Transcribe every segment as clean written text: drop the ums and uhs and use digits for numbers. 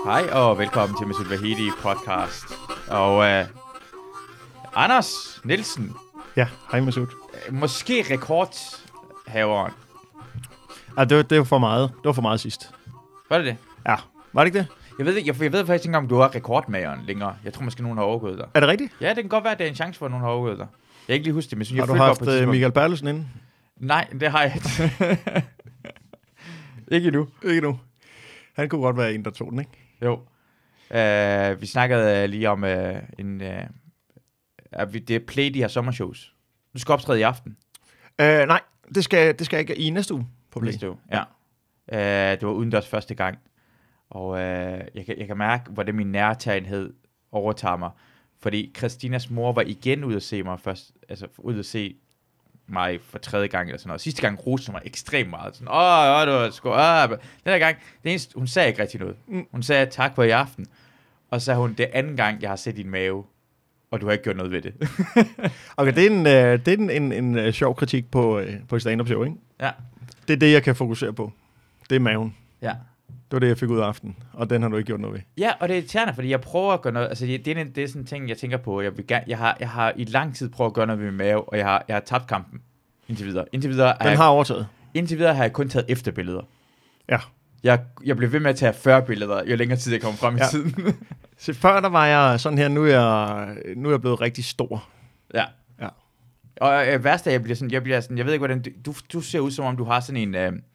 Hej og velkommen til Masoud Vahedi podcast. Og Anders Nielsen. Ja, hej Masoud. Måske rekordhaveren. Det var for meget. Det var for meget sidst. Var det det? Ja, var det ikke det? Jeg ved faktisk ikke om du er rekordmageren længere. Jeg tror måske nogen har overgået dig. Er det rigtigt? Ja, det kan godt være, at det er en chance for, at nogen har overgået dig. Jeg kan ikke lige huske det, men jeg har du haft Michael Bertelsen inde? Nej, det har jeg ikke. Ikke endnu. Ikke endnu. Han kunne godt være en, der tog den, ikke? Jo. Vi snakkede lige om det er play de her sommershows. Du skal optræde i aften. Nej, det skal jeg ikke i næste uge på Play. Næste uge, ja. Det var udendørs første gang. Og jeg kan mærke, hvordan min nærtagenhed overtager mig. Fordi Christinas mor var igen ude at se mig først. Altså ude at se mig for tredje gang eller sådan noget. Sidste gang roste mig ekstremt meget. Sådan, det var sgu, den her gang, det eneste, hun sagde ikke rigtig noget. Hun sagde tak for i aften. Og så sagde hun, det er anden gang, jeg har set din mave. Og du har ikke gjort noget ved det. Okay, det er en sjov kritik på et stand-up show, ikke? Ja. Det er det, jeg kan fokusere på. Det er maven. Ja. Det var det, jeg fik ud af aftenen, og den har du ikke gjort noget ved. Ja, og det er irriterende, fordi jeg prøver at gøre noget, altså det er sådan en ting, jeg tænker på. Jeg har i lang tid prøvet at gøre noget ved min mave, og jeg har tabt kampen indtil videre. Den har overtaget. Indtil videre har jeg kun taget efterbilleder. Ja. Jeg blev ved med at tage 40 billeder, jo længere tid jeg kom frem i tiden. Så før der var jeg sådan her, nu er jeg blevet rigtig stor. Ja. Ja. Og værst er, jeg bliver sådan, jeg ved ikke, hvordan, du ser ud, som om du har sådan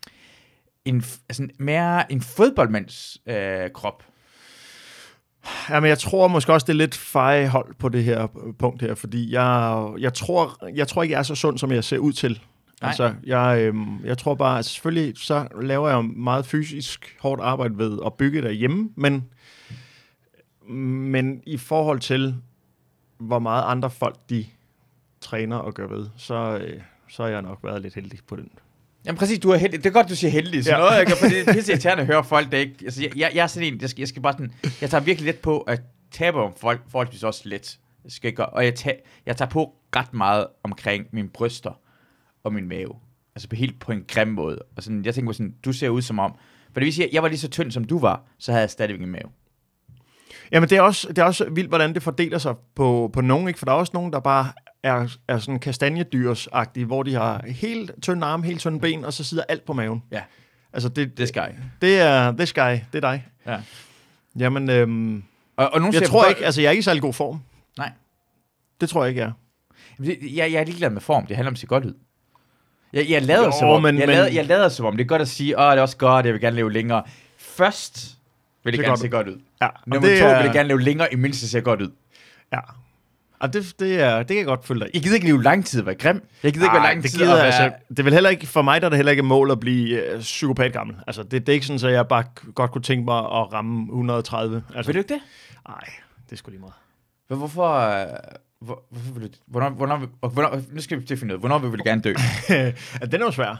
en fodboldmands krop. Jamen, jeg tror måske også, det er lidt fejhold på det her punkt her, fordi jeg tror ikke, jeg er så sund, som jeg ser ud til. Nej. Altså, jeg tror bare, at selvfølgelig så laver jeg meget fysisk hårdt arbejde ved at bygge derhjemme, men i forhold til, hvor meget andre folk, de træner og gør ved, så har jeg nok været lidt heldig på den. Jamen præcis, du er heldig. Det er godt, du siger heldig. Sådan noget, for det er pisse irriterende at høre folk, der ikke... Altså, jeg er sådan en, jeg skal bare sådan... Jeg tager virkelig let på at tabe om folk, forholdsvis også let. Og jeg tager på ret meget omkring mine bryster og min mave. Altså helt på en grim måde. Og sådan, jeg tænker på sådan, du ser ud som om... For det vil sige, at jeg var lige så tynd, som du var, så havde jeg stadigvæk en mave. Jamen det er også vildt, hvordan det fordeler sig på nogen, ikke? For der er også nogen, der bare er sådan kastanjedyrsagtige, hvor de har helt tynde arme, helt tynde ben, og så sidder alt på maven. Ja. Altså det skal det er this guy, det er dig. Ja. Jamen, og nogen jeg tror ikke, altså jeg er ikke i særlig god form. Nej. Det tror jeg ikke, jeg er ligeglad med form, det handler om at se godt ud. Jeg lader som om, det er godt at sige, det er også godt, jeg vil gerne leve længere. Først vil det gerne se godt ud. Ja. Nummer 2 vil jeg gerne leve længere, imens det ser godt ud. Ja. Og det kan jeg godt følge dig i. Jeg gider ikke leve lang tid at være grim. Jeg gider ikke være lang tid at være... det er vel heller ikke, for mig der er det heller ikke mål at blive psykopat gammel. Altså, det er ikke sådan, at jeg bare godt kunne tænke mig at ramme 130. Altså, vil du ikke det? Nej, det er sgu lige meget. Men hvorfor vil du... Hvornår, nu skal vi finde ud. Hvornår vil du gerne dø? Den er jo svær.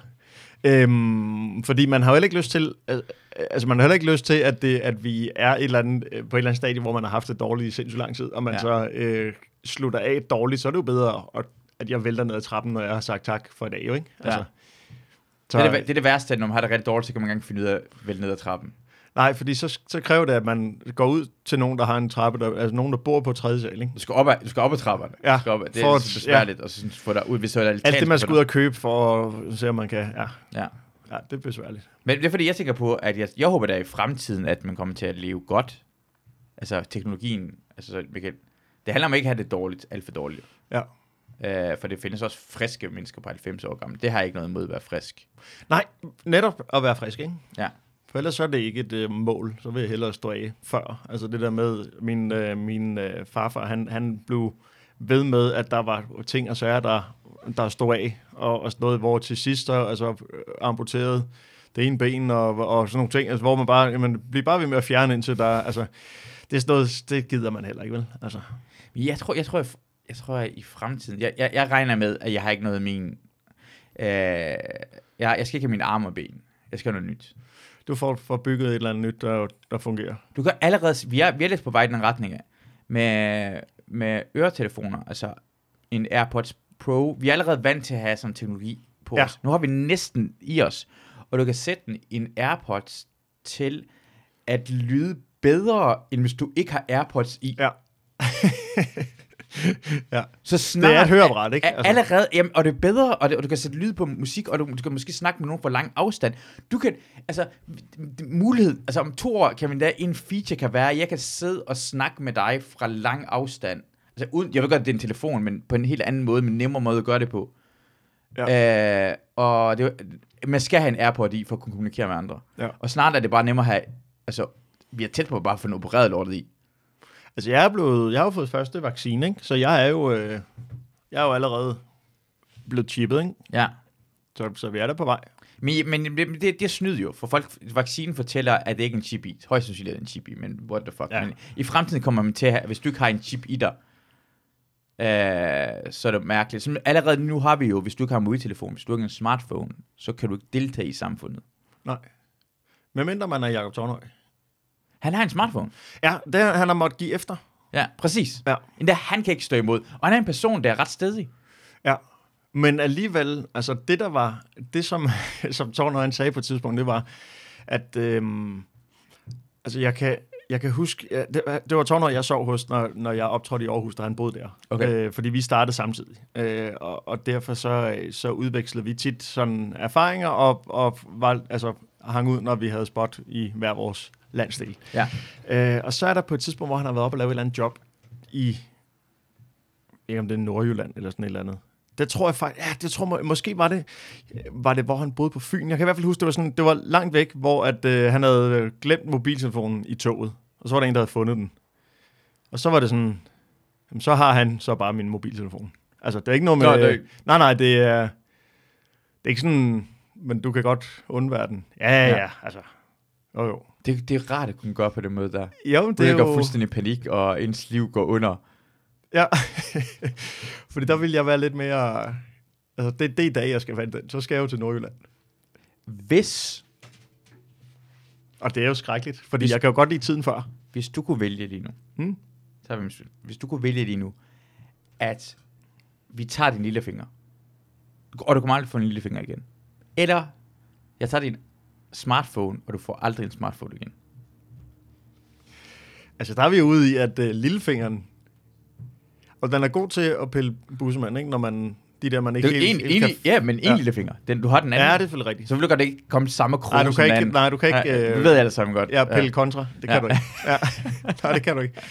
Fordi man har jo heller ikke lyst til... Altså, man har heller ikke lyst til, at vi er på et eller andet stadie, hvor man har haft det dårligt i sindssygt lang tid, og man så slutter af dårligt, så er det jo bedre, at jeg vælter ned ad trappen, når jeg har sagt tak for i dag, jo, ikke? Altså, det er det værste, når man har det rigtig dårligt, så kan man ikke finde ud af at vælte ned ad trappen. Nej, fordi så kræver det, at man går ud til nogen, der har en trappe, altså nogen, der bor på 3. sal, ikke? Du skal op ad trapperne. Ja. Det er besværligt, og så få dig ud, hvis det er alt det, man skal ud og købe, for at se, om man kan... Ja, det er besværligt. Men det er fordi, jeg tænker på, at jeg håber da i fremtiden, at man kommer til at leve godt. Altså teknologien, altså det handler om ikke at have det dårligt, alt for dårligt. Ja. For det findes også friske mennesker på 90 år gamle. Det har jeg ikke noget imod at være frisk. Nej, netop at være frisk, ikke? Ja. For ellers så er det ikke et mål. Så vil jeg hellere stå af før. Altså det der med, min farfar, han blev ved med, at der var ting og sager, der stod af. Og sådan noget, hvor til sidst amputeret det ene ben og sådan nogle ting. Altså, hvor man bare, bliver bare ved med at fjerne indtil der... Altså, det er sådan noget, det gider man heller ikke, vel? Altså. Jeg tror i fremtiden... Jeg regner med, at jeg har ikke noget af min... jeg skal ikke have mine arme og ben. Jeg skal have noget nyt. Du får bygget et eller andet nyt, der fungerer. Du kan allerede... Vi er lidt på vej i den retning af. Med øretelefoner, altså en AirPods Pro. Vi er allerede vant til at have sådan teknologi på os. Nu har vi næsten i os. Og du kan sætte en AirPods til at lyde bedre, end hvis du ikke har AirPods i. Ja. Ja. Så snart, det er et høreapparat, ikke? Altså. Allerede, jamen, og det er bedre, og du kan sætte lyd på musik, og du kan måske snakke med nogen på lang afstand. Du kan, altså, mulighed, altså om 2 år kan man da, en feature kan være, at jeg kan sidde og snakke med dig fra lang afstand. Altså, uden, jeg ved godt, at det er en telefon, men på en helt anden måde, men nemmere måde at gøre det på. Ja. Og man skal have en AirPod i, for at kunne kommunikere med andre. Ja. Og snart er det bare nemmere at have, altså, vi er tæt på at bare få en opereret lortet i. Altså, jeg har jo fået første vaccine, ikke? Så jeg er jo allerede blevet chippet, ikke? Ja. Så vi er der på vej. Men det snyder jo, for folk, vaccinen fortæller, at det ikke er en chip i. Højst sandsynligt er det en chip i, men what the fuck. Ja. Men i fremtiden kommer man til at have, hvis du ikke har en chip i dig, så er det mærkeligt. Så allerede nu har vi jo, hvis du ikke har en mobiltelefon, hvis du ikke har en smartphone, så kan du ikke deltage i samfundet. Nej. Medmindre man er Jakob Tornhøj. Han har en smartphone. Ja, det han har måttet give efter. Ja, præcis. Ja. Endda han kan ikke stå imod. Og han er en person, der er ret stedig. Ja, men alligevel, altså det der var, det som Tornhøj han sagde på et tidspunkt, det var, at altså jeg kan huske, ja, det var Tornhøj, jeg sov hos, når jeg optrådte i Aarhus, da han boede der. Okay. Fordi vi startede samtidig. Og derfor så udvekslede vi tit sådan erfaringer, og var, altså, hang ud, når vi havde spot i hver vores landsdel. Ja. Og så er der på et tidspunkt, hvor han har været oppe og lavet et eller andet job i, ikke om det er Nordjylland eller sådan et eller andet. Det tror jeg faktisk, måske var det, hvor han boede på Fyn. Jeg kan i hvert fald huske, det var langt væk, hvor at, han havde glemt mobiltelefonen i toget. Og så var der en, der havde fundet den. Og så var det sådan, jamen, så har han så bare min mobiltelefon. Altså, det er ikke noget med... Nej, det er ikke sådan, men du kan godt undvære den. Ja, altså. Jo. Det er rart at kunne gøre på den måde der. Jo, det er jo... går fuldstændig panik, og ens liv går under. Ja, fordi der vil jeg være lidt mere... Altså, det er i dag, jeg skal vente den. Så skal jeg jo til Nordjylland. Hvis... Og det er jo skrækkeligt, fordi jeg kan jo godt lide tiden før. Hvis du kunne vælge lige nu... Hvis du kunne vælge lige nu, at vi tager din lillefinger, og du kommer aldrig få en lillefinger igen. Eller, jeg tager din smartphone, og du får aldrig en smartphone igen. Altså, der er vi jo ude i, at lillefingeren... Og den er god til at pille bussemand, ikke? Når man... De der, man ikke en lillefinger. Du har den anden. Ja, det er selvfølgelig rigtigt. Så vil du godt ikke komme samme krone som den anden. Nej, du kan ikke... Det ved jeg alle sammen godt. Ja, pille kontra. Det kan du ikke. Ja. Nej, det kan du ikke.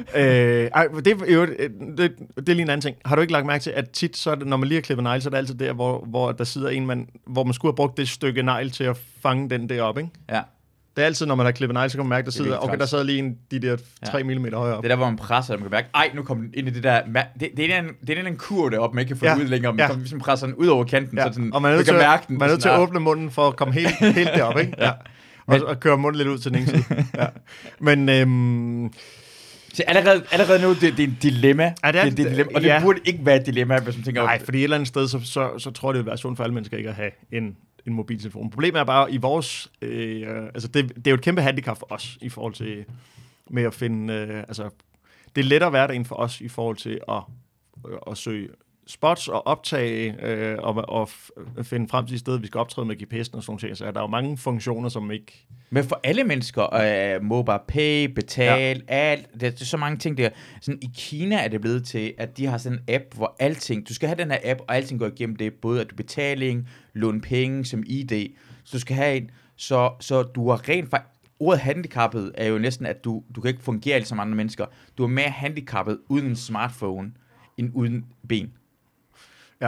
Det er lige en anden ting. Har du ikke lagt mærke til, at tit, så det, når man lige har klippet negl, så er det altid der, hvor der sidder en, hvor man skulle have brugt det stykke negl til at fange den der op, ikke? Ja. Det er altid, når man har klippet negl, så kan man mærke, der sidder lige de der 3 mm højere op. Det er der, hvor man presser, og man kan mærke, nu kommer den ind i det der... Det er en kur deroppe, man ikke kan få ud længere, men hvis man presser den ud over kanten, så sådan, og man er nødt til, mærke den. Man er nødt til at åbne munden for at komme helt derop, ikke? Ja. Og køre munden lidt ud til den ene side. Ja. Men... Så allerede nu, det er et dilemma. Det er et dilemma, og det burde ikke være et dilemma, hvis man tænker... Nej, fordi et eller andet sted, så tror jeg, det vil være sundt for alle mennesker ikke at have en mobiltelefon. Problemet er bare, i vores... altså, det er jo et kæmpe handicap for os, i forhold til med at finde... altså, det er lettere hverdagen for os, i forhold til at søge spots og optage og finde frem til et sted, vi skal optræde med GPS'en og sådan noget. Så der er jo mange funktioner, som ikke... Men for alle mennesker, mobile pay, betal, alt, det er så mange ting der. Sådan, i Kina er det blevet til, at de har sådan en app, hvor alting, du skal have den her app, og alting går igennem det, både at du betaling, låne penge som ID, så du skal have en, så du er rent faktisk, ordet handicappet er jo næsten, at du kan ikke fungere som andre mennesker. Du er mere handicappet uden en smartphone, end uden ben. Ja.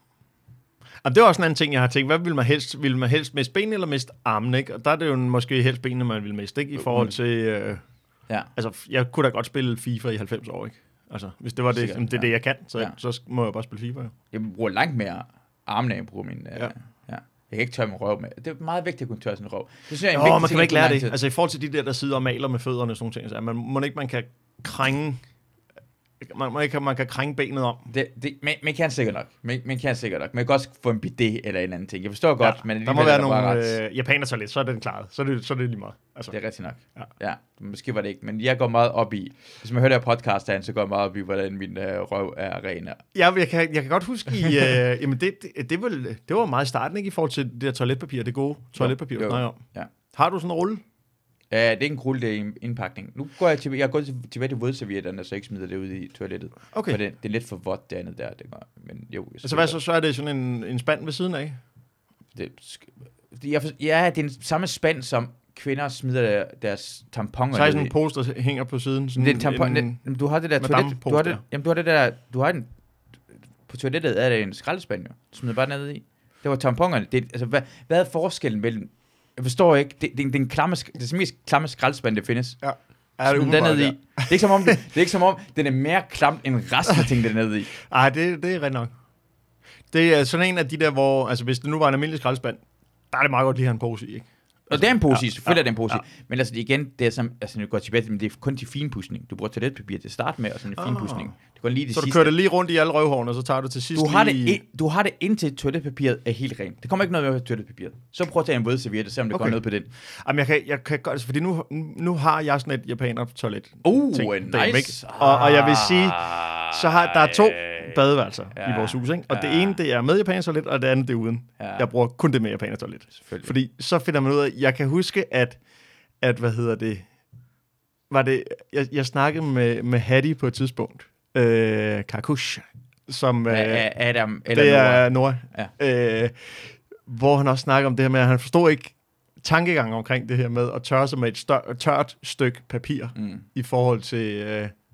Og det er også en anden ting, jeg har tænkt. Hvad vil man helst? Vil man helst miste benene eller miste armene, ikke? Og der er det jo måske helst benene, man vil miste, ikke? I forhold til... Altså, jeg kunne da godt spille FIFA i 90 år, ikke? Altså, hvis det var det, det er det, jeg kan, så må jeg bare spille FIFA, jo. Jeg bruger langt mere armene, jeg bruger min... Jeg kan ikke tørre min røv med. Det er meget vigtigt at kunne tørre sin røv. Det synes jeg er en vigtig man kan ikke lære det. Altså, i forhold til de der sidder og maler med fødderne og sådan nogle ting, så man kan krænge... Man kan krænge benet om. Man kan sikkert nok. Man kan sikkert nok. Man kan også få en bidet eller en anden ting. Jeg forstår godt, men der må være nogle japaner-toilet, så er det klaret. Så er det lige meget. Altså. Det er rigtigt nok. Ja. Måske var det ikke, men jeg går meget op i, hvis man hører der podcast herinde, så går jeg meget op i, hvordan min røv er ren. Ja, jeg kan godt huske, jamen det var meget i starten, ikke, i forhold til det der toiletpapir, det gode toiletpapir, du snakker om. Ja. Har du sådan en rulle? Det er ikke en rulle, det er en indpakning. Nu går jeg går tilbage til vådservietterne, så jeg ikke smider det ud i toilettet. Okay. For det er lidt for vådt det andet der. Det går, men jo, Altså hvad så er det sådan en spand ved siden af? Det er den samme spand, som kvinder smider deres tamponer. Så er sådan en pose, der hænger på siden. Sådan du har det der toilet. Du har den på toilettet er det en skraldespand, jo. Du smider bare ned i. Det var tamponerne. Altså, hvad er forskellen mellem... Jeg forstår ikke. Det er den mest klamme skraldespand, det findes. Ja. Er det den ned i. Det er ikke som om, den er mere klam end resten af ting, den er ned i. Ej, det er ret nok. Det er sådan en af de der, hvor... Altså, hvis det nu var en almindelig skraldespand, der er det meget godt lige at have en pose i, ikke? Og det er en pose, selvfølgelig er det en pose. Men altså igen, det er som, altså nu går tilbage til, men det er kun til finpudsning. Du bruger toiletpapir til at starte med, og sådan en finpudsning. Det går lige det så sidste. Du kører det lige rundt i alle røvhårene, og så tager du til sidst du har det indtil toiletpapiret er helt rent. Det kommer ikke noget med toiletpapiret. Så prøv at tage en vådserviet og se, om det går noget på den. Jamen, jeg kan godt, fordi nu har jeg sådan et japaner toilet. Nice. Og jeg vil sige, der er 2 badeværelser i vores hus, ikke? Og det ene, det er med japaner toilet, og det andet, det er uden. Jeg bruger kun det med japaner toilet. Fordi så finder man ud af, jeg kan huske, at hvad hedder det, var det, jeg snakkede med Hattie på et tidspunkt, Karkush, som Adam eller det er Nora, hvor han også snakker om det her med, at han forstår ikke tankegangen omkring det her med at tørre sig med et tørt stykke papir i forhold til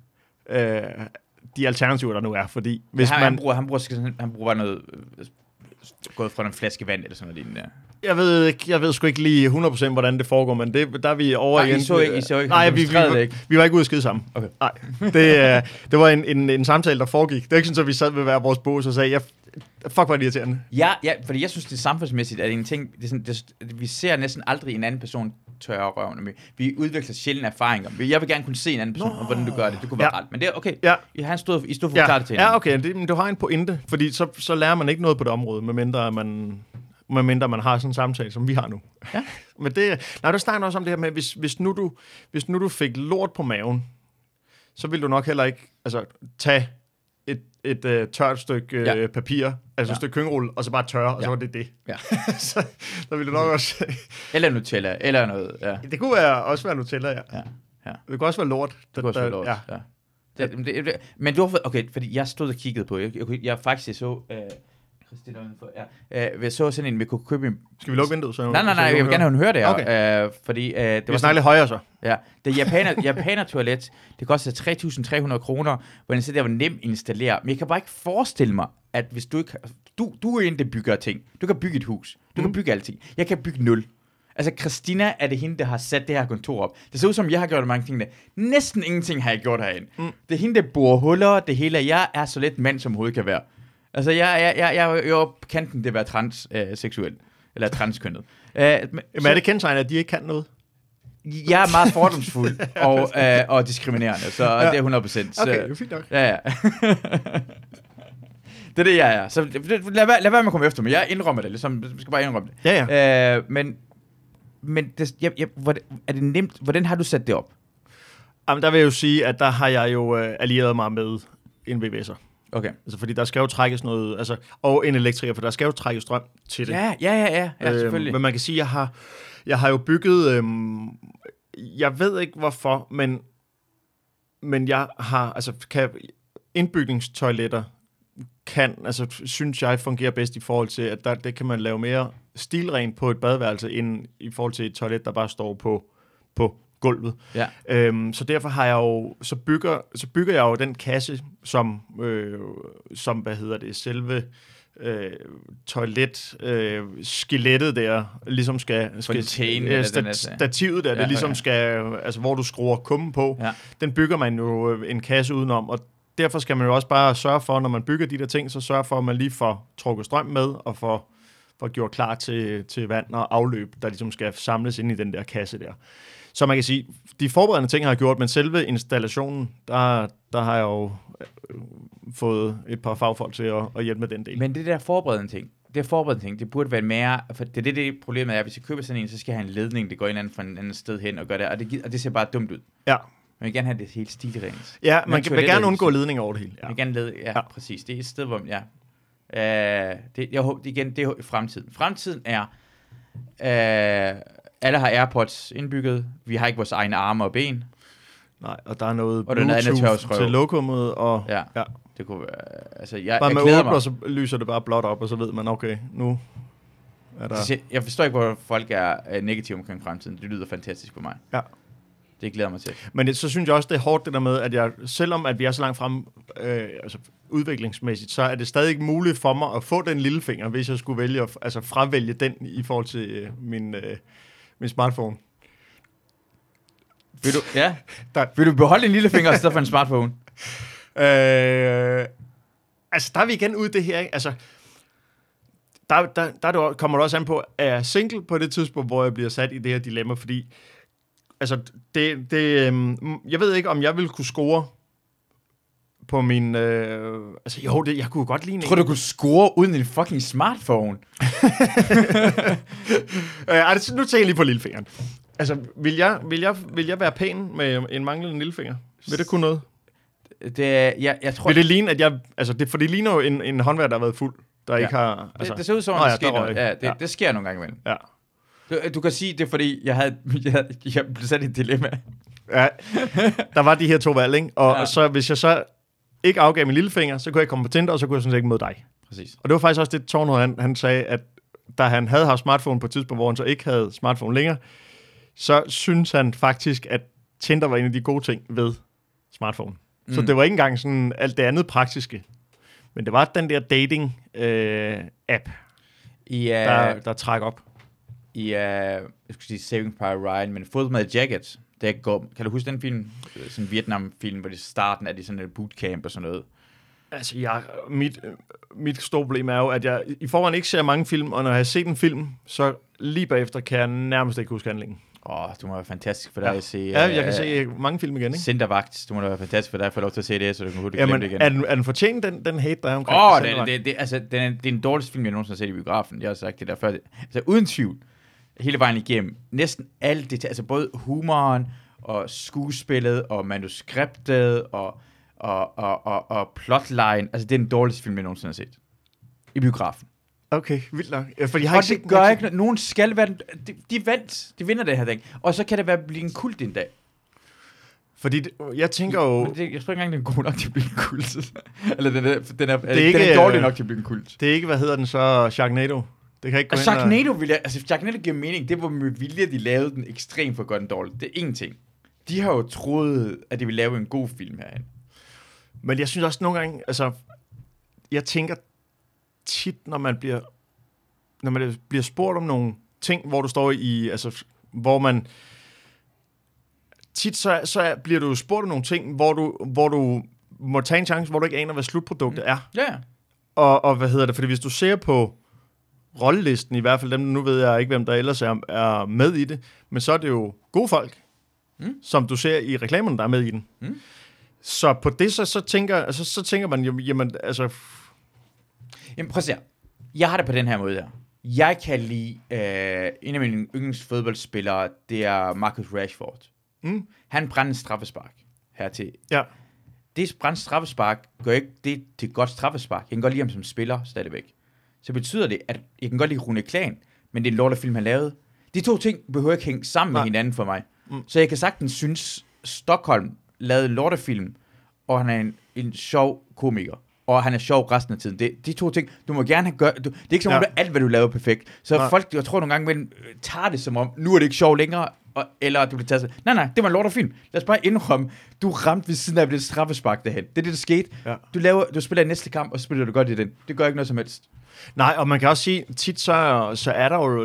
de alternativer, der nu er, fordi hvis han bruger bare noget gået fra en flaske vand eller sådan noget lignende. Jeg ved sgu ikke lige 100% hvordan det foregår, men der er vi over igen. I så ikke. Nej, vi var ikke ude at skide sammen. Okay. Nej, det var en samtale, der foregik. Det er ikke sådan, at vi sad ved hver vores bås og sagde, fuck, hvor er det irriterende. Ja, fordi jeg synes, det er samfundsmæssigt, at en ting, vi ser næsten aldrig en anden person tørre røven. Vi udvikler sjældne erfaringer. Jeg vil gerne kunne se en anden person, og hvordan du gør det. Det kunne være ret. Men det er okay. Ja. I stod for klart til hinanden. Ja, okay. Men du har en pointe, fordi så lærer man ikke noget på det område, medmindre man har sådan en samtale, som vi har nu. Ja. Men du snakker også om det her med, hvis nu du fik lort på maven, så vil du nok heller ikke tage et tørt stykke papir, altså et stykke køkkenrulle, og så bare tørre, og så var det. Ja. Så vil du nok også... eller Nutella, eller noget. Ja. Det kunne også være Nutella, ja. Det kunne også være lort. Det kunne også være lort, ja. Men du har okay, fordi jeg stod og kiggede på, jeg faktisk så... Christina udenfor, vi så sådan en, vi kunne købe en... Skal vi lukke vinduet? Så nej, jeg vil gerne have hun høre det her. Okay. Fordi det var snakke lidt højere så. Ja, det japaner toilet, det koster 3.300 kroner, hvor den siger, det var nemt at installere. Men jeg kan bare ikke forestille mig, at hvis du ikke... Du er en, der bygger ting. Du kan bygge et hus. Du kan bygge alting. Jeg kan bygge 0. Altså, Christina er det hende, der har sat det her kontor op. Det ser ud som, jeg har gjort mange ting der. Næsten ingenting har jeg gjort herinde. Det er hende, der borer huller, det hele. Jeg er så lidt mand, som overhovedet kan være. Altså, jeg er jo på kanten til at være transseksuel, eller transkønnet. Men er det kendetegnet, at de ikke kan noget? Jeg er meget fordomsfuld og diskriminerende, så det er 100%. Så, okay, det er fint nok. Ja. Det er det, jeg er. Så lad være med at komme efter mig. Jeg indrømmer det, ligesom. Jeg skal bare indrømme det. Ja. Men det, er det nemt? Hvordan har du sat det op? Jamen, der vil jeg jo sige, at der har jeg jo allieret mig med en VVS'er. Okay. Altså, fordi der skal jo trækkes noget, og en elektriker, for der skal jo trækkes strøm til det. Ja, selvfølgelig. Men man kan sige, jeg har jo bygget, jeg ved ikke hvorfor, men jeg har, indbygningstoiletter synes jeg fungerer bedst i forhold til, at det kan man lave mere stilrent på et badeværelse, end i forhold til et toilet, der bare står på gulvet. Ja. Så derfor har jeg jo, så bygger jeg jo den kasse, som selve toilet skelettet der ligesom skal stativet der, det ligesom skal, altså hvor du skruer kummen på, den bygger man jo en kasse udenom, og derfor skal man jo også bare sørge for, når man bygger de der ting, så sørge for, at man lige får trukket strøm med, og får gjort klar til vand og afløb, der ligesom skal samles ind i den der kasse der. Så man kan sige, de forberedende ting har jeg gjort, men selve installationen, der har jeg jo fået et par fagfolk til at hjælpe med den del. Men det der forberedende ting, det burde være mere, for det problemet er, at hvis jeg køber sådan en, så skal jeg have en ledning, det går en anden fra en anden sted hen og gør det, og det ser bare dumt ud. Ja. Man vil gerne have det helt stilrent. Ja, man vil gerne undgå ledning over det hele. Ja. Man vil gerne præcis. Det er et sted, hvor jeg håber, det er fremtiden. Fremtiden er Alle har AirPods indbygget. Vi har ikke vores egne arme og ben. Nej, og der er noget og Bluetooth til lokummet, og ja. Det kunne være, altså jeg med glæder mig. Og så lyser det bare blåt op, og så ved man, okay, nu er der... Jeg forstår ikke, hvor folk er negative omkring fremtiden. Det lyder fantastisk for mig. Ja. Det glæder mig til. Men så synes jeg også, det er hårdt det der med, at jeg, selvom at vi er så langt frem altså udviklingsmæssigt, så er det stadig ikke muligt for mig at få den lillefinger, hvis jeg skulle vælge at fravælge den i forhold til min smartphone. Vil du beholde din lillefinger i stedet for en smartphone? Altså, der er vi igen ude det her, ikke? Altså, der kommer det også an på, er jeg single på det tidspunkt, hvor jeg bliver sat i det her dilemma, fordi altså, jeg ved ikke, om jeg ville kunne score på min... altså, jo, jeg kunne godt lide... Tror du kunne score uden en fucking smartphone? Nu tænker jeg lige på lillefingeren. Altså, vil jeg være pæn med en manglende lillefinger? Vil det kunne noget? Jeg tror... Vil det ligne, at jeg... Altså, for det ligner jo en håndværker, der har været fuld, der ikke har... Altså, det ser ud som, at det sker noget. Det sker nogle gange imellem. Ja. Du kan sige, det er fordi, jeg blev sat i et dilemma. Ja, der var de her to valg, ikke? Og så, hvis jeg så ikke afgav min lillefinger, så kunne jeg ikke komme på Tinder, og så kunne jeg sådan set ikke møde dig. Præcis. Og det var faktisk også det, Tornhøj, han sagde, at da han havde haft smartphone på et tidspunkt, hvor han så ikke havde smartphone længere, så synes han faktisk, at Tinder var en af de gode ting ved smartphone. Så det var ikke engang sådan alt det andet praktiske. Men det var den der dating-app, der træk op. Jeg skulle sige Saving Private Ryan, men Full Metal Jacket, kan du huske den film? Sådan en Vietnam-film, hvor det starten er det sådan et bootcamp og sådan noget. Altså, mit store problem er jo, at jeg i forvejen ikke ser mange film, og når jeg har set en film, så lige bagefter kan jeg nærmest ikke huske handlingen. Du må være fantastisk for dig at se... Ja, jeg kan se mange film igen, ikke? Centervagt, du må da være fantastisk for dig at få lov til at se det, så du kan hurtigt glemme det igen. Er den fortjent, den hate, der er omkring det er den dårligste film, jeg nogensinde har set i biografen. Jeg har sagt det der før. Altså, uden tvivl, hele vejen igennem, næsten alt det, altså både humoren, og skuespillet, og manuskriptet, og plotline, altså det er den dårligste film, jeg nogensinde har set. I biografen. Okay, vildt nok. Fordi jeg har ikke det gør ikke noget. Nogen skal være... De vinder det her dag. Og så kan det blive en kult en dag. Fordi jeg tænker jo... Jeg tror ikke engang, den er god nok til at blive en kult. Eller den er dårlig nok til at blive en kult. Det er ikke, hvad hedder den så, Sharknado? Det kan ikke gå ind Sharknado vil jeg... Altså, Sharknado giver mening. Det var med vilje, de lavede den ekstremt for godt en dårlig. Det er ingenting. De har jo troet, at de ville lave en god film herhen. Men jeg synes også nogle gange... Altså, jeg tænker tit, når man bliver spurgt om nogle ting, hvor du står i... Altså, hvor man... Tit så bliver du spurgt om nogle ting, hvor du må tage en chance, hvor du ikke aner, hvad slutproduktet er. Ja. Og hvad hedder det? Fordi hvis du ser på rollelisten, i hvert fald dem, nu ved jeg ikke, hvem der ellers er med i det, men så er det jo gode folk, som du ser i reklamerne, der er med i den. Så på det, så tænker man, jamen, altså... Jamen, prøv at se. Jeg har det på den her måde her. Jeg kan lide... en af mine yndlingsfodboldspillere, det er Marcus Rashford. Han brænder straffespark hertil. Ja. Det brænder straffespark gør ikke det til et godt straffespark. Jeg kan godt lide ham som spiller stadigvæk. Så betyder det, at jeg kan godt lide Rune Klan, men det er en lortefilm, han lavede. De to ting behøver ikke hænge sammen med hinanden for mig. Så jeg kan sagtens synes, Stockholm lavede en lortefilm, og han er en sjov komiker. Og han er sjov resten af tiden. De to ting, du må gerne gøre... Det er ikke som om, det er alt, hvad du laver perfekt. Så folk, jeg tror nogle gange, tager det som om, nu er det ikke sjov længere, eller du bliver taget sig. Nej, det var en lortefilm. Lad os bare indrømme, du ramte ved siden af det straffespark derhen. Det er det, der skete. Ja. Du spiller i næste kamp, og så spiller du godt i den. Det gør ikke noget som helst. Nej, og man kan også sige, tit så er der jo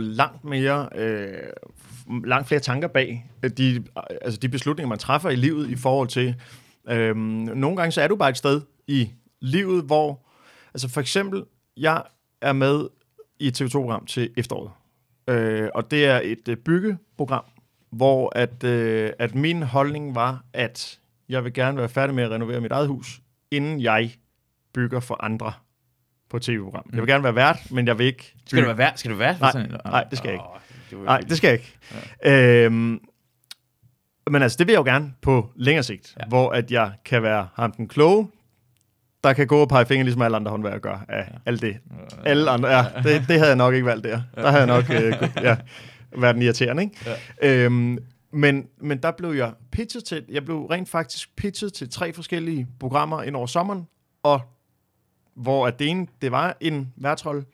langt flere tanker bag de beslutninger, man træffer i livet i forhold til... nogle gange så er du bare et sted i livet, hvor... Altså for eksempel, jeg er med i et TV2-program til efteråret. Og det er et byggeprogram, hvor at min holdning var, at jeg vil gerne være færdig med at renovere mit eget hus, inden jeg bygger for andre på tv-program. Jeg vil gerne være vært, men jeg vil ikke... Skal du være vært? Nej, det skal jeg ikke. Nej, det skal jeg ikke. Ja. Men altså, det vil jeg jo gerne på længere sigt, hvor at jeg kan være ham den kloge, der kan gå og pege fingre, ligesom alle andre håndværkere gør af alt det. Alle andre, det havde jeg nok ikke valgt der. Der havde jeg nok, være den irriterende, ikke? Ja. Men der blev jeg blev rent faktisk pitchet til 3 forskellige programmer ind over sommeren, og hvor at det ene, det var en værtsrolle.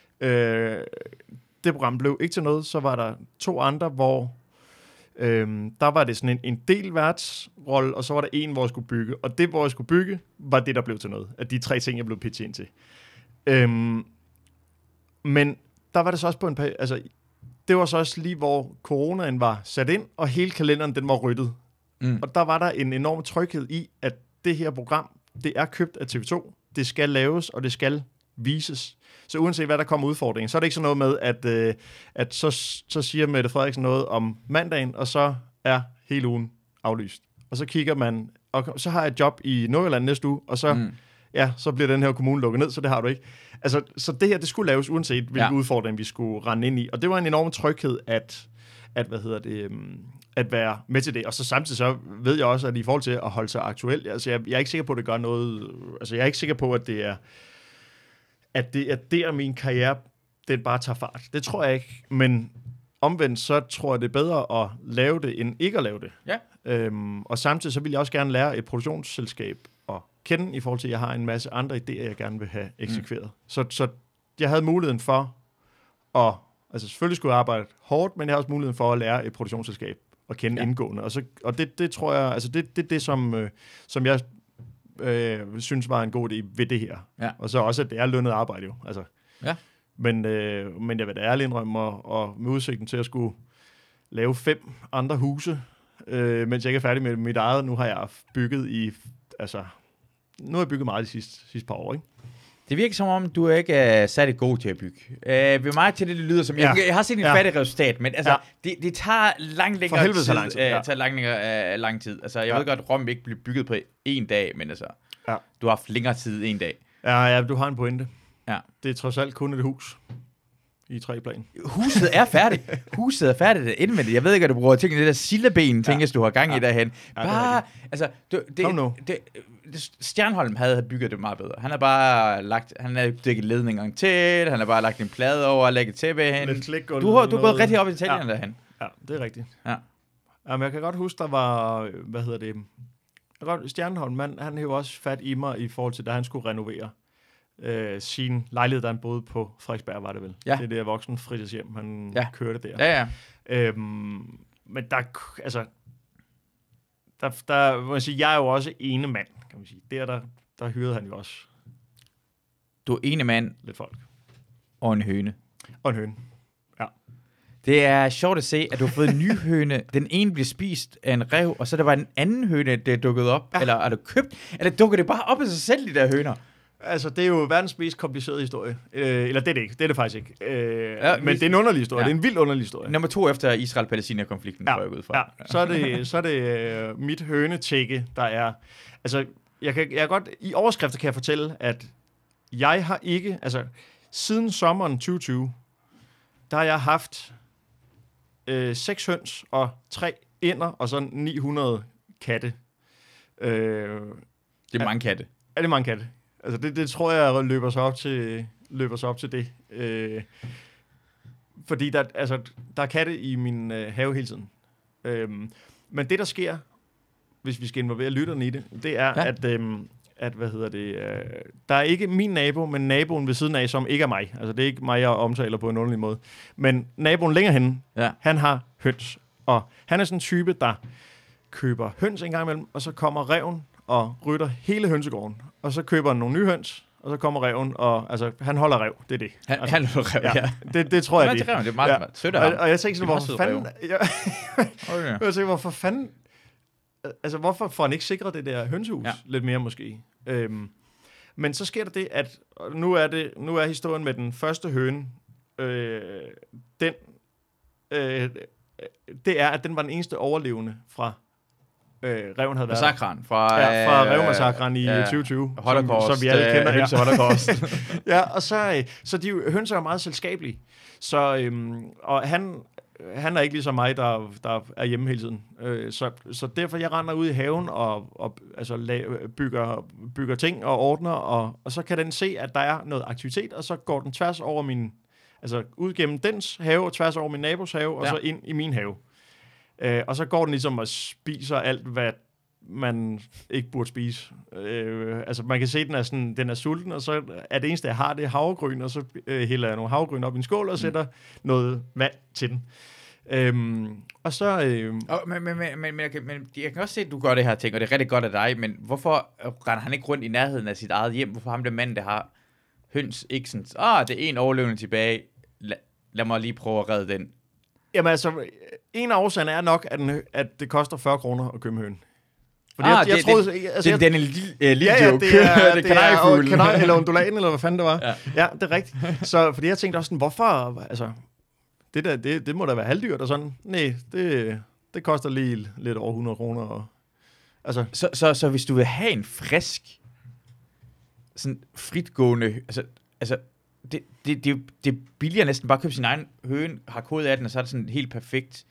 Det program blev ikke til noget, så var der 2 andre, hvor der var det sådan en del værtsrolle, og så var der en, hvor jeg skulle bygge. Og det, hvor jeg skulle bygge, var det, der blev til noget. Af de 3 ting, jeg blev pitchet ind til. Men der var det så også på det var så også lige, hvor coronaen var sat ind, og hele kalenderen, den var ryddet. Og der var der en enorm tryghed i, at det her program, det er købt af TV2. Det skal laves, og det skal vises. Så uanset hvad der kommer udfordringen, så er det ikke sådan noget med, at så siger Mette Frederiksen noget om mandagen, og så er hele ugen aflyst. Og så kigger man, og så har jeg et job i Nordjylland næste uge, og så, så bliver den her kommune lukket ned, så det har du ikke. Altså, så det her, det skulle laves uanset, hvilke udfordring vi skulle rende ind i. Og det var en enorm tryghed, at være med til det. Og så samtidig så ved jeg også, at i forhold til at holde sig aktuel, altså jeg er ikke sikker på, at det gør noget, altså jeg er ikke sikker på, at det er der min karriere, den bare tager fart. Det tror jeg ikke, men omvendt så tror jeg, det er bedre at lave det, end ikke at lave det. Ja. Og samtidig så vil jeg også gerne lære et produktionsselskab at kende, i forhold til, at jeg har en masse andre idéer, jeg gerne vil have eksekveret. Så jeg havde muligheden for at, altså selvfølgelig skulle jeg arbejde hårdt, men jeg havde også muligheden for at lære et produktionsselskab at kende indgående. Og det tror jeg, altså det som jeg synes var en god idé ved det her. Ja. Og så også, at det er lønnet arbejde jo. Altså. Ja. Men jeg vil da ærligt indrømme, og med udsigten til at skulle lave 5 andre huse, mens jeg ikke er færdig med mit eget. Nu har jeg bygget nu har jeg bygget meget de sidste par år, ikke? Det virker som om, du ikke er særlig god til at bygge. Vi er meget til det lyder som... Jeg har set et fattigt resultat, men altså, det tager lang længere tid. Så lang tid. Det tager lang tid. Altså, jeg ved godt, at Rom ikke bliver bygget på 1 dag, men altså, du har haft længere tid 1 dag. Ja, du har en pointe. Ja. Det er trods alt kun et hus i 3 plan. Huset er færdigt. Indvendigt. Jeg ved ikke, at du bruger ting, det der silleben, tænkes du har gang i derhen. Bare, altså, Stjernholm havde bygget det meget bedre. Han har bare han har dækket ledninger til, han har bare lagt en plade over og lægget tæppe hen. Du har gået rigtig op i detaljerne derhen. Ja, det er rigtigt. Ja. Jamen, jeg kan godt huske, der var, Stjernholm, han hævde også fat i mig i forhold til, da han skulle renovere sin lejlighed, der han boede på Frederiksberg, var det vel. Ja. Det er det voksen fritidshjem, han kørte der. Ja. Men der må jeg sige, jeg er jo også ene mand, kan man sige. Der hyrede han jo også. Du er ene mand. Lidt folk. Og en høne. Ja. Det er sjovt at se, at du har fået en ny høne. Den ene bliver spist af en ræv, og så der var en anden høne, der dukkede op. Ja. Eller er du købt? Eller dukker det bare op af sig selv, de der høner? Altså, det er jo verdens mest komplicerede historie. Eller det er det ikke. Det er det faktisk ikke. Men det er en underlig historie. Ja. Det er en vild underlig historie. Nummer 2 efter Israel-Palæstina-konflikten, tror jeg ud fra. Ja. Så er det mit hønetække, der er... Altså, jeg godt... I overskrifter kan jeg fortælle, at jeg har ikke... Altså, siden sommeren 2020, der har jeg haft 6 høns og 3 ænder, og så 900 katte. Det er mange katte. Ja, det er mange katte. Altså det tror jeg løber sig op til det. Fordi der er katte i min have hele tiden. Men det, der sker, hvis vi skal involvere lytterne i det, det er, at der er ikke min nabo, men naboen ved siden af, som ikke er mig. Altså det er ikke mig, jeg omtaler på en underlig måde. Men naboen længere henne, han har høns. Og han er sådan en type, der køber høns en gang imellem, og så kommer ræven og rydder hele hønsegården. Og så køber han nogle nye høns, og så kommer ræven, og altså, han holder ræv, det er det. Han holder ræv, ja. Det tror jeg, det er. Det er meget sødt af ham. Og jeg tænkte sådan, hvorfor fanden... Jeg tænkte, hvorfor fanden... Altså, hvorfor får han ikke sikret det der hønsehus lidt mere, måske? Men så sker der det, at nu er historien med den første høne, det er, at den var den eneste overlevende fra ræven havde været massakren fra rævemassakren i 2020, som vi alle kender. Holocaust. Ja, og så de hønser er meget selskabelige. Så og han er ikke ligesom mig, der er hjemme hele tiden. Så derfor jeg render ud i haven og bygger ting og ordner, og så kan den se, at der er noget aktivitet, og så går den tværs over min Altså ud gennem dens have, tværs over min nabos have, og så ind i min have. Og så går den ligesom og spiser alt, hvad man ikke burde spise. Altså man kan se, at den er sulten, og så er det eneste, jeg har, det er havregryn, og så hælder jeg nogle havregryn op i en skål og sætter noget vand til den. Og så... Men jeg kan også se, at du gør det her ting, og det er rigtig godt af dig, men hvorfor render han ikke rundt i nærheden af sit eget hjem? Hvorfor ham der mand, der har høns, ikke sådan, det er en overlevende tilbage, lad mig lige prøve at redde den. Jamen altså, en af årsagen er nok, at det koster 40 kroner at købe en høn. Fordi jeg troede... Den er lille joke. Det er kanal eller undulaten, eller hvad fanden det var. Ja, det er rigtigt. Så fordi jeg tænkte også sådan, hvorfor... Altså, det må da være halvdyrt og sådan. Nej, det koster lige lidt over 100 kroner. Og, altså. Så hvis du vil have en frisk, sådan fritgående... Altså det er billigere næsten bare at købe sin egen høne, har kode af den, og så er det sådan helt perfekt.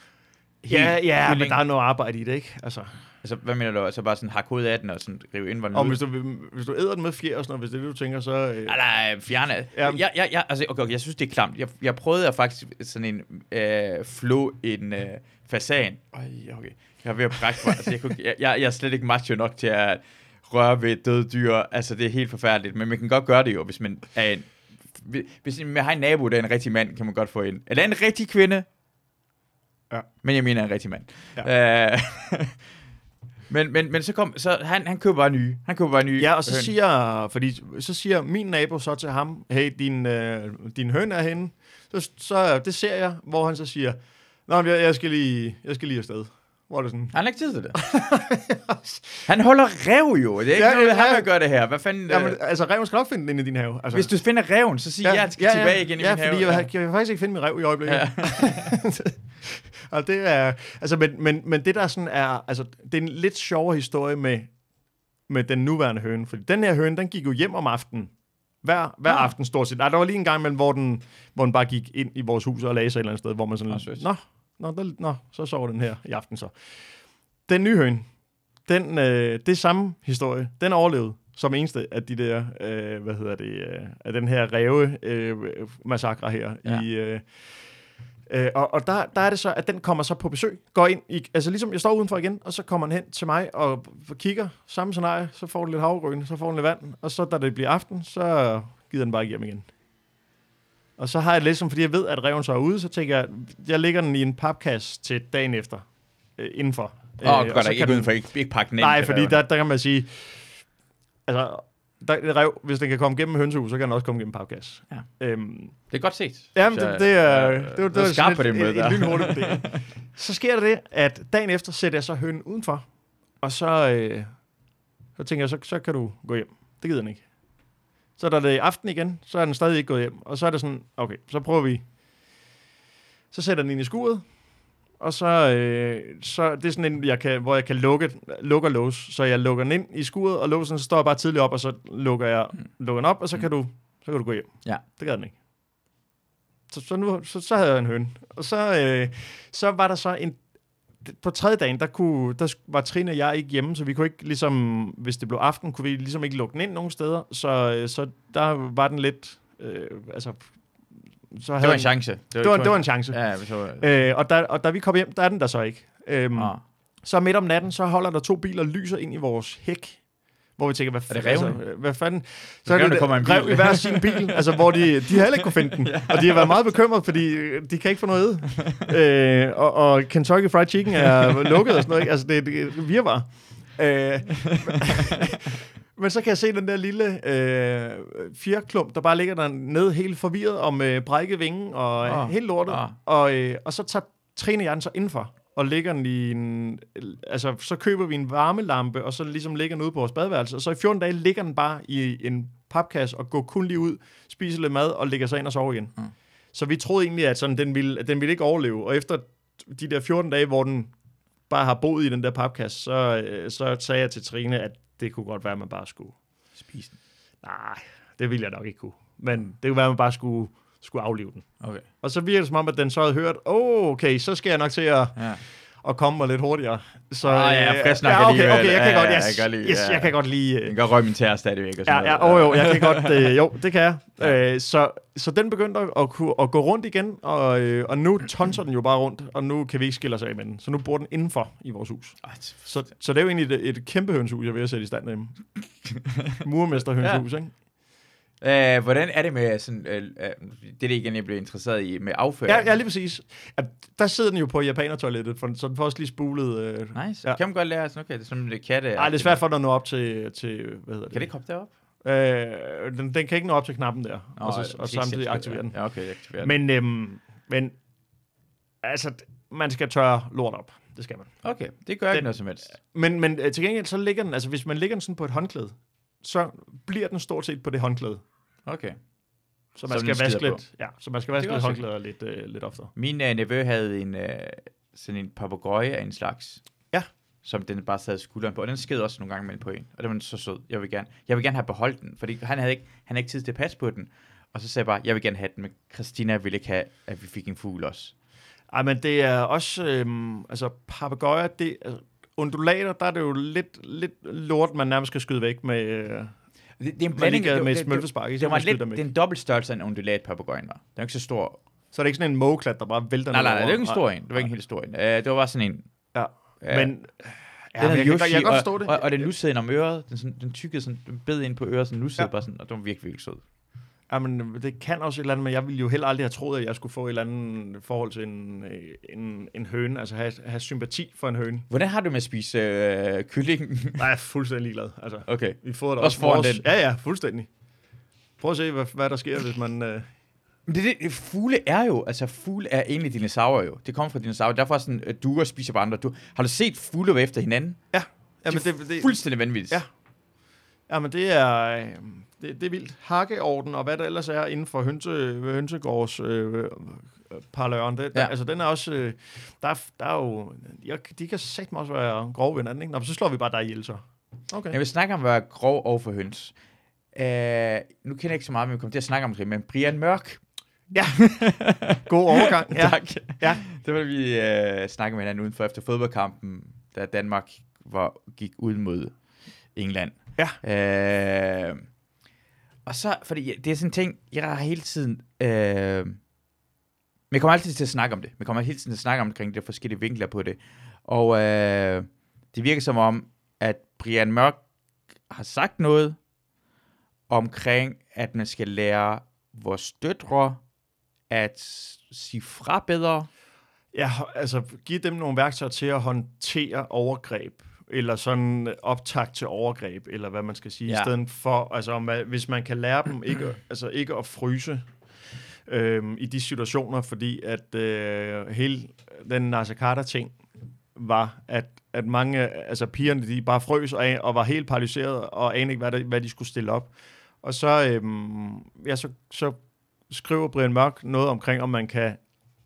Ja, men der er noget arbejde i det, ikke? Altså, hvad mener du? Altså bare sådan har kode af den, og sådan rive ind, hvor den hvis du æder den med fjer og sådan noget, hvis det er det, du tænker, så... Nej, fjerne. Ja. Altså, okay, jeg synes, det er klamt. Jeg prøvede faktisk sådan flå en fasan. Okay. Jeg er ved at brække mig. Altså, jeg er slet ikke macho nok til at røre ved et døde dyr. Altså, det er helt forfærdeligt. Men man kan godt gøre det jo, hvis man er en... Hvis man har en nabo, der er en rigtig mand, kan man godt få en. Eller en rigtig kvinde. Ja. Men jeg mener en rigtig mand. Ja. Men så han køber bare nye. Ja, og så siger min nabo så til ham, hey, din høn er henne. Så det ser jeg, hvor han så siger, nå, jeg skal lige afsted. Hvor er det sådan? Han har ikke tid til det. Han holder rev jo. Det er ikke noget, han vil gøre det her. Hvad fanden? Ja, men, altså, reven skal nok finde den inde i din have. Altså. Hvis du finder reven, så sig, jeg skal tilbage igen i min have. Ja, fordi jeg kan faktisk ikke finde min rev i øjeblikket. Ja. Og det er... Altså, men det der sådan er... Altså, det er en lidt sjovere historie med den nuværende høne. Fordi den her høne, den gik jo hjem om aftenen. Hver aften stort set. Der var lige en gang imellem, hvor den bare gik ind i vores hus og lagde sig et eller andet sted, hvor man sådan... Nå, så sover den her i aften så. Den nye høne, det er samme historie. Den overlevede som eneste af de der, af den her ræve massakre her. Ja. Og der er det så, at den kommer så på besøg, går ind i, altså ligesom jeg står udenfor igen, og så kommer den hen til mig og kigger, samme scenarie, så får den lidt havregryn, så får den lidt vand, og så da det bliver aften, så gider den bare hjem igen. Og så har jeg lidt, fordi jeg ved, at reven så er ude, så tænker jeg lægger den i en papkasse til dagen efter, indenfor. Godt, ikke udenfor, ikke pakke den ind. Nej, fordi der kan man sige, altså, rev, hvis den kan komme gennem hønsehus, så kan den også komme gennem papkasse. Ja. Det er godt set. Jamen, det er skarpt på den måde der. En lynhurtig idé. Så sker der det, at dagen efter sætter jeg så hønen udenfor, og så tænker jeg, så kan du gå hjem. Det gider den ikke. Så da det er aften igen, så er den stadig ikke gået hjem. Og så er det sådan, okay, så prøver vi. Så sætter den ind i skuret, og så det er sådan en, hvor jeg kan lukke og låse. Så jeg lukker den ind i skuret, og låsen, så står jeg bare tidligt op, og så lukker den op, og så kan du gå hjem. Ja. Det gør den ikke. Så havde jeg en høne. Og så var der så på tredje dagen, der var Trine og jeg ikke hjemme, så vi kunne ikke ligesom, hvis det blev aften, kunne vi ligesom ikke lukke den ind nogen steder, så der var den lidt, så det var en chance. Det var en chance. Ja, og da vi kom hjem, der er den der så ikke. Så midt om natten, så holder der 2 biler lyser ind i vores hæk, hvor vi tænker, hvad fanden? Så er det rev i hver sin bil, altså hvor de har heller ikke kunne finde den. Og de har været meget bekymret, fordi de kan ikke få noget og Kentucky Fried Chicken er lukket og sådan noget. Ikke? Altså det virvar. Men så kan jeg se den der lille fjerklump, der bare ligger der nede helt forvirret og med brækket vinge og helt lortet. Og så tager Trine og jeg den så indenfor. Og lægger den i en... Altså, så køber vi en varmelampe, og så ligesom lægger den ude på vores badeværelse. Og så i 14 dage ligger den bare i en papkasse, og går kun lige ud, spiser lidt mad, og lægger sig ind og sover igen. Så vi troede egentlig, at sådan, den ville ikke overleve. Og efter de der 14 dage, hvor den bare har boet i den der papkasse, så sagde jeg til Trine, at det kunne godt være, at man bare skulle... spise den. Nej, det ville jeg nok ikke kunne. Men det kunne være, at man bare skulle aflive den. Okay. Og så virker det som om, at den så havde hørt, okay, så skal jeg nok til at... Ja. at komme mig lidt hurtigere. Så, frisk nok okay, alligevel. okay, jeg kan godt, jeg kan godt lide... Jeg kan godt røge min tæer stadigvæk. Og sådan noget. Jeg kan godt... jo, det kan jeg. Ja. Så den begyndte at gå rundt igen, og nu tonser den jo bare rundt, og nu kan vi ikke skille os af med den. Så nu bor den indenfor i vores hus. Så det er jo egentlig et kæmpe hønsehus, jeg vil sætte i stand derhjemme. Murmesterhønsehus, ikke? Hvordan er det med sådan, det igen, jeg blev interesseret i, med afføring? Ja, lige præcis. Der sidder den jo på japanertoilettet, så den får også lige spulet... Nice. Kan man godt lære sådan, okay, det er sådan det katte... Nej, det er svært for den at nå op til hvad hedder det? Kan det ikke hoppe derop? Den kan ikke nå op til knappen der, og samtidig aktivere den. Ja, okay, aktivere den. Men altså, man skal tørre lort op. Det skal man. Okay, det gør ikke noget som helst. Men til gengæld, så ligger den, altså hvis man ligger den sådan på et håndklæde, så bliver den stort set på det håndklæde. Okay. Så man skal vaske lidt. Ja, så man skal vaske lidt håndklæder lidt oftere. Min nevø havde sådan en papegøje af en slags. Ja. Som den bare sad skulderen på, og den sked også nogle gange med på en. Og det var så sød. Jeg vil gerne have beholdt den, fordi han havde ikke tid til at passe på den. Og så sagde jeg bare, jeg vil gerne have den, men Christina ville ikke have, at vi fik en fugl også. Ej, men det er også, altså papegøjer, undulater, der er det jo lidt lort, man nærmest skal skyde væk med... Det er en blanding med smølfespark. Det er en dobbelt størrelse af en undulat papegøjen var. Den er ikke så stor. Så er det ikke sådan en mågeklat, der bare vælter nej, det er ikke en stor en. Det var ikke en helt stor en. Det var bare sådan en. Ja, men... jeg kan godt forstå det. Og den nussede ind om øret. Den tykkede sådan, den bed ind på øret, sådan nussede bare sådan, og det var virkelig sød. Ja, men det kan også et eller andet, men jeg ville jo heller aldrig have troet, at jeg skulle få et eller andet forhold til en høne, altså have sympati for en høne. Hvordan har du med at spise kylling? Nej, jeg er fuldstændig ligeglad. Altså, okay. Vi får det også foran den? Ja, fuldstændig. Prøv at se, hvad der sker, hvis man... Fugle er egentlig dinosaurer jo. Det kommer fra dinosaurer. Derfor er sådan, at duer spiser på andre. Har du set fugle være efter hinanden? Ja. Jamen, det er fuldstændig vanvittigt. Ja. Jamen, det er vildt. Hakkeorden og hvad der ellers er inden for hønsegårds parløren. Altså, den er også... Der er jo... De kan satme også være grove ved hinanden, ikke? Nå, så slår vi bare dig ihjel, så. Okay. Jeg vil snakke om at være grov over for høns. Nu kender jeg ikke så meget, men vi kommer til at snakke om det, men Brian Mørk. Ja, god overgang. Ja. Tak. Ja. Det var vi snakke med hinanden udenfor efter fodboldkampen, da Danmark gik ud mod England. Ja. Og så, fordi det er sådan en ting, jeg har hele tiden... jeg kommer altid til at snakke om det. Jeg kommer hele tiden til at snakke om de forskellige vinkler på det. Og det virker som om, at Brian Mørk har sagt noget omkring, at man skal lære vores døtre at sige fra bedre. Ja, altså give dem nogle værktøjer til at håndtere overgreb, eller sådan optakt til overgreb, eller hvad man skal sige, i stedet for, altså hvis man kan lære dem ikke at fryse i de situationer, fordi at hele den Nasser Carter-ting var, at mange, altså pigerne, de bare frøs og var helt paralyseret og anede ikke, hvad de skulle stille op. Og så, så skriver Brian Mørk noget omkring, om man kan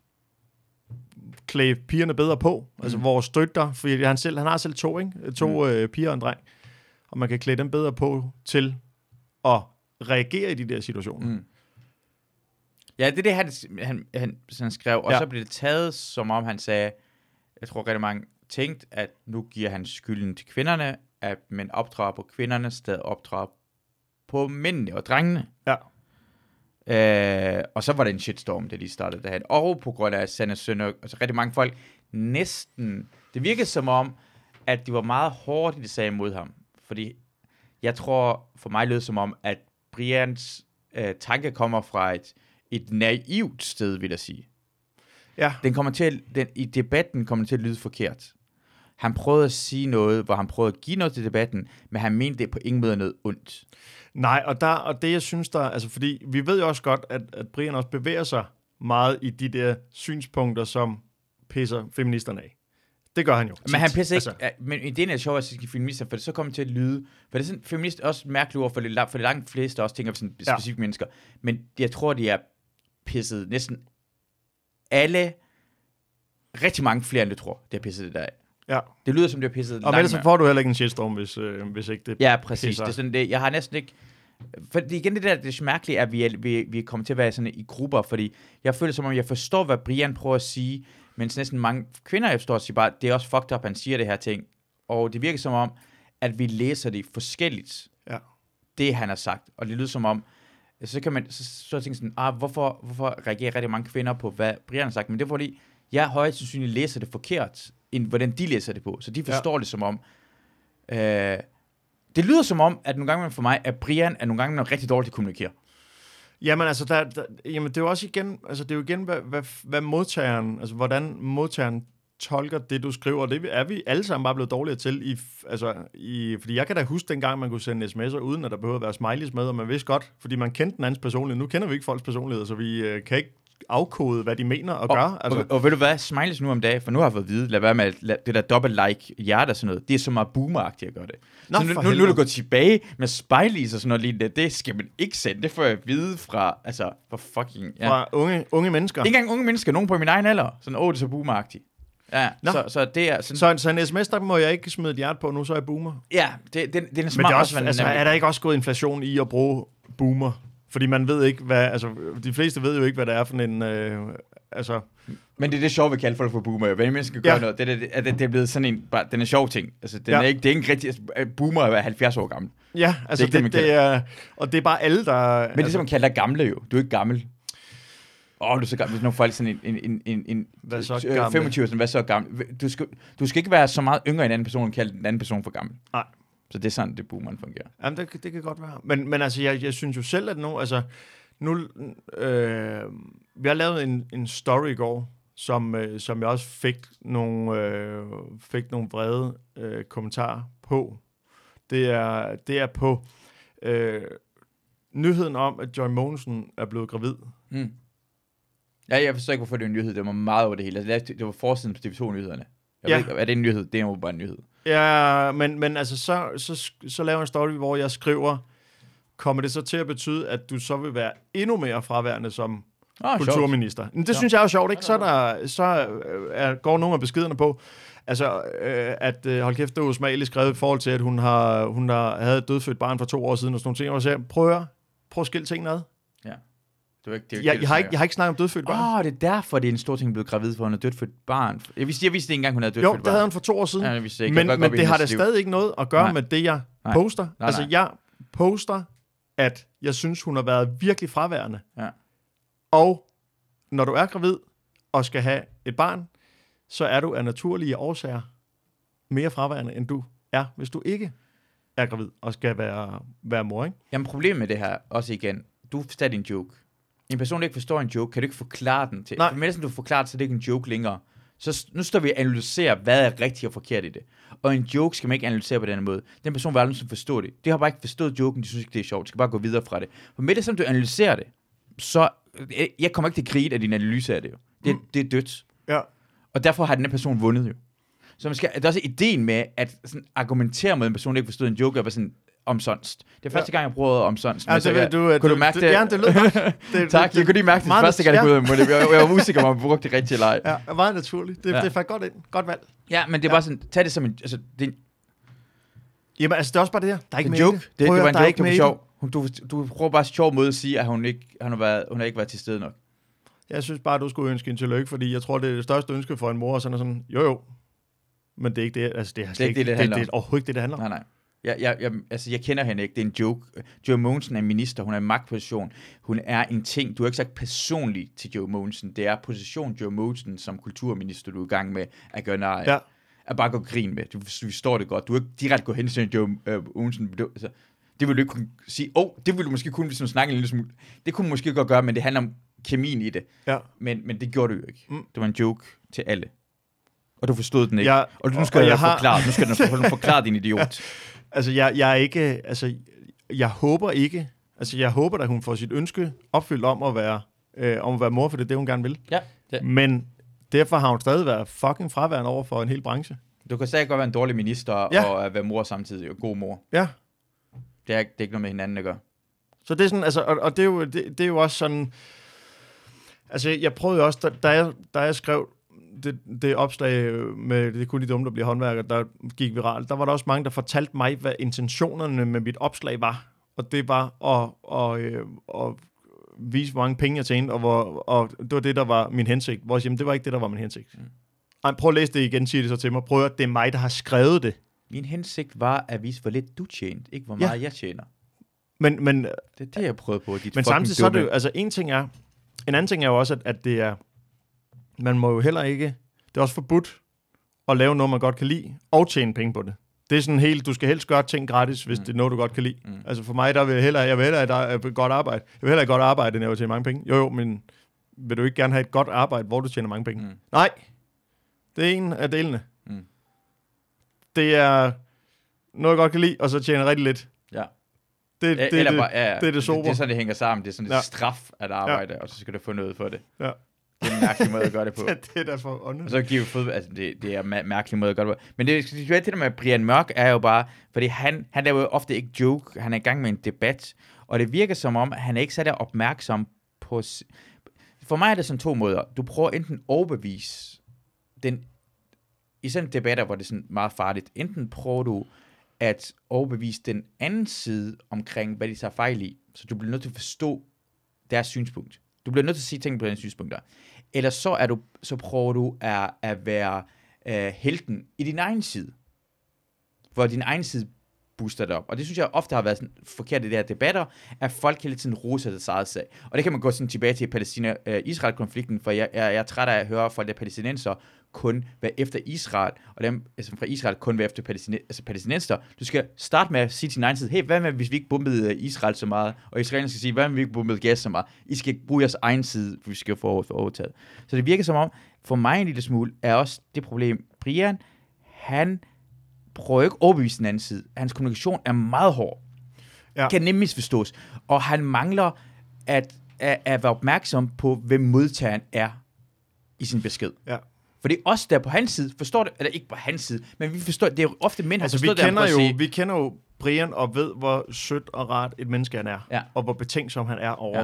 klæde pigerne bedre på, altså vores døtre, fordi han har selv to piger og en dreng, og man kan klæde dem bedre på til at reagere i de der situationer. Ja, det er det, han skrev, og så blev det taget, som om han sagde, jeg tror rigtig mange tænkte, at nu giver han skylden til kvinderne, at man opdrager på kvinderne, stadig opdrager på mændene og drengene. Ja. Og så var det en shitstorm, da de startede derhen. Og på grund af Sanne Sønderg, altså rigtig mange folk næsten... Det virkede som om, at de var meget hårdt i det sag mod ham. Fordi jeg tror, for mig lød som om, at Brians tanke kommer fra et naivt sted, vil jeg sige. Ja. I debatten kommer til at lyde forkert. Han prøvede at sige noget, hvor han prøvede at give noget til debatten, men han mente det på ingen måde noget ondt. Nej, og det jeg synes der, altså fordi vi ved jo også godt, at Brian også bevæger sig meget i de der synspunkter, som pisser feministerne af. Det gør han jo. Men han pisser ikke, altså. Men ideen er sjovt at sige feminister, for det så kommer til at lyde, for det er sådan, feminist også mærkeligt ord, for det langt fleste også tænker på sådan specifikke mennesker, men jeg tror, de er pisset næsten alle, rigtig mange flere, end du tror, det er pisset det der af. Ja. Det lyder som, det er pisset langt. Og ellers så får du heller ikke en shitstorm, hvis ikke det ja, præcis. Det er sådan, jeg har næsten ikke... For igen, det er mærkeligt, at vi er kommet til at være sådan i grupper, fordi jeg føler som om, jeg forstår, hvad Brian prøver at sige, mens næsten mange kvinder, jeg forstår, siger bare, det er også fucked up, han siger det her ting. Og det virker som om, at vi læser det forskelligt, det han har sagt. Og det lyder som om, så kan man så tænke sådan, hvorfor reagerer rigtig mange kvinder på, hvad Brian har sagt? Men det er fordi, jeg højst sandsynligt læser det forkert, end hvordan de læser det på. Så de forstår det som om, det lyder som om, at nogle gange for mig, at Brian er nogle gange rigtig dårligt til at kommunikere. Jamen altså, jamen, det er jo også igen, altså det er jo igen, hvad modtageren, altså hvordan modtageren tolker det, du skriver. Det er vi alle sammen bare blevet dårligere til, fordi jeg kan da huske dengang, man kunne sende sms'er, uden at der behøvede at være smileys med, og man vidste godt, fordi man kendte den andens personlighed. Nu kender vi ikke folks personlighed, så vi kan ikke afkode, hvad de mener og gør. Altså. Og ved du hvad, smileys nu om dagen, for nu har jeg fået at vide, lad være med det der dobbelt like hjerte og sådan noget, det er så meget boomeragtigt at gøre det. Nå, så nu er du gået tilbage med smileys og sådan noget lignende, det skal man ikke sende, det får jeg at vide fra fucking... Ja. Fra unge mennesker. Ikke engang unge mennesker, nogen på min egen alder, sådan, det er så boomeragtigt. Ja, så det er sådan... Så en sms, der må jeg ikke smide et hjerte på, nu så er jeg boomer. Ja, det er smart. Men det er også, er der ikke også gået inflation i at bruge boomer? Fordi man ved ikke, de fleste ved jo ikke, hvad det er for en, Men det er det sjove, vi kalder folk for boomer. Hvad mennesker kan gøre noget, det er blevet sådan en, den er sjov ting. Altså, det er ikke rigtig, boomer at være 70 år gammel. Ja, altså det er, og det er bare alle, der... Men det er som man kalder dig gamle jo. Du er ikke gammel. Du er så gammel. Hvis nogle folk sådan en hvad så gammel? 25 år, hvad så gammel? Du skal ikke være så meget yngre end en anden person, og kalde den anden person for gammel. Nej. Så det er sådan, det boomeren fungerer. Jamen, det kan godt være. Men altså, jeg synes jo selv, at vi har lavet en story i går, som jeg også fik nogle vrede kommentarer på. Det er på nyheden om, at Joy Mogensen er blevet gravid. Mm. Ja, jeg forstår ikke, hvorfor det er en nyhed. Det var meget over det hele. Altså, det var forsiden på TV2-nyhederne. Jeg ved ikke, er det en nyhed? Det er jo bare en nyhed. Ja, men altså, så laver jeg en story, hvor jeg skriver, kommer det så til at betyde, at du så vil være endnu mere fraværende som kulturminister? Men det synes jeg er jo sjovt, ikke? Går nogle af beskederne på, altså, at hold kæft, det er jo smageligt skrevet i forhold til, at hun havde et dødfødt barn for 2 år siden, og sådan nogle ting, og jeg siger, prøv at skille tingene ad. Ja. Jeg har ikke snakket om dødfødt barn. Det er derfor, det er en stor ting, blevet gravid for, hun har dødfødt barn. Jeg vidste ikke engang, hun havde dødfødt barn. Jo, det havde hun for 2 år siden. Ja, men det har da stadig ikke noget at gøre med det, jeg poster. Nej. Altså, jeg poster, at jeg synes, hun har været virkelig fraværende. Ja. Og når du er gravid og skal have et barn, så er du af naturlige årsager mere fraværende, end du er, hvis du ikke er gravid og skal være mor, ikke? Jamen, problemet med det her, også igen, du forstår din joke. En person, der ikke forstår en joke, kan du ikke forklare den til. For med som du forklarer det, så er det ikke en joke længere. Så nu står vi og analyserer, hvad er rigtigt og forkert i det. Og en joke skal man ikke analysere på den måde. Den person vil aldrig forstå det. De har bare ikke forstået joken, de synes ikke, det er sjovt. De skal bare gå videre fra det. For med det, som du analyserer det, så... Jeg kommer ikke til at grine af din analyse af det jo. Det er dødt. Ja. Og derfor har den her person vundet jo. Så man skal... Der er også ideen med, at sådan argumentere mod en person, der ikke forstod en joke, og være sådan... omsonst. Det er første gang, jeg bruger omsonst. Ja, kunne du mærke det? Ja, det lød godt. Tak, jeg kunne lige mærke det første gang, jeg kunne ud af det. Jeg var usikker, om jeg brugte det rigtige leg. Ja, meget naturligt. Det er faktisk godt ind. Godt valg. Ja, men det er bare sådan, tag det som en... Altså, jamen, altså, det er også bare det her. Der er ikke en joke. Det var en joke, det var sjov. Du prøver bare sjov måde at sige, at hun ikke har været til stede nok. Jeg synes bare, du skulle ønske en tillykke, fordi jeg tror, det er det største ønske for en mor, og sådan, jo. Men det er ikke det. Altså, det er ikke det, det er overhovedet ikke det handler om. Nej. Jeg kender hende ikke. Det er en joke. Joy Mogensen er minister. Hun er i magtposition. Hun er en ting. Du har ikke sagt personligt til Joy Mogensen. Det er position Joy Mogensen som kulturminister, du er i gang med at gøre nej. Ja. At bare gå grin med. Du forstår det godt. Du er ikke direkte gå hen til Joy Mogensen. Det vil du ikke kunne sige. Det ville du måske kunne, hvis du snakker en lille smule. Det kunne du måske godt gøre, men det handler om kemien i det. Ja. Men det gjorde du jo ikke. Det var en joke til alle. Og du forstod den ikke. Og nu skal jeg forklare. Nu skal du forklare din idiot. Altså, jeg er ikke... Altså, jeg håber ikke... Altså, jeg håber, at hun får sit ønske opfyldt om at være mor, for det er det, hun gerne vil. Ja. Men derfor har hun stadig været fucking fraværende over for en hel branche. Du kan stadig godt være en dårlig minister og være mor samtidig. Og god mor. Ja. Det er ikke noget med hinanden at gøre. Så det er sådan... Altså, og det er jo også sådan... Altså, jeg prøvede jo også... Da jeg skrev... Det opslag med det er kun de dumme, der bliver håndværker, der gik viralt. Der var der også mange, der fortalte mig, hvad intentionerne med mit opslag var. og det var at vise, hvor mange penge jeg tjente, og det var det, der var min hensigt. Hvor jeg siger, det var ikke det, der var min hensigt. Ej, prøv at læse det igen, siger det så til mig. Prøv at det er mig, der har skrevet det. Min hensigt var at vise, hvor lidt du tjente, ikke hvor meget jeg tjener. Men det er det, jeg prøvede på. Men samtidig så er det jo, altså en anden ting er jo også, at det er, man må jo heller ikke, det er også forbudt at lave noget, man godt kan lide, og tjene penge på det. Det er sådan helt, du skal helst gøre ting gratis, hvis det er noget, du godt kan lide. Altså for mig, jeg vil hellere, at der er et godt arbejde. Jeg vil hellere et godt arbejde, end jeg vil tjene mange penge. Jo, men vil du ikke gerne have et godt arbejde, hvor du tjener mange penge? Nej, det er en af delene. Det er noget, jeg godt kan lide, og så tjener rigtig lidt. Ja. Det er det sober. Det er sådan, det hænger sammen. Det er sådan et straf at arbejde, og så skal du få noget for det. Ja. Det er en mærkelig måde at gøre det på. Det er derfor åndeligt. Og så giver fodbold, altså det er en mærkelig måde at gøre det på. Men det der med Brian Mørk er jo bare, fordi han laver jo ofte ikke joke, han er i gang med en debat, og det virker som om, han er ikke så der opmærksom på. For mig er det sådan to måder. Du prøver enten overbevise den, i sådan debatter, hvor det er sådan meget farligt, enten prøver du at overbevise den anden side omkring, hvad de tager fejl i, så du bliver nødt til at forstå deres synspunkt. Du bliver nødt til at sige ting på deres synspunkter. Eller så prøver du at være helten i din egen side. Hvor din egen side booster det op. Og det synes jeg ofte har været sådan forkert i de her debatter, at folk hele tiden roser deres eget sag. Og det kan man gå sådan tilbage til Palæstina-Israel-konflikten, for jeg er træt af at høre folk, der palæstinenser kun være efter Israel, og dem altså fra Israel kun være efter palæstinenser. Du skal starte med at sige til din egen side, hey, hvad med, hvis vi ikke bombede Israel så meget? Og israelerne skal sige, hvad med, vi ikke bombede Gaza så meget? I skal bruge jeres egen side, for vi skal få overtaget. Så det virker som om, for mig en lille smule, er også det problem. Brian, han prøver ikke at overbevise den anden side. Hans kommunikation er meget hård. Ja. Kan nemt misforstås. Og han mangler at være opmærksom på, hvem modtageren er i sin besked. Ja. For det er os, der på hans side, forstår det, eller ikke på hans side, men vi forstår, det er jo ofte mænd, altså, vi kender jo Brian og ved, hvor sødt og rart et menneske han er, og hvor betænksom han er over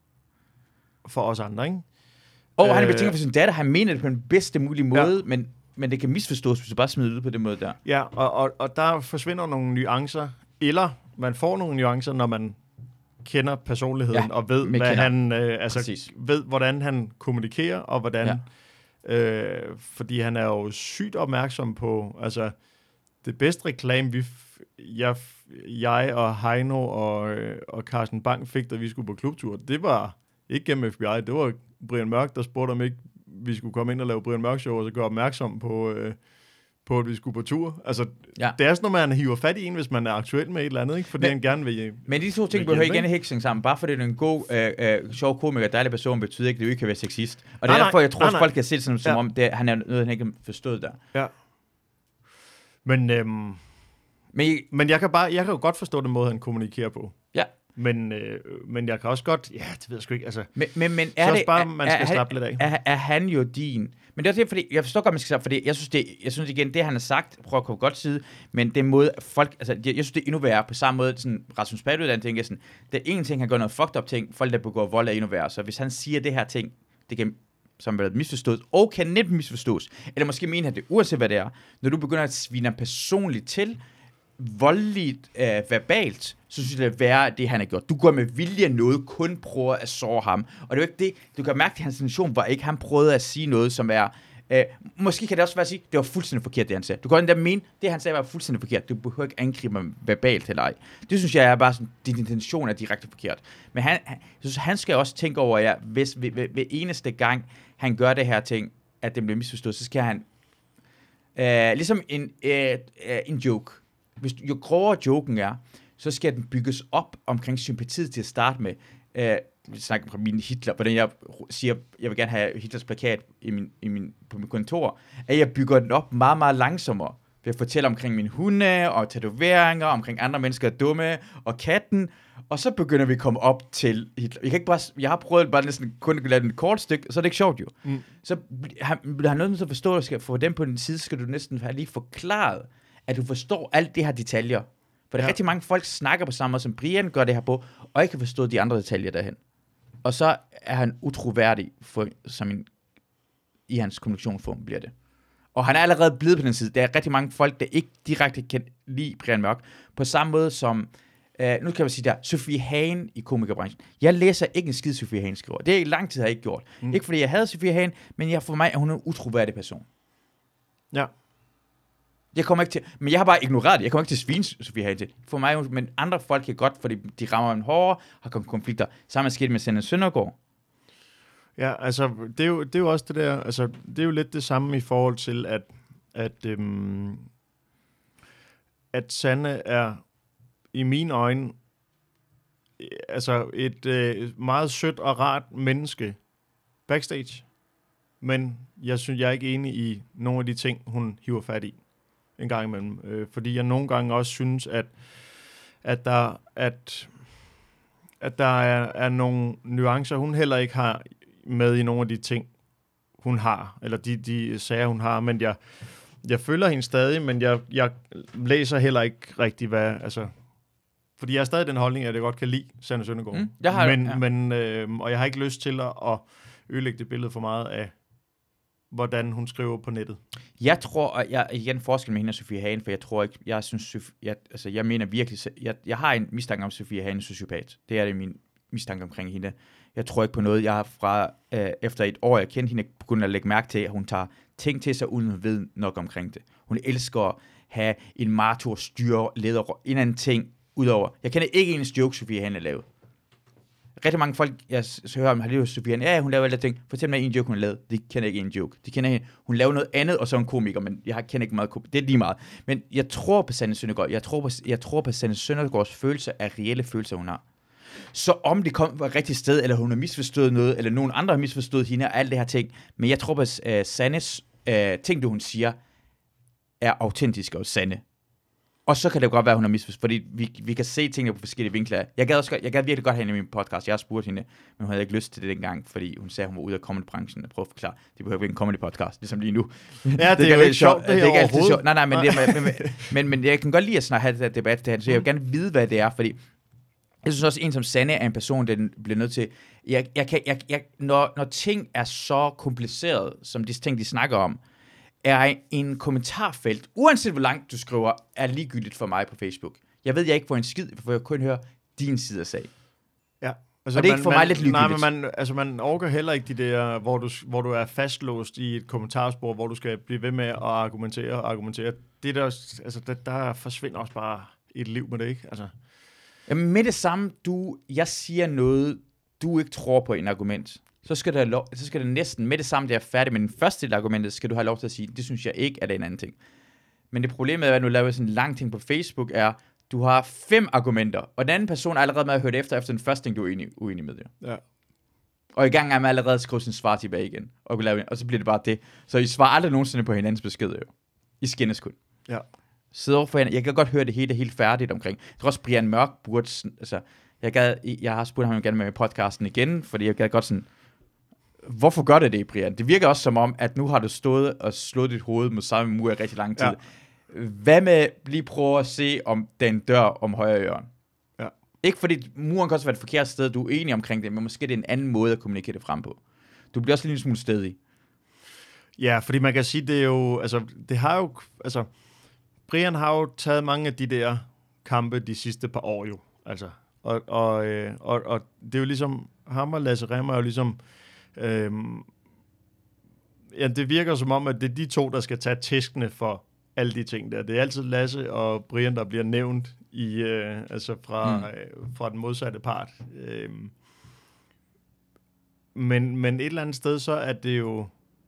for os andre, ikke? Og han er betænkt for sin datter, han mener det på den bedste mulige måde, men det kan misforstås, hvis du bare smider det ud på den måde der. Ja, og der forsvinder nogle nuancer, eller man får nogle nuancer, når man kender personligheden, og ved, hvad han, ved, hvordan han kommunikerer, og hvordan... fordi han er jo sygt opmærksom på, altså det bedste reklame jeg og Heino og Carsten Bang fik, da vi skulle på klubtur, det var ikke gennem FBI, det var Brian Mørk, der spurgte om ikke vi skulle komme ind og lave Brian Mørk show, og så gøre opmærksom på at vi skulle på tur. Altså, det er sådan noget, man hiver fat i en, hvis man er aktuel med et eller andet, ikke? Fordi han gerne vil... Men de to ting behøver igen ikke sammen. Bare fordi det er en god, sjov komiker, dejlig person, betyder ikke, at det ikke kan være sexist. Og det er derfor, jeg tror, at folk kan se det som om, han er noget, han ikke har forstået der. Ja. Men jeg kan jo godt forstå den måde, han kommunikerer på. Ja. Men jeg kan også godt... Ja, det ved jeg sgu ikke. Altså, men er så også bare, man skal slappe lidt af. Er han jo din... Men det er det, fordi jeg forstår godt, man skal slappe, fordi jeg synes igen, det han har sagt, prøver at komme godt side, men det måde, folk... Altså, jeg synes, det er endnu værre på samme måde, sådan Rasmus Paludan tænker sådan, det er en ting, han gør noget fucked up ting, folk, der begår vold, er endnu værre. Så hvis han siger det her ting, det kan som er misforstået, og kan nemt misforstås, eller måske mener han det, uanset hvad det er, når du begynder at svine personligt til, voldeligt, verbalt, så synes jeg, det er værre, det han har gjort. Du går med vilje noget, kun prøver at såre ham. Og det er jo ikke det, du kan mærke, at hans intention var ikke, han prøvede at sige noget, som er, måske kan det også være at sige, det var fuldstændig forkert, det han sagde. Du kan godt mene, det han sagde var fuldstændig forkert. Du behøver ikke angribe ham verbalt eller ej. Det synes jeg er bare sådan, din intention er direkte forkert. Men han skal også tænke over, hvis ved eneste gang, han gør det her ting, at det bliver misforstået, så skal han, ligesom en joke. Jo grovere joken er, så skal den bygges op omkring sympatiet til at starte med. Vi snakker fra min Hitler, hvordan jeg siger, jeg vil gerne have Hitlers plakat på mit kontor, at jeg bygger den op meget, meget langsommere. Ved at fortælle omkring mine hunde, og tatoveringer, omkring andre mennesker er dumme, og katten, og så begynder vi at komme op til Hitler. Jeg har prøvet bare næsten kun at lave den et kort stykke, så er det ikke sjovt jo. Så har noget med at forstå, at få dem på din side, skal du næsten have lige forklaret, at du forstår alt det her detaljer. For der er rigtig mange folk, snakker på samme måde, som Brian gør det her på, og ikke kan forstå de andre detaljer derhen. Og så er han utroværdig i hans kommunikationsform, bliver det. Og han er allerede blevet på den side. Der er rigtig mange folk, der ikke direkte kan lide Brian Mørk. På samme måde som nu kan man sige der, Sofie Hagen i komikerbranchen. Jeg læser ikke en skid, Sofie Hagen skriver. Det er i lang tid, har jeg ikke gjort. Ikke fordi jeg havde Sofie Hagen, men for mig er hun en utroværdig person. Ja. Jeg kommer ikke til, men jeg har bare ignoreret det. Jeg kommer ikke til at svine Sofie Hagen til. For mig, men andre folk kan godt, fordi de rammer en hårdere, har konflikter. Sammen sket med Sanne Søndergaard. Ja, altså, det er jo også det der, altså, det er jo lidt det samme i forhold til, at Sanne er, i mine øjne, altså et meget sødt og rart menneske backstage. Men jeg synes, jeg er ikke enig i nogle af de ting, hun hiver fat i en gang imellem. Fordi jeg nogle gange også synes, at der er nogle nuancer, hun heller ikke har med i nogle af de ting, hun har, eller de sager, hun har, men jeg følger hende stadig, men jeg læser heller ikke rigtig, hvad, altså, fordi jeg er stadig den holdning, at jeg godt kan lide Sanne Søndergaard. Og jeg har ikke lyst til at ødelægge det billede for meget af, hvordan hun skriver på nettet. Jeg tror, og jeg igen forskel med hende og Sofie Hagen, for jeg tror ikke, jeg synes, jeg mener virkelig, jeg har en mistanke om Sofie Hagen sociopat. Det er det min mistanke omkring hende. Jeg tror ikke på noget. Jeg har fra, efter et år, jeg kendte hende, begyndt at lægge mærke til, at hun tager ting til sig, uden at vide nok omkring det. Hun elsker at have en martor, styre, leder, en anden ting, udover. Jeg kender ikke en joke, Sofie Hagen har lavet. Rigtig mange folk, jeg hører om, har levet Sofie Hagen, ja, hun laver alle ting. Fortæl mig en joke, hun har lavet. De kender ikke en joke. De kender hende. Hun laver noget andet, og så er hun komiker, men jeg kender ikke meget komiker. Det er lige meget. Men jeg tror på Sanne Søndergaard. Jeg tror på Sanne Søndergaards følelser af reelle følelser, hun har. Så om det kom fra et rigtigt sted, eller hun har misforstået noget, eller nogen andre har misforstået hende, og alt det her ting. Men jeg tror på, at Sannes ting, det hun siger, er autentiske og sande. Og så kan det godt være, hun har misforstået, fordi vi kan se tingene på forskellige vinkler. Jeg gad virkelig godt have hende i min podcast. Jeg har spurgt hende, men hun havde ikke lyst til det dengang, fordi hun sagde, hun var ude af comedy-branchen. Jeg prøver at forklare, det behøver ikke en comedy-podcast, ligesom lige nu. Ja, det er jo ikke sjovt, det er ikke altid sjovt. Nej, men jeg kan godt lide at snakke have det der debat, så jeg vil gerne vide, hvad det er, fordi jeg synes også, en som Sanne er en person, der bliver nødt til... Når ting er så kompliceret, som de ting, de snakker om, er en kommentarfelt, uanset hvor langt du skriver, er ligegyldigt for mig på Facebook. Jeg ved, jeg ikke får en skid, for jeg kun hører din side af sag. Ja. Altså, og det er ikke for mig lidt ligegyldigt. Nej, men man orker heller ikke de der, hvor du er fastlåst i et kommentarspor, hvor du skal blive ved med at argumentere. Det der, altså, der forsvinder også bare et liv med det, ikke? Altså. Jamen, med det samme, jeg siger noget, du ikke tror på en argument, så skal det næsten, med det samme, det er færdigt med den første del af argumentet, skal du have lov til at sige, det synes jeg ikke er det en anden ting. Men det problemet er, at nu laver sådan en lang ting på Facebook, er, du har 5 argumenter, og den anden person er allerede med at høre efter den første ting, du er uenig med. Ja. Og i gang er man allerede skrive sin svar tilbage igen, og så bliver det bare det. Så I svarer aldrig nogensinde på hinandens beskeder, jo. I skændes kun. Ja. Sidder overfor hinanden. Jeg kan godt høre det hele helt færdigt omkring. Jeg tror også, Brian Mørk burde, altså, jeg har spurgt ham gerne med i podcasten igen, fordi jeg gad godt sådan, hvorfor gør det, Brian? Det virker også som om, at nu har du stået og slået dit hoved mod samme mur i rigtig lang tid. Ja. Hvad med lige prøve at se, om den dør om højre hjørne? Ja. Ikke fordi muren kan også være et forkert sted, du er enig omkring det, men måske det er en anden måde at kommunikere det frem på. Du bliver også lidt en smule stedig. Ja, fordi man kan sige, det er jo, altså, Brian har jo taget mange af de der kampe de sidste par år jo, altså. Og det er jo ligesom, ham og Lasse Remmer er jo ligesom, det virker som om, at det er de to, der skal tage tæskene for alle de ting der. Det er altid Lasse og Brian, der bliver nævnt i, fra den modsatte part. Men et eller andet sted, så er det jo,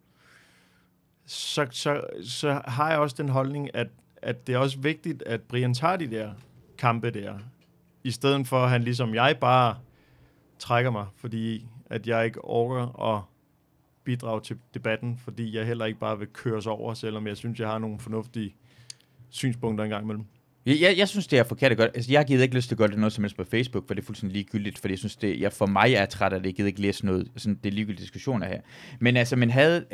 så har jeg også den holdning, at det er også vigtigt, at Brian tager de der kampe der, i stedet for at han ligesom jeg bare trækker mig, fordi at jeg ikke orker at bidrage til debatten, fordi jeg heller ikke bare vil køres over, selvom jeg synes, jeg har nogle fornuftige synspunkter engang imellem. Jeg synes, det er forkert at gøre. Altså, jeg gider ikke lyst til at gøre det noget som helst på Facebook, for det er fuldstændig ligegyldigt, fordi jeg synes, for mig er træt af det. Jeg gider ikke læse noget, sådan, det er ligegyldige diskussioner her. Men altså, man havde...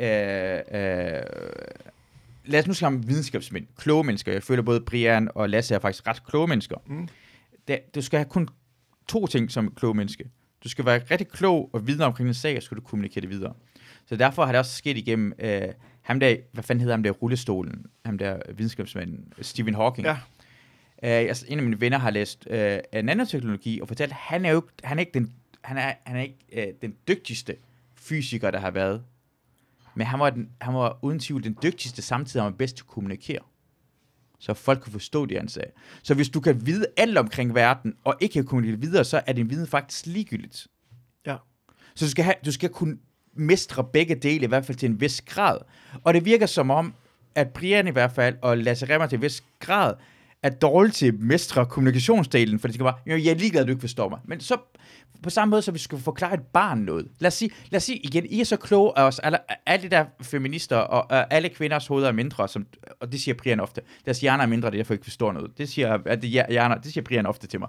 lad os nu sige om videnskabsmænd, kloge mennesker. Jeg føler både Brian og Lasse er faktisk ret kloge mennesker. Du skal have kun 2 ting som kloge menneske. Du skal være rigtig klog og vide omkring en sag, og skal du kommunikere det videre. Så derfor har det også sket igennem ham der, hvad fanden hedder ham der, rullestolen, ham der videnskabsmanden, Stephen Hawking. Ja. En af mine venner har læst nanoteknologi, og fortalte, at han er ikke den dygtigste fysiker, der har været. Men han var uden tvivl den dygtigste, samtidig han var bedst til at kommunikere. Så folk kan forstå det, han sagde. Så hvis du kan vide alt omkring verden, og ikke kan kommunikere videre, så er din viden faktisk ligegyldigt. Ja. Så du skal kunne mestre begge dele, i hvert fald til en vis grad. Og det virker som om, at Brian i hvert fald, og Lasse Remmer til en vis grad, er dårligt til at mestre kommunikationsdelen, for det skal bare, jeg er ligeglad, at du ikke forstår mig. Men så på samme måde, så vi skal forklare et barn noget. Lad os sige igen, I er så kloge af os, alle de der feminister, og alle kvinders hoveder er mindre, og det siger Brian ofte. Deres hjerner er mindre, det er derfor ikke forstår noget. Det siger Brian ofte til mig.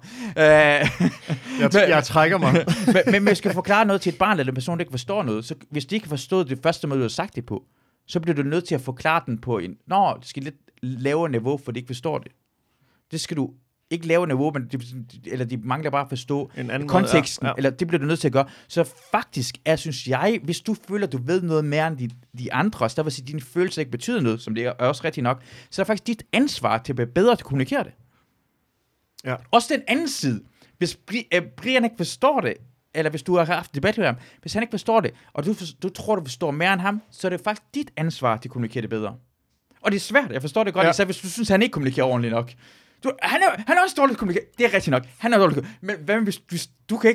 Jeg trækker mig. men vi skal forklare noget til et barn, eller en person, der ikke forstår noget, så hvis de ikke har forstået det første måde, du har sagt det på, så bliver du nødt til at forklare den på det skal lidt lavere niveau, for de ikke forstår det. Det skal du ikke lave niveau, men de mangler bare at forstå konteksten, eller det bliver du nødt til at gøre. Så faktisk synes jeg, hvis du føler, at du ved noget mere end de andre, så der vil sige, at dine følelser ikke betyder noget, som det er også rigtigt nok, så er det faktisk dit ansvar til at blive bedre til at kommunikere det. Ja. Også den anden side. Hvis Brian ikke forstår det, eller hvis du har haft debat med ham, hvis han ikke forstår det, og du tror, du forstår mere end ham, så er det faktisk dit ansvar til at kommunikere det bedre. Og det er svært, jeg forstår det godt, især hvis du synes, han ikke kommunikerer ordentligt nok. Han er også dårligt kommunikeret. Det er rigtigt nok. Han er dårligt kommunikeret. Men hvis du kan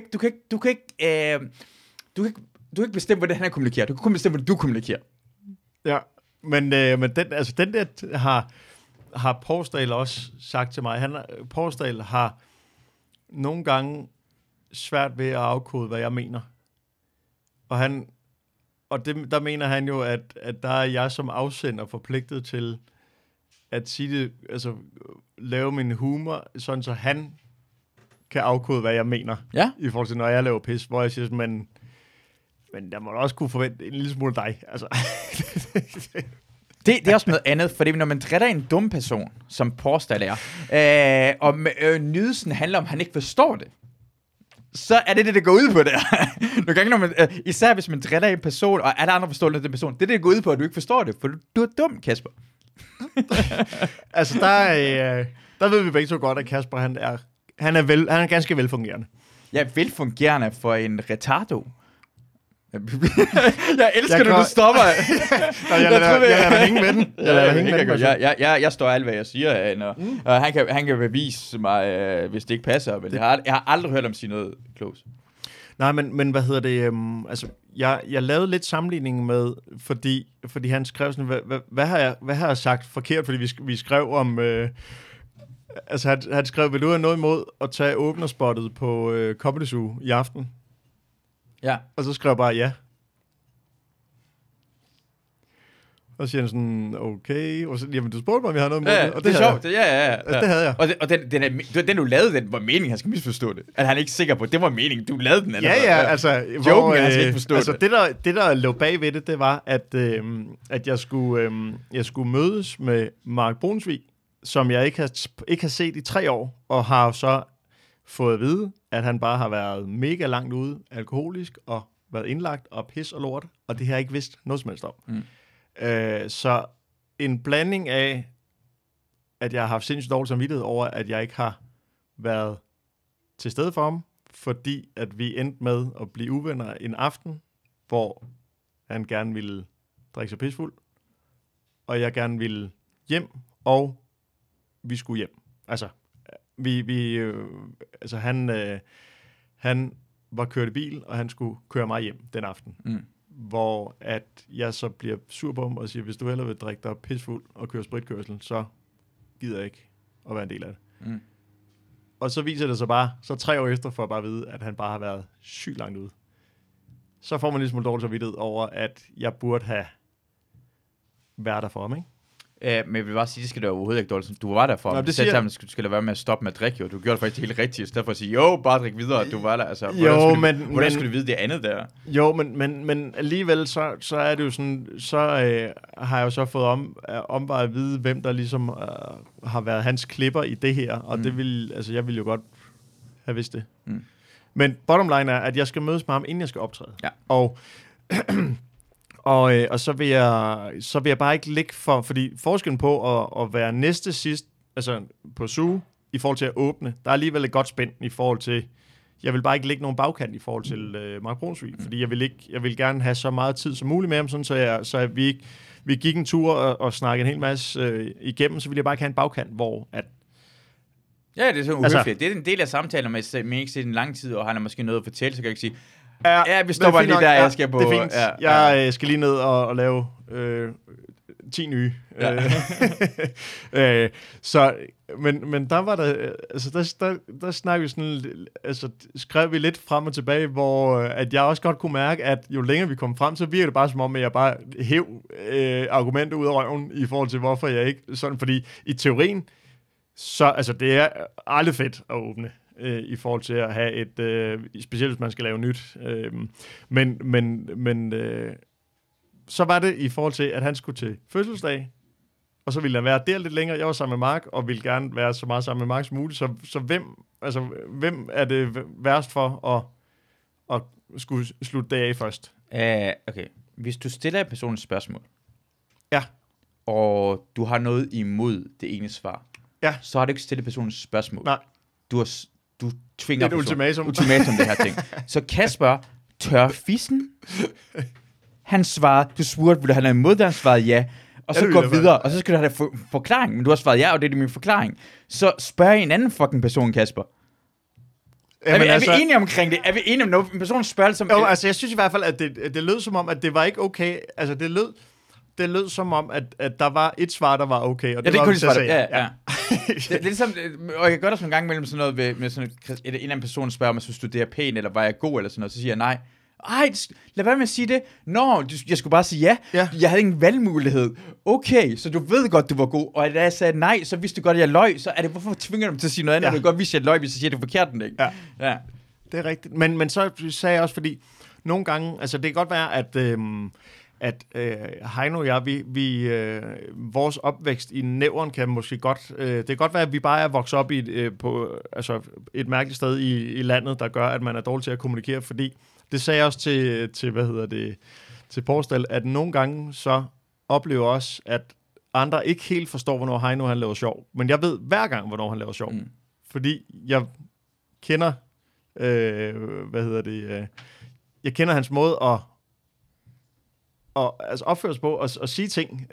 ikke bestemme, hvordan han kommunikerer. Du kan kun bestemme, hvordan du kommunikerer. Ja, men den der har Porsdal også sagt til mig. Porsdal har nogle gange svært ved at afkode, hvad jeg mener. Og der mener han jo, at der er jeg som afsender forpligtet til at sige det, altså lave min humor, sådan så han kan afkode, hvad jeg mener. Ja. I forhold til, når jeg laver pis, hvor jeg siger, men der må også kunne forvente en lille smule dig. Altså. Det er også noget andet, fordi når man drætter en dum person, som Porsdal er, og nydelsen handler om, at han ikke forstår det, så er det går ud på der. Nogle gange, når man, især hvis man drætter en person, og alle andre forstår den person, det går ud på, at du ikke forstår det, for du er dum, Kasper. Altså, der ved vi begge så godt, at Kasper, han er ganske velfungerende. Ja, velfungerende for en retardo. Jeg elsker, når du stopper. Jeg lader hænge med den. Jeg står alt, hvad jeg siger, og han kan bevise mig, hvis det ikke passer, men jeg har aldrig hørt om sige noget klogt. Nej, men hvad hedder det? Altså, jeg lavede lidt sammenligning med, fordi han skrev sådan, hvad har jeg sagt forkert, fordi vi skrev om... altså, han skrev, vil du have noget imod at tage åbnerspottet på Comedy Zoo i aften? Ja. Og så skrev jeg bare ja. Og så siger han sådan, okay. Og så, jamen, du spurgte mig, om jeg har noget imod det. Og det er sjovt. Ja. Altså, det havde jeg. Og den du lavede, den var meningen, han skal misforstå det. At han er ikke sikker på, det var meningen, du lavede den. Eller altså. Joken, han skal ikke forstå altså, det. Det, der lå bag ved det var, at jeg skulle mødes med Mark Brunsvig, som jeg ikke har set i 3 år, og har så fået at vide, at han bare har været mega langt ude, alkoholisk, og været indlagt, og pis og lort, og det har jeg ikke vidst noget som helst om. Så en blanding af, at jeg har haft sindssygt dårlig samvittighed over, at jeg ikke har været til stede for ham, fordi at vi endte med at blive uvenner en aften, hvor han gerne ville drikke sig pisfuld, og jeg gerne ville hjem, og vi skulle hjem. Altså, han var kørt i bil, og han skulle køre mig hjem den aften. Hvor at jeg så bliver sur på ham og siger, hvis du hellere vil drikke dig pisfuld og køre spritkørsel, så gider jeg ikke at være en del af det. Og så viser det sig bare, så 3 år efter, for at bare vide, at han bare har været sygt langt ude. Så får man lidt smule dårlig samvittighed over, at jeg burde have været der for ham, ikke? Men jeg vil bare sige, det skal du overhovedet ikke dårligt. Du var der for ham. Du skal da være med at stoppe med at drikke, jo. Du gjorde det faktisk helt rigtigt, i stedet for at sige, jo, bare drik videre, du var der. Altså, hvordan skulle du vide det andet der? Jo, men alligevel, så er det jo sådan, så har jeg jo så fået omvejet at vide, hvem der ligesom har været hans klipper i det her, og det vil, altså, jeg ville jo godt have vidst det. Men bottom line er, at jeg skal mødes med ham, inden jeg skal optræde. Ja. Og så vil jeg bare ikke ligge for, fordi forskellen på at være næste sidst, altså på Zoo, i forhold til at åbne. Der er alligevel et godt spænd i forhold til... Jeg vil bare ikke lægge nogen bagkant i forhold til Mark Brunsvig, fordi jeg vil gerne have så meget tid som muligt med ham, sådan, så vi gik en tur og snakkede en hel masse igennem, så ville jeg bare ikke have en bagkant, hvor at... Ja, det er så uhøfligt. Det er en del af samtalen, med man ikke set en lang tid, og han har måske noget at fortælle, så kan jeg ikke sige, ja, vi stopper lige der, jeg skal på... Det er fint. Jeg skal lige ned og lave 10 nye. Ja. Men der var der... Altså, der snakkede vi sådan... Altså, skrev vi lidt frem og tilbage, hvor at jeg også godt kunne mærke, at jo længere vi kom frem, så virker det bare som om, at jeg bare hæv argumenter ud af røven, i forhold til, hvorfor jeg ikke... Sådan, fordi i teorien, så... Altså, det er aldrig fedt at åbne. I forhold til at have et... specielt, hvis man skal lave nyt. Men så var det i forhold til, at han skulle til fødselsdag, og så ville han være der lidt længere. Jeg var sammen med Mark, og ville gerne være så meget sammen med Mark som muligt. Så hvem er det værst for at skulle slutte det af først? Okay. Hvis du stiller et personligt spørgsmål, ja, og du har noget imod det ene svar, ja, så har du ikke stillet personligt spørgsmål. Nej. Du tvinger det er et ultimatum det her ting. Så Kasper tør fissen. Han svarede, du spurgte, ville han have imod det? Han svarede ja. Og så går videre, og så skal du have forklaring. Men du har svaret ja, og det er min forklaring. Så spørg en anden fucking person, Kasper. Jamen, er vi enige omkring det? Er vi enige om noget? En person spørger som... Jo, altså jeg synes i hvert fald, at det lød som om, at det var ikke okay. Altså det lød som om, at der var et svar, der var okay. Og det ja, det var, kunne svare. Ja. det er ligesom, og jeg kan gøre det sådan en gang mellem sådan noget, med sådan en eller anden person spørger mig, synes du det er pænt, eller var jeg god, eller sådan noget, så siger jeg nej. Ej, lad være med at sige det. Jeg skulle bare sige ja. Jeg havde ingen valgmulighed. Okay, så du ved godt, du var god. Og da jeg sagde nej, så vidste du godt, at jeg løg. Så er det, hvorfor tvinger du dem til at sige noget andet? Du kan godt vise, at jeg løg, hvis jeg siger, det er forkert. Ikke? Ja. Det er rigtigt. Men så sagde jeg også, fordi nogle gange, altså det kan godt være, at Heino og jeg, vores opvækst i nævren kan måske godt... det kan godt være, at vi bare er vokset op på et mærkeligt sted i landet, der gør, at man er dårlig til at kommunikere, fordi det sagde jeg også til Porsdal, at nogle gange så oplever også, at andre ikke helt forstår, hvornår Heino han laver sjov. Men jeg ved hver gang, hvornår han laver sjov. Fordi jeg kender, jeg kender hans måde at opføre sig på og sige ting.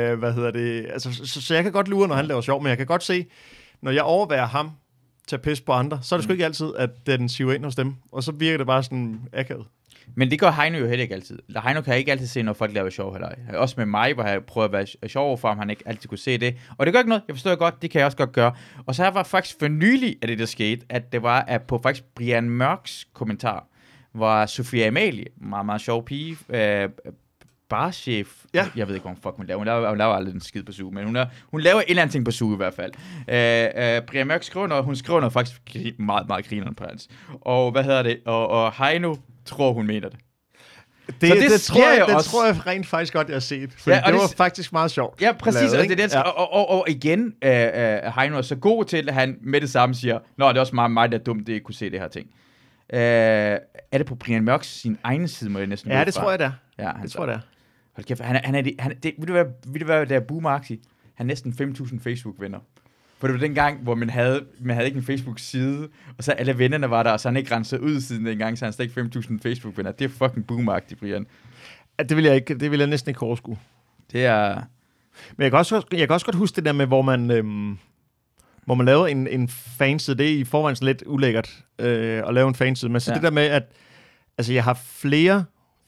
Så jeg kan godt lure, når han laver sjov, men jeg kan godt se, når jeg overværer ham tage pis på andre, så er det sgu ikke altid, at den siver ind hos dem. Og så virker det bare sådan akavet. Men det gør Heino jo heller ikke altid. Heino kan ikke altid se, når folk laver sjov heller. Også med mig, hvor jeg prøver at være sjov overfor ham, han ikke altid kunne se det. Og det gør ikke noget, jeg forstår godt, det kan jeg også godt gøre. Og så var faktisk for nylig, at det der skete, at det var at på faktisk Brian Mørks kommentar, hvor Sofia Amalie, meget, meget sjov pige, barchef, jeg ved ikke, hvad hun laver. Hun laver aldrig en skid på Zoom, men hun laver en eller anden ting på Zoom i hvert fald. Brian Mørk skriver noget faktisk meget, meget grineren på hans. Og og Heino tror, hun mener det. Det tror jeg rent faktisk godt, jeg har set. For det var faktisk meget sjovt. Ja, præcis. Lavet, og igen, Heino er så god til, at han med det samme siger, nå, det er også meget der dumt, det ikke kunne se det her ting. Er det på Brian Mørks sin egen side, må jeg næsten ja, det tror jeg da. Ja, det tror jeg da. Hold kæft, vil det være der Boomarxi? Han er næsten 5.000 Facebook-venner. For det var den gang, hvor man havde ikke en Facebook-side, og så alle vennerne var der, og så han ikke renset ud siden dengang, så han slet ikke 5.000 Facebook-venner. Det er fucking Boomarxi, Brian. Ja, det vil jeg næsten ikke overskue. Det er... Men jeg kan også godt huske det der med, hvor man laver en fanside. Det er i forvejen sådan lidt ulækkert at lave en fanside. Men så det der med, at altså, jeg har flere...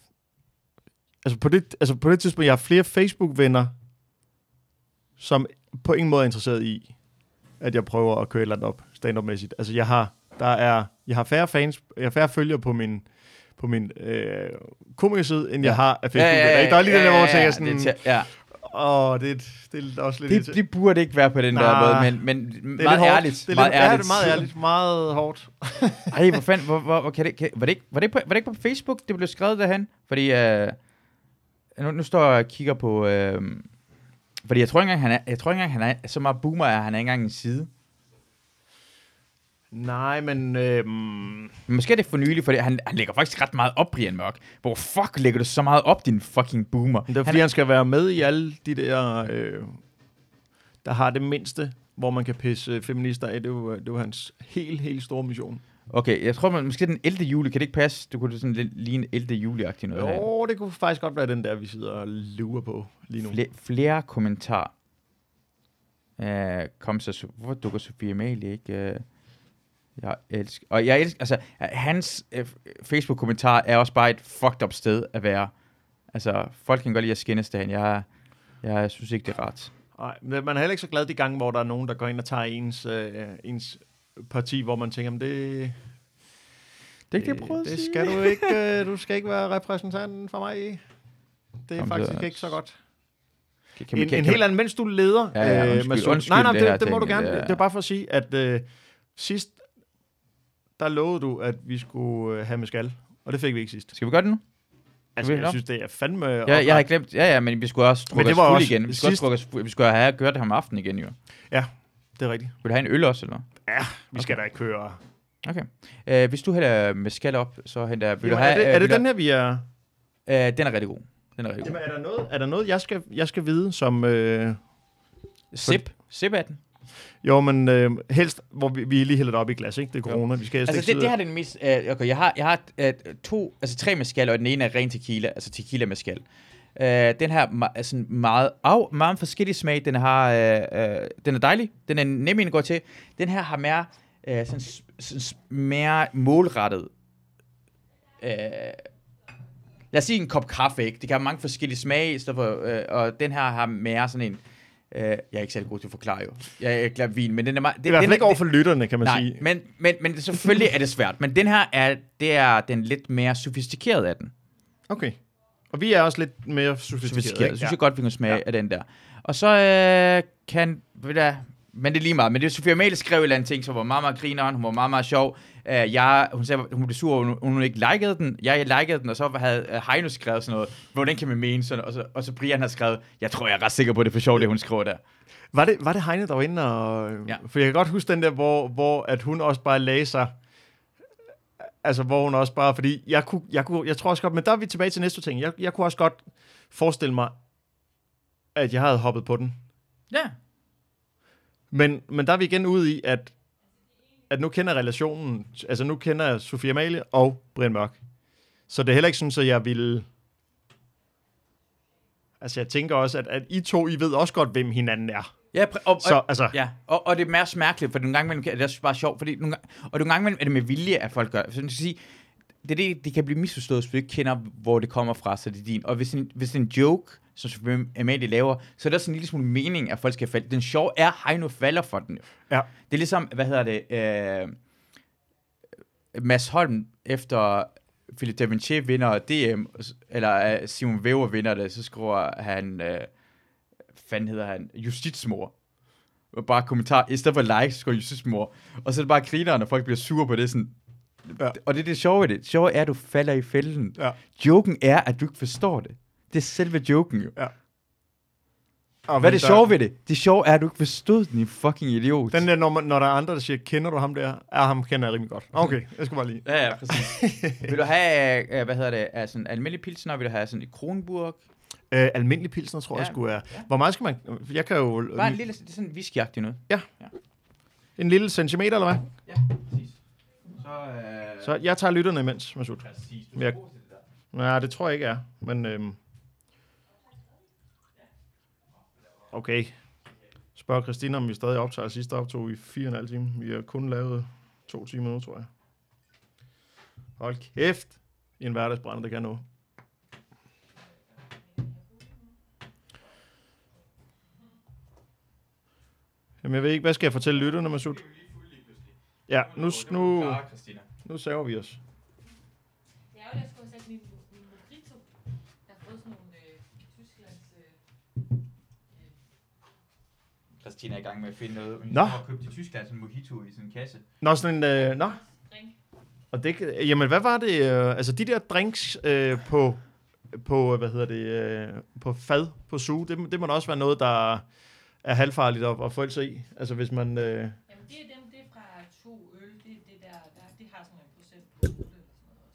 Altså på det tidspunkt, jeg har flere Facebook-venner, som på ingen måde er interesseret i, at jeg prøver at køre et eller andet op, stand-up-mæssigt. Altså jeg har færre fans, jeg har færre følgere på min komikerside, end jeg har af Facebook-venner. Der er lige den der, hvor jeg tænker sådan... Det er også lidt... Det burde ikke være på den der måde, men meget ærligt. Det er meget ærligt, meget hårdt. Ej, hvor fanden, var det ikke på Facebook, det blev skrevet derhen? Fordi, nu står jeg og kigger på, fordi jeg tror ikke engang, han er så meget boomer, at han er ikke engang en side. Nej, men... Måske er det for nylig, fordi han lægger faktisk ret meget op, Brian Mørk. Hvor fuck lægger du så meget op, din fucking boomer? Det er fordi, han skal være med i alle de der, der har det mindste hvor man kan pisse feminister af. Det er jo hans helt store mission. Okay, jeg tror måske den 11. juli, kan det ikke passe? Du kunne sådan lidt ligne 11. juli-agtigt noget her. Jo, det kunne faktisk godt være den der, vi sidder og lurer på lige nu. Flere kommentarer. Kom så, hvorfor dukker Sofie Amalie ikke? Jeg elsker, altså, hans Facebook-kommentar er også bare et fucked up sted at være. Altså, folk kan godt lide at skændes derhen. Jeg synes ikke, det er rart. Nej, man er heller ikke så glad de gange, hvor der er nogen, der går ind og tager ens parti, hvor man tænker, det er ikke det, jeg prøvede at sige. Skal du ikke. Du skal ikke være repræsentanten for mig. Det er faktisk ikke så godt. En helt anden, mens du leder. Undskyld, nej, det må du gerne. Det er bare for at sige, at sidst, der lovede du, at vi skulle have med skal. Og det fik vi ikke sidst. Skal vi gøre det nu? Altså, jeg synes, det er fandme... Jeg har glemt... Ja, men vi skulle også drukke os fuld igen. Vi skulle have gjort det her om aftenen igen, jo. Ja, det er rigtigt. Vil du have en øl også, eller? Ja, vi skal da ikke køre... Okay. Hvis du hælder med skal op, så henter... Er det den her, vi er... Den er rigtig god. Jamen, er der noget jeg skal vide, som... Sip er den. Jo, men helst, hvor vi lige hælder det op i glas, ikke? Det er corona, vi skal altså, det her er den mest... okay, jeg har tre mezcal, og den ene er ren tequila, altså tequila mezcal. Den her er sådan meget forskellig smag. Den er dejlig. Den er nem at gå til. Den her har mere mere målrettet. Lad os sige en kop kaffe, ikke? Det kan have mange forskellige smage, og den her har mere sådan en... jeg er ikke særlig god til at forklare, jo. Jeg er glad vin, men den er meget... Det er i hvert fald ikke over for lytterne, kan man sige. Men selvfølgelig er det svært. Men den her er den lidt mere sofistikerede af den. Okay. Og vi er også lidt mere sofistikerede. Jeg synes jeg godt, vi kan smage af den der. Og så men det er lige meget. Men det er Sofie Amalie skrev et eller andet ting, som var meget grineren. Hun var meget sjov. Hun sagde, hun blev sur, hun ikke likede den. Jeg likede den, og så havde Heino skrevet sådan noget. Hvordan kan man mene sådan? Og så Brian har skrevet, jeg tror, jeg er ret sikker på, det for sjovt, det hun skriver der. Var det Heino, der var inde og... Ja. For jeg kan godt huske den der, hvor at hun også bare lagde sig... Altså, hvor hun også bare... Fordi jeg tror også godt... Men der er vi tilbage til næste ting. Jeg kunne også godt forestille mig, at jeg havde hoppet på den. Ja. Men der er vi igen ude i, at nu kender relationen... Altså, nu kender jeg Sofie Amalie og Brian Mørk. Så det er heller ikke sådan, at jeg vil... Altså, jeg tænker også, at I to, I ved også godt, hvem hinanden er. Ja, og det er mere mærkeligt, for nogle gange imellem, det er bare sjovt, fordi nogle gange imellem er det med vilje, at folk gør. Så man skal sige, det kan blive misforstået, hvis du ikke kender, hvor det kommer fra, så det er din. Og hvis det er en joke, som Amalie laver, så er der sådan en lille smule mening, at folk skal falde. Den sjove er, Heino falder for den. Ja. Det er ligesom, Mads Holm, efter Philippe Daventier vinder DM, eller Simon Væver vinder det, så skriver han... fanden hedder han, justitsmor. Bare kommentar, i stedet for likes, skriver justitsmor. Og så er det bare griner, når folk bliver sure på det, sådan. Ja. Og det er det sjove i det. Det sjove er, at du falder i fælden. Ja. Joken er, at du ikke forstår det. Det er selve joken jo. Ja. Hvad er det sjove ved det? Det sjove er, at du ikke forstod den, i fucking idiot. Den der, når der er andre, der siger, kender du ham der? Ham kender jeg rimelig godt. Okay, jeg skal bare lige. Ja, præcis. Vil du have, sådan almindelig pilsner, vil du have sådan et Kronenburg? Almindelig pilsner, tror jeg skulle være. Ja. Hvor meget skal man... Jeg kan jo... Bare en lille, det er sådan en whisky-agtig noget. Ja. En lille centimeter, eller hvad? Ja, præcis. Så jeg tager lytterne imens, Masud. Præcis. Du er god til det der. Nej, det tror jeg ikke er. Men... Okay. Spørg Christina, om vi stadig optager. Sidste optog i 4,5 timer. Vi har kun lavet 2 timer nu, tror jeg. Hold kæft. I en hverdagsbrænder, det kan noget. Jamen, jeg ved ikke, hvad skal jeg fortælle lytterne, Masud? Ja, nu saver vi os. Ja, og jeg skulle have sat min mojito. Jeg har fået sådan nogle Tysklands... Christina er i gang med at finde noget. Hun har købt i Tyskland sådan en mojito i sådan en kasse. Nå, sådan en... Nå. Og det... Jamen, hvad var det? Altså, de der drinks på på fad, på suge, det må da også være noget, der er halvfarligt at få sig i. Altså, hvis man... Jamen, det er dem, det er fra 2 øl. Det har sådan en procent på 8 eller sådan noget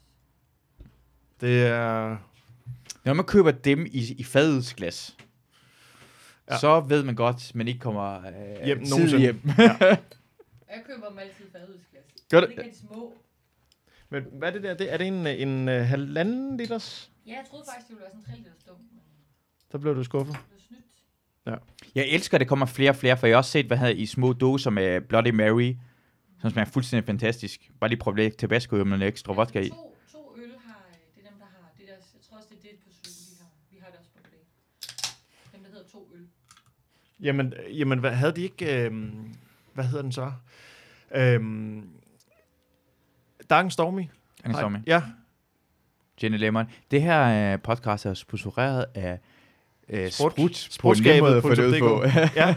også. Det er... Når man køber dem i fadets glas. så ved man godt, man ikke kommer Hjem tid nogensinde. hjem. Jeg køber dem altid fadødsglas. Gør det? Det kan de små. Men hvad er det der? Er det en halvanden liters? Ja, jeg troede faktisk, det ville være sådan 3 liters dum, men Så blev du skuffet. det blev snydt. Jeg elsker, at det kommer flere og flere, for jeg har også set, i små dåser med Bloody Mary, som smager fuldstændig fantastisk. Bare lige prøv lidt Tabasco med noget ekstra vodka i. To øl har, det er dem, der har det der, jeg tror også, det er det på Syl, vi har. Vi har det også på det. Dem, der hedder 2 øl. Jamen hvad havde de ikke... hvad hedder den så? Dark and Stormy. Ja. Jenny Lemon. Det her podcast er sponsoreret af Sprut på en nem Sprutskabet måde at få det ud på. Ja.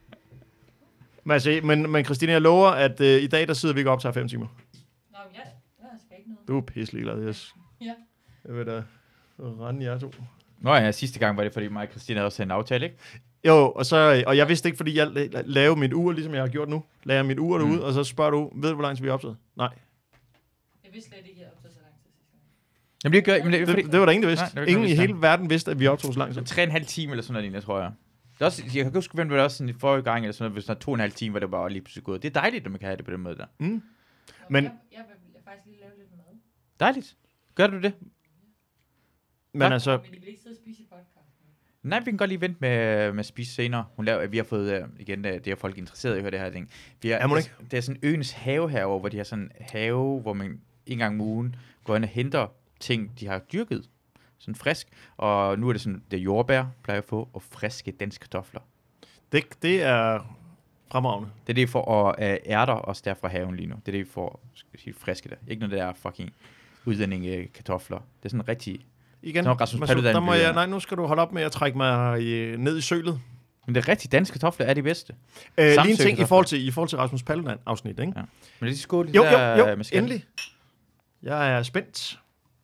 Men Christine, jeg lover, at i dag, der sidder vi ikke op til 5 timer. Nå, men jeg skal ikke noget. Du er pisselig glad, yes. Ja. Jeg vil da rende jer to. Nå ja, sidste gang var det, fordi mig og Christine havde også en aftale, ikke? Jo, og jeg vidste ikke, fordi jeg lavede mit ur, ligesom jeg har gjort nu. Lagde jeg mit ur derude, og så spørger du, ved du, hvor lang tid vi er optaget? Nej. Jeg vidste slet ikke, at jeg optog så lang tid sidste gang. Jamen, det gør, men det, er fordi, Det var der ingen, der vidste. Nej, det var ikke Ingen nogen, i der hele verden vidste, at vi optog så lang tid. 3,5 timer eller sådan noget lignende, tror jeg. Det er også, jeg kan ikke huske, hvem det var også sådan i forrige gang, eller sådan noget, hvis der er 2,5 timer, var det bare lige pludselig gået. Det er dejligt, at man kan have det på den måde der. Mm. Men Men- jeg vil faktisk lige lave lidt mad. Dejligt. Gør du det? Men altså, Men I vil ikke sidde og spise i podcasten. Nej, vi kan godt lige vente med at spise senere. Vi har fået, igen, det er folk interesseret i at høre det her ting. Det er sådan øens have herovre, hvor de har sådan en have, hvor man en gang om ugen går ind og henter ting, de har dyrket. Sådan frisk. Og nu er det sådan, det er jordbær, plejer at få, og friske danske kartofler. det er fremragende. Det er det, for ærter også der fra haven lige nu. Det er det, vi får, skal jeg sige, friske der. Ikke noget der fucking udlændinge kartofler. Det er sådan rigtig... Igen, Så Rasmus Masud, Paludan der må bliver- jeg, nej, nu skal du holde op med at trække mig ned i sølet. Men det er rigtig danske kartofler er de bedste. Lige en Samsø ting i kartofler. forhold til Rasmus Paludan-afsnit, ikke? Ja. Men det er skål Jo, der med skal. endelig. Jeg er spændt.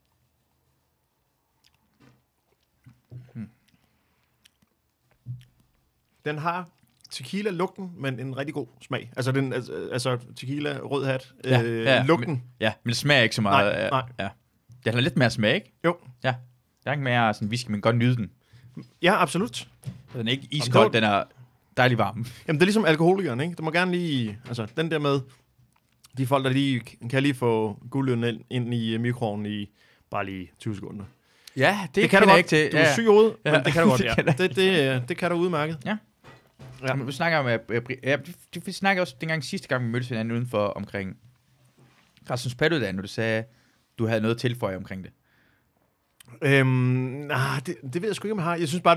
Den har tequila-lugten, men en rigtig god smag. Altså tequila, rød hat, lugten. Ja, men det smager ikke så meget. Nej. Ja. Det har lidt mere smag, ikke? Jo. Ja. Der er ikke mere sådan whisky, men godt nyde den. Ja, absolut. Den er ikke iskold, den er dejlig varm. Jamen, det er ligesom alkoholikeren, ikke? Du må gerne lige... Altså, den der med... De folk, der lige kan lige få guldøen ind i mikroovnen i bare lige 20 sekunder. Ja, det kan du jeg godt. ikke til. Du er syg i hovedet, Ja. men det kan du godt, Det ja. kan Det kan du udmærket. Ja. Ja. Vi snakker om... vi snakkede også dengang sidste gang, vi mødtes hinanden udenfor omkring Rasmus Paludan, når du sagde, du havde noget at tilføje omkring det. Det ved jeg sgu ikke, om jeg har. Jeg synes bare,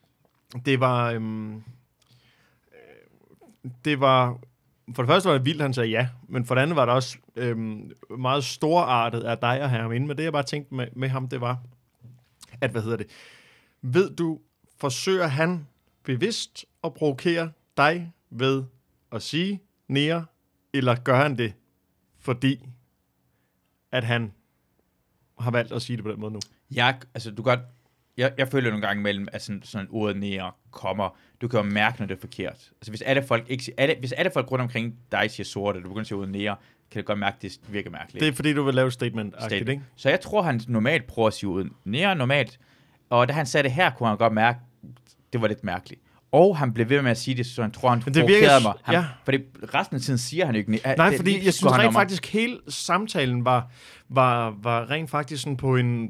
det var... For det første var det vildt, han sagde ja, men for det andet var det også meget storartet af dig at have ham inde. Men det, jeg bare tænkte med ham, det var, at, ved du, forsøger han bevidst at provokere dig ved at sige nære, eller gør han det, fordi at han har valgt at sige det på den måde nu? Jeg føler nogle gange imellem, at sådan et ord nære kommer. Du kan jo mærke, når det er forkert. Altså hvis alle folk rundt omkring dig siger sorte, og du begynder at sige ordet nære, kan du godt mærke, at det virker mærkeligt. Det er fordi, du vil lave et statement. Ikke? Så jeg tror, han normalt prøver at sige ordet nære normalt. Og da han sagde det her, kunne han godt mærke, det var lidt mærkeligt. Og han blev ved med at sige det, så han tror, han provokerede mig. Ja. Fordi resten af tiden siger han jo ikke... Nej, fordi jeg synes rent faktisk, hele samtalen var rent faktisk sådan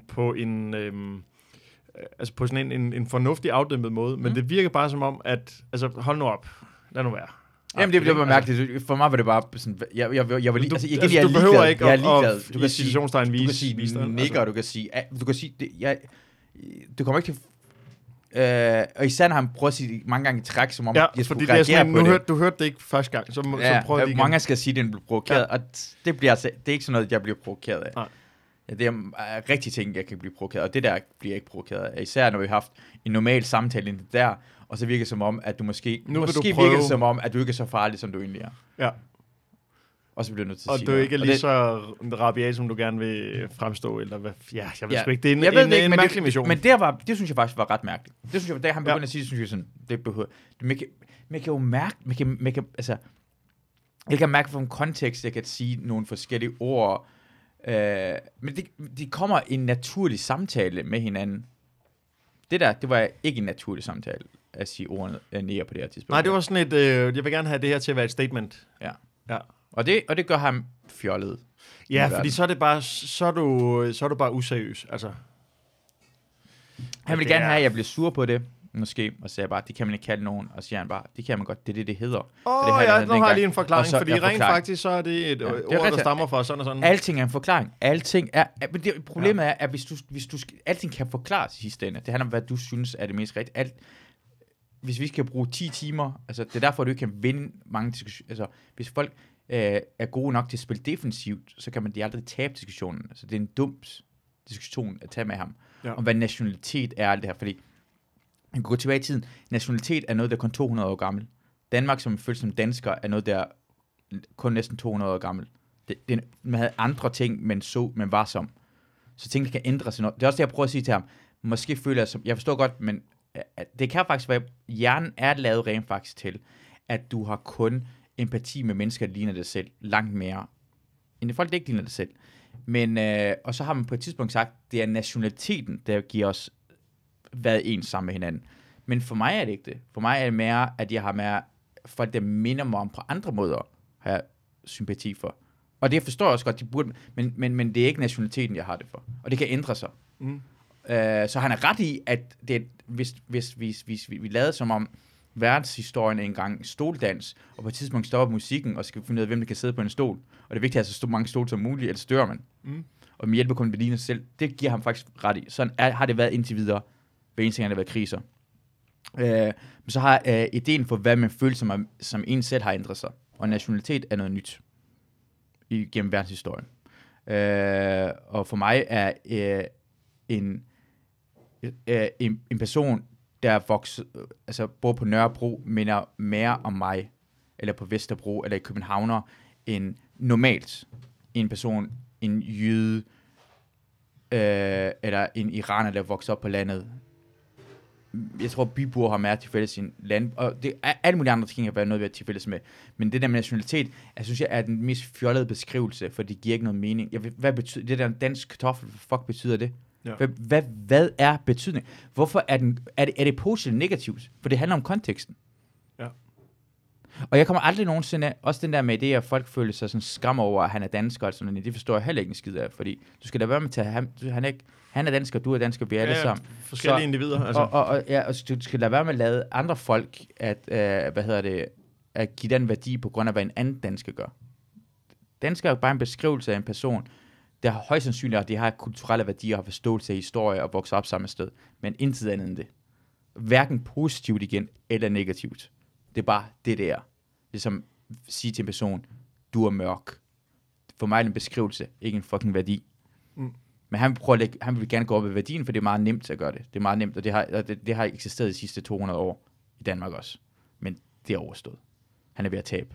på sådan en fornuftig afdæmpet måde. Men det virker bare som om, at... Altså, hold nu op. Lad nu være. Jamen, det var mærkeligt. For mig var det bare sådan... Jeg var lige... Altså, igen, jeg er du behøver ikke jeg er ligeglad. Du kan sige situationstegn du kan sige nigger, du kan sige... Du kommer ikke til... og især når han prøver at sige det mange gange i træk, som om jeg skulle reagere på det. Du hørte det ikke første gang, så prøv det igen. Mange skal sige, at den bliver provokeret, og det er ikke sådan noget, jeg bliver provokeret af. Nej. Ja, det er rigtig ting, jeg kan blive provokeret, og det der bliver jeg ikke provokeret af. Især når vi har haft en normal samtale inden der, og så virker det som om, at du måske virker det som om, at du ikke er så farlig, som du egentlig er. Ja. Og så bliver du nødt til at sige og du er ikke lige så rabiat, som du gerne vil fremstå, eller hvad? Ja, jeg ved sgu ikke. Det er en mærkelig mission. Men det synes jeg faktisk var ret mærkeligt. Det synes jeg, da han begyndte at sige, synes jeg sådan, det behøver... Man kan jo mærke, altså, jeg kan mærke fra en kontekst, jeg kan sige nogle forskellige ord, men de kommer i en naturlig samtale med hinanden. Det var ikke en naturlig samtale at sige ordet nære på det her tidspunkt. Nej, det var sådan et, jeg vil gerne have det her til at være et statement. Ja. Og det gør ham fjollet. Ja, fordi så er det bare, så er du bare useriøs, altså. Han vil gerne have, at jeg bliver sur på det, måske, og siger bare, det kan man ikke kalde nogen, og siger han bare, det kan man godt, det hedder. Nu har jeg lige en forklaring, fordi rent faktisk, så er det et ord, der stammer fra sådan og sådan. Alting er en forklaring. Alting er, problemet er, at hvis du alting kan forklares i sidste ende. Det handler om, hvad du synes er det mest rigtigt. Hvis vi skal bruge 10 timer, altså det er derfor, du ikke kan vinde mange diskussioner. Altså, hvis folk er gode nok til at spille defensivt, så kan de aldrig tabe diskussionen. Altså, det er en dum diskussion at tage med ham. Ja. Om hvad nationalitet er alt det her, fordi man kan gå tilbage i tiden. Nationalitet er noget, der er kun 200 år gammel. Danmark, som føles som dansker, er noget, der er kun næsten 200 år gammel. Man havde andre ting, men var som. Så tingene kan ændre sig. Det er også det, jeg prøver at sige til ham. Måske føler jeg, som jeg forstår godt, men det kan faktisk være, hjernen er lavet rent faktisk til, at du har kun empati med mennesker, der ligner dig selv, langt mere, end folk, der ikke ligner dig selv. Men, og så har man på et tidspunkt sagt, det er nationaliteten, der giver os været ens sammen med hinanden. Men for mig er det ikke det. For mig er det mere, at jeg har mere folk, der minder mig om på andre måder, har jeg sympati for. Og det forstår jeg også godt, de burde, men det er ikke nationaliteten, jeg har det for. Og det kan ændre sig. Så han er ret i, at det, hvis vi lavede som om verdenshistorien engang stoldans, og på et tidspunkt stopper musikken, og skal finde ud af, hvem der kan sidde på en stol. Og det er vigtigt at have så mange stole som muligt, ellers dør man. Og med hjælp kun ved sig selv. Det giver ham faktisk ret i. Sådan har det været indtil videre. Hver eneste gang, der har været kriser. Men så har ideen for, hvad man føler, som en selv har ændret sig. Og nationalitet er noget nyt gennem verdenshistorien. Og for mig er en person, der bor på Nørrebro, minder mere om mig, eller på Vesterbro, eller i Københavner, end normalt en person, en jøde, eller en iraner, der vokser op på landet. Jeg tror, byboer har mere til fælles i land, og det er alle mulige andre ting, der har været noget ved at til fælles med. Men det der med nationalitet, jeg synes, er den mest fjollede beskrivelse, for det giver ikke noget mening. Hvad betyder det der dansk kartoffel? Hvad fuck betyder det? Ja. Hvad er betydning? Hvorfor er det positivt eller negativt? For det handler om konteksten. Ja. Og jeg kommer aldrig nogensinde, også den der med det, at folk føler sig sådan skam over, at han er dansker, og sådan noget, det forstår jeg heller ikke en skid af, fordi du skal da være med til at han er dansker, du er dansker, vi er alle sammen. Forskellige individer. Altså. Og du skal lade være med at lade andre folk, at give den værdi på grund af, hvad en anden dansker gør. Dansker er bare en beskrivelse af en person, der har højst sandsynligt, at de har kulturelle værdier, har forståelse af historie og vokser op samme sted, men intet andet end det. Hverken positivt igen, eller negativt. Det er bare det er. Det er som at sige til en person, du er mørk. For mig er det en beskrivelse, ikke en fucking værdi. Men han vil gerne gå op i værdien, for det er meget nemt at gøre det. Det er meget nemt, og det har eksisteret de sidste 200 år i Danmark også. Men det er overstået. Han er ved at tabe.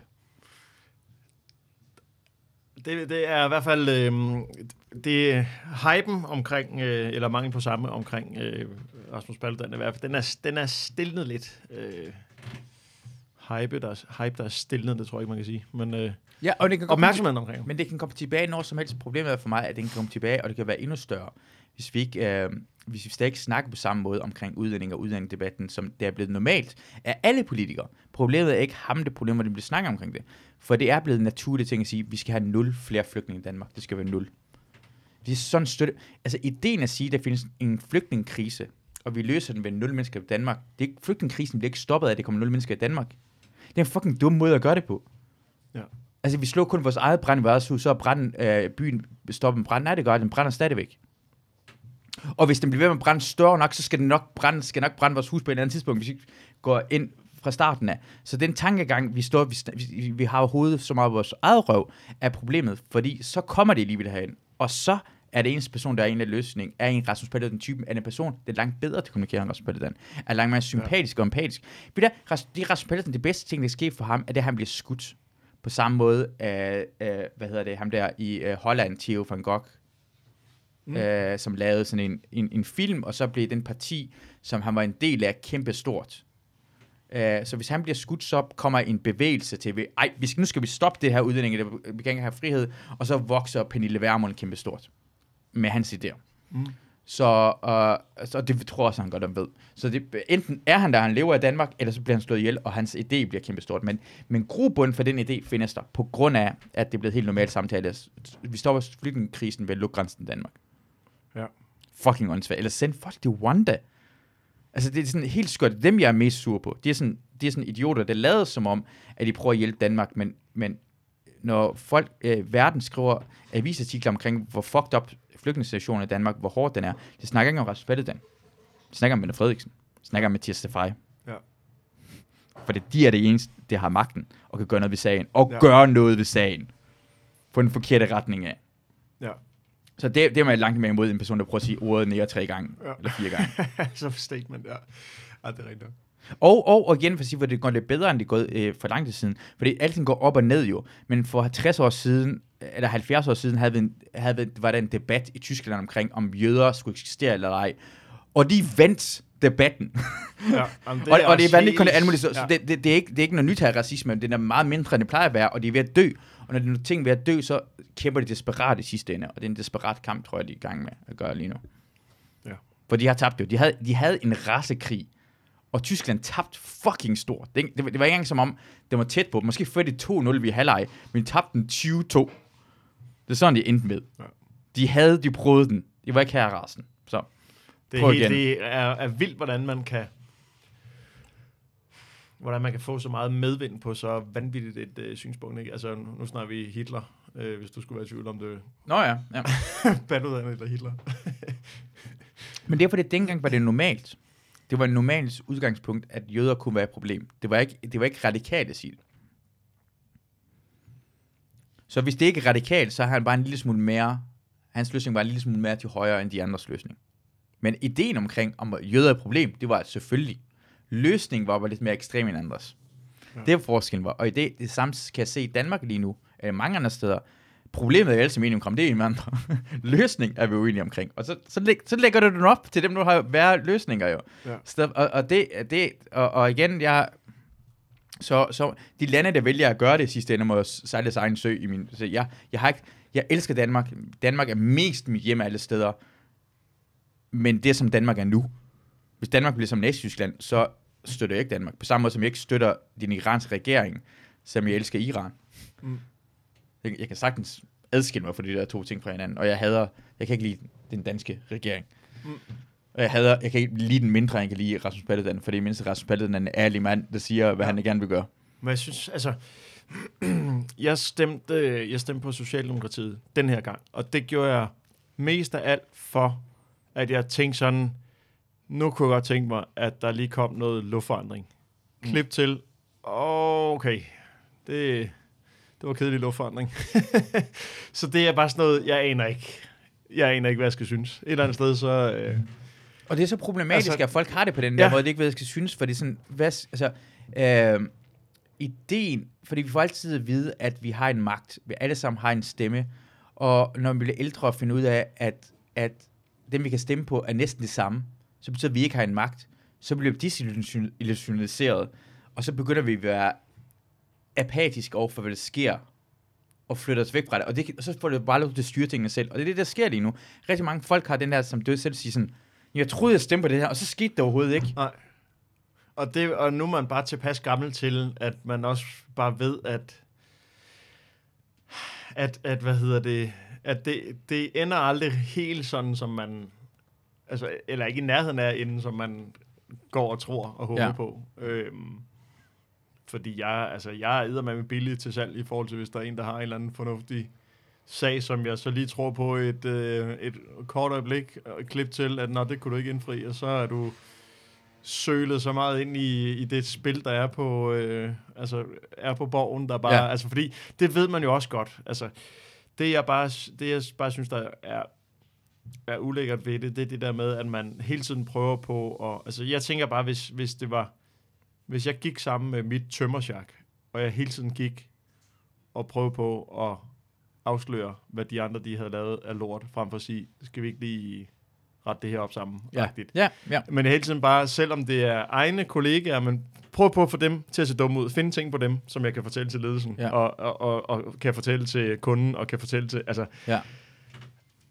Det er i hvert fald det hypen omkring, eller mangel på samme omkring Rasmus Paludan, i hvert fald, den er stilnet lidt. Hype, der er stilnet, det tror jeg ikke, man kan sige. Men ja, og det kan opmærksomheden omkring. Men det kan komme tilbage når som helst. Problemet er for mig, at det kan komme tilbage, og det kan være endnu større, hvis vi stadig ikke snakker på samme måde omkring udlænding og udlændingedebatten, som det er blevet normalt af alle politikere. Problemet er ikke ham, det problem, hvor de bliver snakket omkring det. For det er blevet naturligt ting at sige, at vi skal have 0 flere flygtninge i Danmark. Det skal være 0. Vi er sådan støtte. Altså ideen at sige, at der findes en flygtningekrise, og vi løser den ved 0 mennesker i Danmark. Flygtningekrisen bliver ikke stoppet af, at det kommer 0 mennesker i Danmark. Det er en fucking dum måde at gøre det på. Ja. Altså, vi slår kun vores eget brand i vores hus, så er byen stoppet med brand. Nej, det gør den brænder stadigvæk. Og hvis den bliver ved med at brænde større nok, så skal den nok brænde vores hus på et andet tidspunkt, hvis vi går ind fra starten af. Så den tankegang, vi har overhovedet så meget vores eget røv, er problemet, fordi så kommer det alligevel herhen. Og så er det eneste person, der er en af løsning, er en Rasmus Paludan-typen, er en person, der er langt bedre til at kommunikere end Rasmus Paludan. Er langt mere sympatisk og empatisk. Det Rasmus Paludan, det bedste ting, der sker for ham, er det, at han bliver skudt. På samme måde af, ham der i Holland, Theo van Gogh, som lavede sådan en film, og så blev den parti, som han var en del af, kæmpe stort. Så hvis han bliver skudt, så kommer en bevægelse til, nu skal vi stoppe det her udlænding, vi kan ikke have frihed, og så vokser Pernille Vermund kæmpe stort med hans idéer. Så det tror jeg også, han godt ved. Så enten er han der, han lever i Danmark, eller så bliver han slået ihjel, og hans idé bliver kæmpestort. Men grobunden for den idé findes der, på grund af, at det er blevet helt normalt samtale. Vi stopper flygtningekrisen ved at lukke grænsen til Danmark. Ja. Fucking åndssvagt. Eller send folk til Rwanda. Altså, det er sådan helt skørt. Dem, jeg er mest sur på, de er sådan idioter, der lader som om, at de prøver at hjælpe Danmark, men når folk, verden skriver avisartikler omkring, hvor fucked up flygtningssituationen i Danmark, hvor hårdt den er, det snakker ikke om Rasmus Paludan. Det snakker om Mette Frederiksen. Det snakker om Mathias Tesfaye. Ja. For de er det eneste, der har magten, og kan gøre noget ved sagen, og gøre noget ved sagen. På den forkerte retning af. Ja. Så det er man langt mere imod en person, der prøver at sige ordet nære 3 gange, eller 4 gange. Så statement, ja. Ja, det er rigtigt. Og igen, for at sige, hvor det går lidt bedre, end det er gået for lang tid siden. Fordi alting går op og ned jo. Men for 60 år siden, eller 70 år siden, var der en debat i Tyskland omkring, om jøder skulle eksistere eller ej. Og de vandt debatten. Ja, og det er vanligt kun alt muligt. Så det er ikke noget nyt her racisme, men det er meget mindre, end det plejer at være, og de er ved at dø. Og når de ting er ved at dø, så kæmper de desperat i sidste ende. Og det er en desperat kamp, tror jeg, de er i gang med at gøre lige nu. Ja. For de har tabt jo. De havde en racekrig. Og Tyskland tabte fucking stort. Det var ikke engang som om, det var tæt på. Måske førte de 2-0 ved halvleg, men de tabte den 20-2. Det er sådan, de endte med. Ja. De prøvede den. De var ikke her rasen. Så det er vildt, hvordan man kan få så meget medvind på så vanvittigt et synspunkt. Ikke? Altså, nu snakker vi Hitler, hvis du skulle være i tvivl om det. Nå ja. Paludan eller Hitler. Men det er fordi, dengang var det normalt. Det var en normalt udgangspunkt, at jøder kunne være et problem. Det var ikke radikalt at sige det. Så hvis det ikke er radikalt, så har han bare en lille smule mere, hans løsning var en lille smule mere til højre end de andres løsning. Men ideen omkring, om jøder er et problem, det var selvfølgelig. Løsningen var bare lidt mere ekstrem end andres. Ja. Det var forskellen var. Og det samme kan jeg se i Danmark lige nu, eller mange andre steder. Problemet er jo altid enige omkring, det er en andre. Løsning er vi uenige omkring. Og så lægger du den op til dem, der har været løsninger jo. Ja. Og igen, så de lande, der vælger at gøre det sidste ende, må sejle deres egen sø i min. Så jeg elsker Danmark. Danmark er mest mit hjem af alle steder. Men det som Danmark er nu. Hvis Danmark bliver som Nazi-Tyskland, så støtter jeg ikke Danmark. På samme måde som jeg ikke støtter den iranske regering, som jeg elsker Iran. Mm. Jeg kan sagtens adskille mig for de der 2 ting fra hinanden, og jeg kan ikke lide den danske regering. Mm. Og jeg kan ikke lide den mindre, end jeg kan lide Rasmus Paludan, fordi mindst Rasmus Paludan er en ærlig mand, der siger, hvad han gerne vil gøre. Men jeg synes, altså, jeg stemte på Socialdemokratiet den her gang, og det gjorde jeg mest af alt for, at jeg tænkte sådan, nu kunne jeg godt tænke mig, at der lige kom noget luftforandring. Klip til, okay, det var kedelig luftforandring. Så det er bare sådan noget, jeg aner ikke, hvad jeg skal synes. Et eller andet sted, så... Og det er så problematisk, at folk har det på den der måde, det ikke hvad jeg skal synes, for det er sådan, ideen, fordi vi får altid at vide, at vi har en magt, vi alle sammen har en stemme, og når vi bliver ældre og finder ud af, at dem vi kan stemme på er næsten det samme, så betyder at vi ikke har en magt, så bliver vi desillusioniseret, og så begynder vi at være apatisk over for, hvad der sker, og flytter os væk fra det. Og så får det bare lov til at styre tingene selv. Og det er det, der sker lige nu. Rigtig mange folk har den der, som død selv siger sådan, jeg troede, jeg stemte på det her, og så skete det overhovedet ikke. Nej. Og nu er man bare tilpas gammel til, at man også bare ved, at det ender aldrig helt sådan, som man, altså, eller ikke i nærheden af inden, som man går og tror og håber på. Fordi jeg er eddermame billig til salg i forhold til, hvis der er en, der har en eller anden fornuftig sag, som jeg så lige tror på et kort øjeblik og klip til, at det kunne du ikke indfri, og så er du sølet så meget ind i det spil, der er på borgen, der bare, altså fordi, det ved man jo også godt, altså, det jeg bare synes, der er ulækkert ved det, det er det der med, at man hele tiden prøver på, og altså, jeg tænker bare, hvis jeg gik sammen med mit tømmersjak, og jeg hele tiden gik og prøvede på at afsløre, hvad de andre de havde lavet af lort, frem for at sige, skal vi ikke lige rette det her op sammen? Ja. Men hele tiden bare, selvom det er egne kollegaer, men prøv på at få dem til at se dumme ud. Finde ting på dem, som jeg kan fortælle til ledelsen, og kan fortælle til kunden, og kan fortælle til, altså... Ja.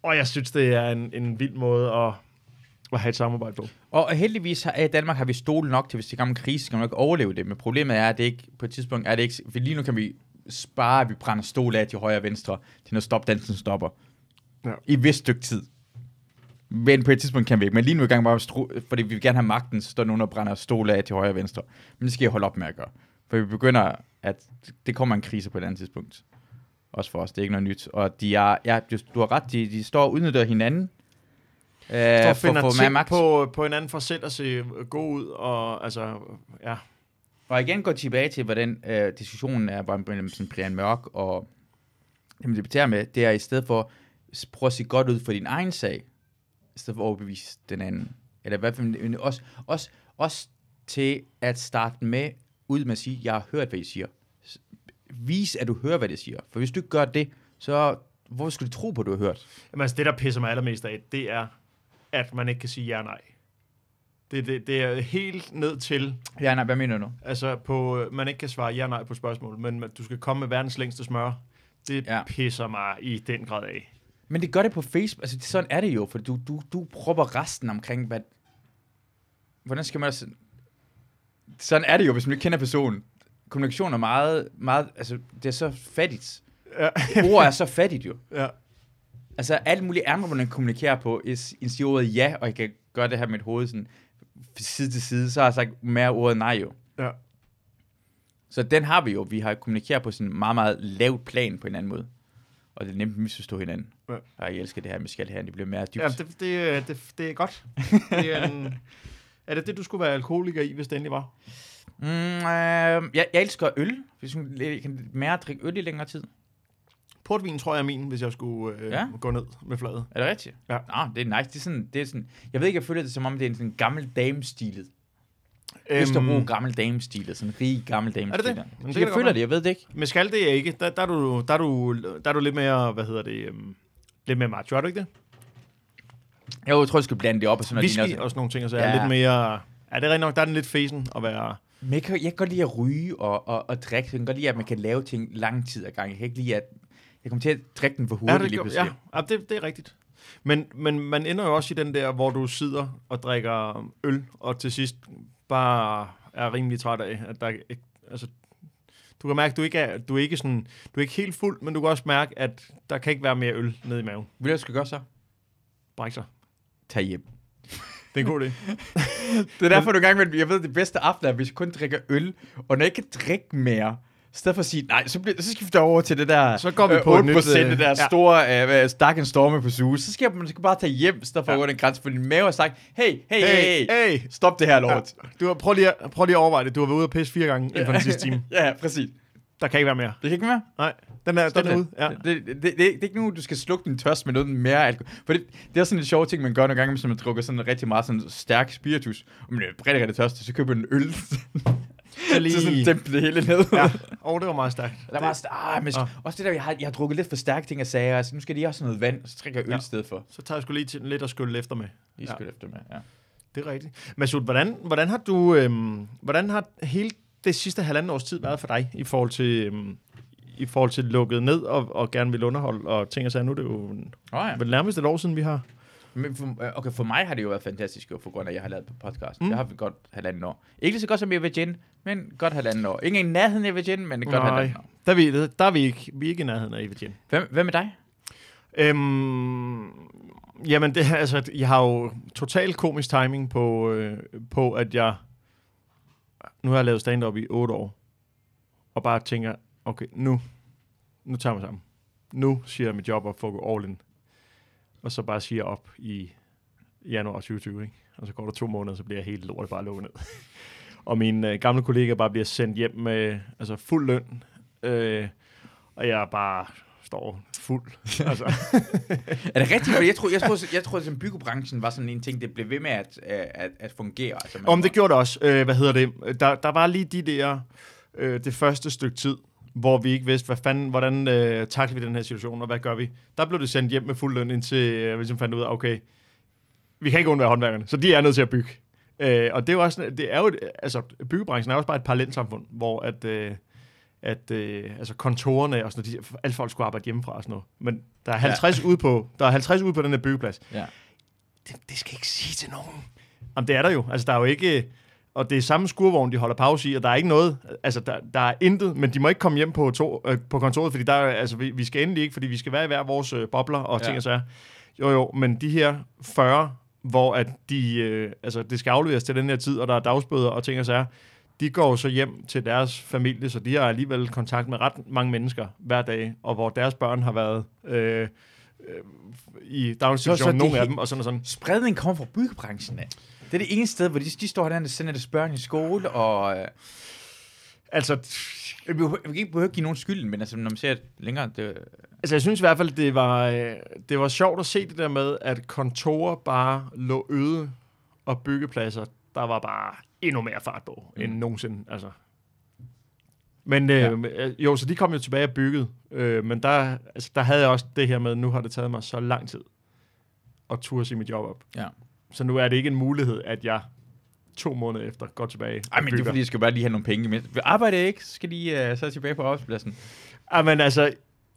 Og jeg synes, det er en vild måde at have et samarbejde på. Og heldigvis i Danmark har vi stole nok til, hvis det kommer en krise, skal man nok overleve det. Men problemet er, at det ikke, på et tidspunkt er det ikke, for lige nu kan vi spare, at vi brænder stole af til højre og venstre, til når stopdansen stopper. Ja. I et vist stykke tid. Men på et tidspunkt kan vi ikke. Men lige nu er vi i gang bare, fordi vi vil gerne have magten, så står nogen og brænder stole af til højre og venstre. Men det skal jeg holde op med at gøre. For vi begynder, at det kommer en krise på et andet tidspunkt. Også for os, det er ikke noget nyt. Og du har ret, de står og udnytter hinanden. For at finde magt på hinanden for selv at se god ud. Og altså, ja. Og igen går tilbage til, hvordan diskussionen er mellem Brian Mørk og dem, debatterer med, det er i stedet for prøve at se godt ud for din egen sag, i stedet for at overbevise den anden. Eller i hvert fald også til at starte med, ud med at sige, jeg har hørt, hvad I siger. Vis, at du hører, hvad det siger. For hvis du ikke gør det, så hvor skulle du tro på, at du har hørt? Jamen altså, det der pisser mig allermest af, det er, at man ikke kan sige ja og nej. Det er helt ned til... Ja, nej, hvad mener du? Altså, man ikke kan svare ja og nej på spørgsmål, men du skal komme med verdens længste smør. Det pisser mig i den grad af. Men det gør det på Facebook. Altså, sådan er det jo, for du propper resten omkring, hvad... Hvordan skal man... Sådan er det jo, hvis man ikke kender personen. Kommunikation er meget... Altså, det er så fattigt. Ja. Ord er så fattigt jo. Ja. Altså, alt muligt andet, hvor man kommunikerer på, siger ordet ja, og jeg kan gøre det her med et hoved sådan, side til side, så har jeg sagt mere ordet nej jo. Ja. Så den har vi jo. Vi har kommunikeret på sådan en meget, meget lavt plan på en anden måde. Og det er nemt at misforstå hinanden. Ja. Og jeg elsker det her med skal det her, det bliver mere dybt. Ja, det er godt. Er det, du skulle være alkoholiker i, hvis det endelig var? Jeg elsker øl. Hvis jeg kan mere drikke øl i længere tid. Portvin tror jeg er min, hvis jeg skulle gå ned med fladet. Er det rigtigt? Ja. Det er nice. Det er sådan, jeg ved ikke, jeg føler det som om, det er en sådan gammel dame-stilet. Østerbro gammel dame-stilet. Sådan en rig gammel dame-stilet. Er det det? Jeg føler det, jeg ved det ikke. Men skal det ikke? Der er du lidt mere, lidt mere macho, er du ikke det? Jeg tror, jeg skal blande det op. Og sådan whisky og sådan nogle ting, og så er lidt mere... Ja, det er rigtig nok, der er den lidt fesen at være... Men jeg kan godt lide at ryge og drikke. Jeg kan godt lide, at man kan lave ting lang tid ad gang. Jeg kan ikke lide, at jeg kommer til at drikke den for hurtigt lige pludselig. Ja, det er rigtigt. Men man ender jo også i den der, hvor du sidder og drikker øl, og til sidst bare er rimelig træt af, at der ikke... Altså, du kan mærke, at du er ikke helt fuld, men du kan også mærke, at der kan ikke være mere øl nede i maven. Vil du skal gøre så? Bræk sig. Tag hjem. Det er en god idé. Det er derfor, du gang med, jeg ved, det bedste aften er, hvis jeg kun drikker øl, og når jeg ikke kan drikke mere, i stedet for at sige, nej, så skifter jeg over til det der, så går vi på 8%, det der store Stark and Storme på suge. Så skal man bare tage hjem, i stedet for at gå den grænse, for din mave har sagt, hey, stop det her lort. Ja. Prøv lige at overveje det. Du har været ude og pisse 4 gange inden for den sidste time. Ja, præcis. Der kan ikke være mere. Det kan ikke mere? Nej, den er ude. Ja. Det er ikke nu, du skal slukke din tørst med noget mere alkohol. For det er sådan en sjov ting, man gør nogle gange, hvis man drukker sådan rigtig meget sådan stærk spiritus. Og man er rigtig tørst, så køber man en øl. Så sådan dæmpe det hele ned. Ja, det var meget stærkt. Det var meget stærkt. Også det der, jeg har drukket lidt for stærke ting og sager. Altså, nu skal de også have noget vand, så drikker jeg øl i stedet for. Så tager jeg sgu lige lidt at skylde efter med. Efter med, ja. Det er rigtigt. Masud, hvordan har du... hvordan har hele det sidste 1,5 års tid været for dig i forhold til lukket ned og gerne vil underholde og ting og sager? Nu er det jo vel nærmest et år siden, vi har... Men for mig har det jo været fantastisk, på grund af, at jeg har lavet på podcast. Jeg har godt 1,5 år. Ikke så godt som Virgin, men godt 1,5 år. Ikke i nærheden af Virgin, men godt 1,5 år. Der er vi ikke. Vi er ikke i nærheden af Virgin. Hvem er dig? Jamen, jeg har jo total komisk timing på at jeg... Nu har jeg lavet stand-up i 8 år. Og bare tænker, okay, nu tager jeg mig sammen. Nu siger jeg mit job op for at gå all in. Og så bare siger op i januar 2020, ikke? Og så går der 2 måneder, så bliver jeg helt lortet bare lukket ned. Og mine gamle kollegaer bare bliver sendt hjem med fuld løn. Og jeg bare står fuld. Altså. Er det rigtigt? Jeg troede, at byggebranchen var sådan en ting, det blev ved med at fungere. Altså, det gjorde det også. Der var lige de der, det første stykke tid, hvor vi ikke vidste, hvordan takler vi den her situation, og hvad gør vi? Der blev det sendt hjem med fuld løn, indtil vi ligesom fandt ud af, okay, vi kan ikke undvære håndværkerne, så de er nødt til at bygge. Og det er jo også, byggebranchen er også bare et parallelsamfund, hvor altså kontorerne og sådan noget, alle folk skulle arbejde hjemmefra og sådan noget. Men der er 50 ude på den her byggeplads. Ja. Det skal ikke sige til nogen. Jamen, det er der jo. Altså, der er jo ikke... Og det er samme skurvogn, de holder pause i, og der er ikke noget... Altså, der er intet, men de må ikke komme hjem på kontoret, fordi der er, altså, vi skal endelig ikke, fordi vi skal være i hver vores bobler og ting og sager. Jo, men de her 40, hvor at det skal afleveres til den her tid, og der er dagsbøder og ting og sager, de går så hjem til deres familie, så de har alligevel kontakt med ret mange mennesker hver dag, og hvor deres børn har været i daginstitutionen, nogle af dem, og sådan og sådan. Spredning kommer fra byggebranchen af. Det er det eneste sted, hvor de står der og sender deres børn i skole, og... Altså... Jeg vil ikke give nogen skylden, men altså, når man ser det længere... Altså, jeg synes i hvert fald, det var sjovt at se det der med, at kontorer bare lå øde, og byggepladser, der var bare endnu mere fart på, end nogensinde, altså. Men jo, så de kom jo tilbage og byggede, men der havde jeg også det her med, nu har det taget mig så lang tid at turde sige mit job op. Ja. Så nu er det ikke en mulighed, at jeg 2 måneder efter går tilbage. Ej, men det er fordi, jeg skal bare lige have nogle penge med. Vi arbejder ikke, så skal de så tilbage på arbejdspladsen. Ej, men altså,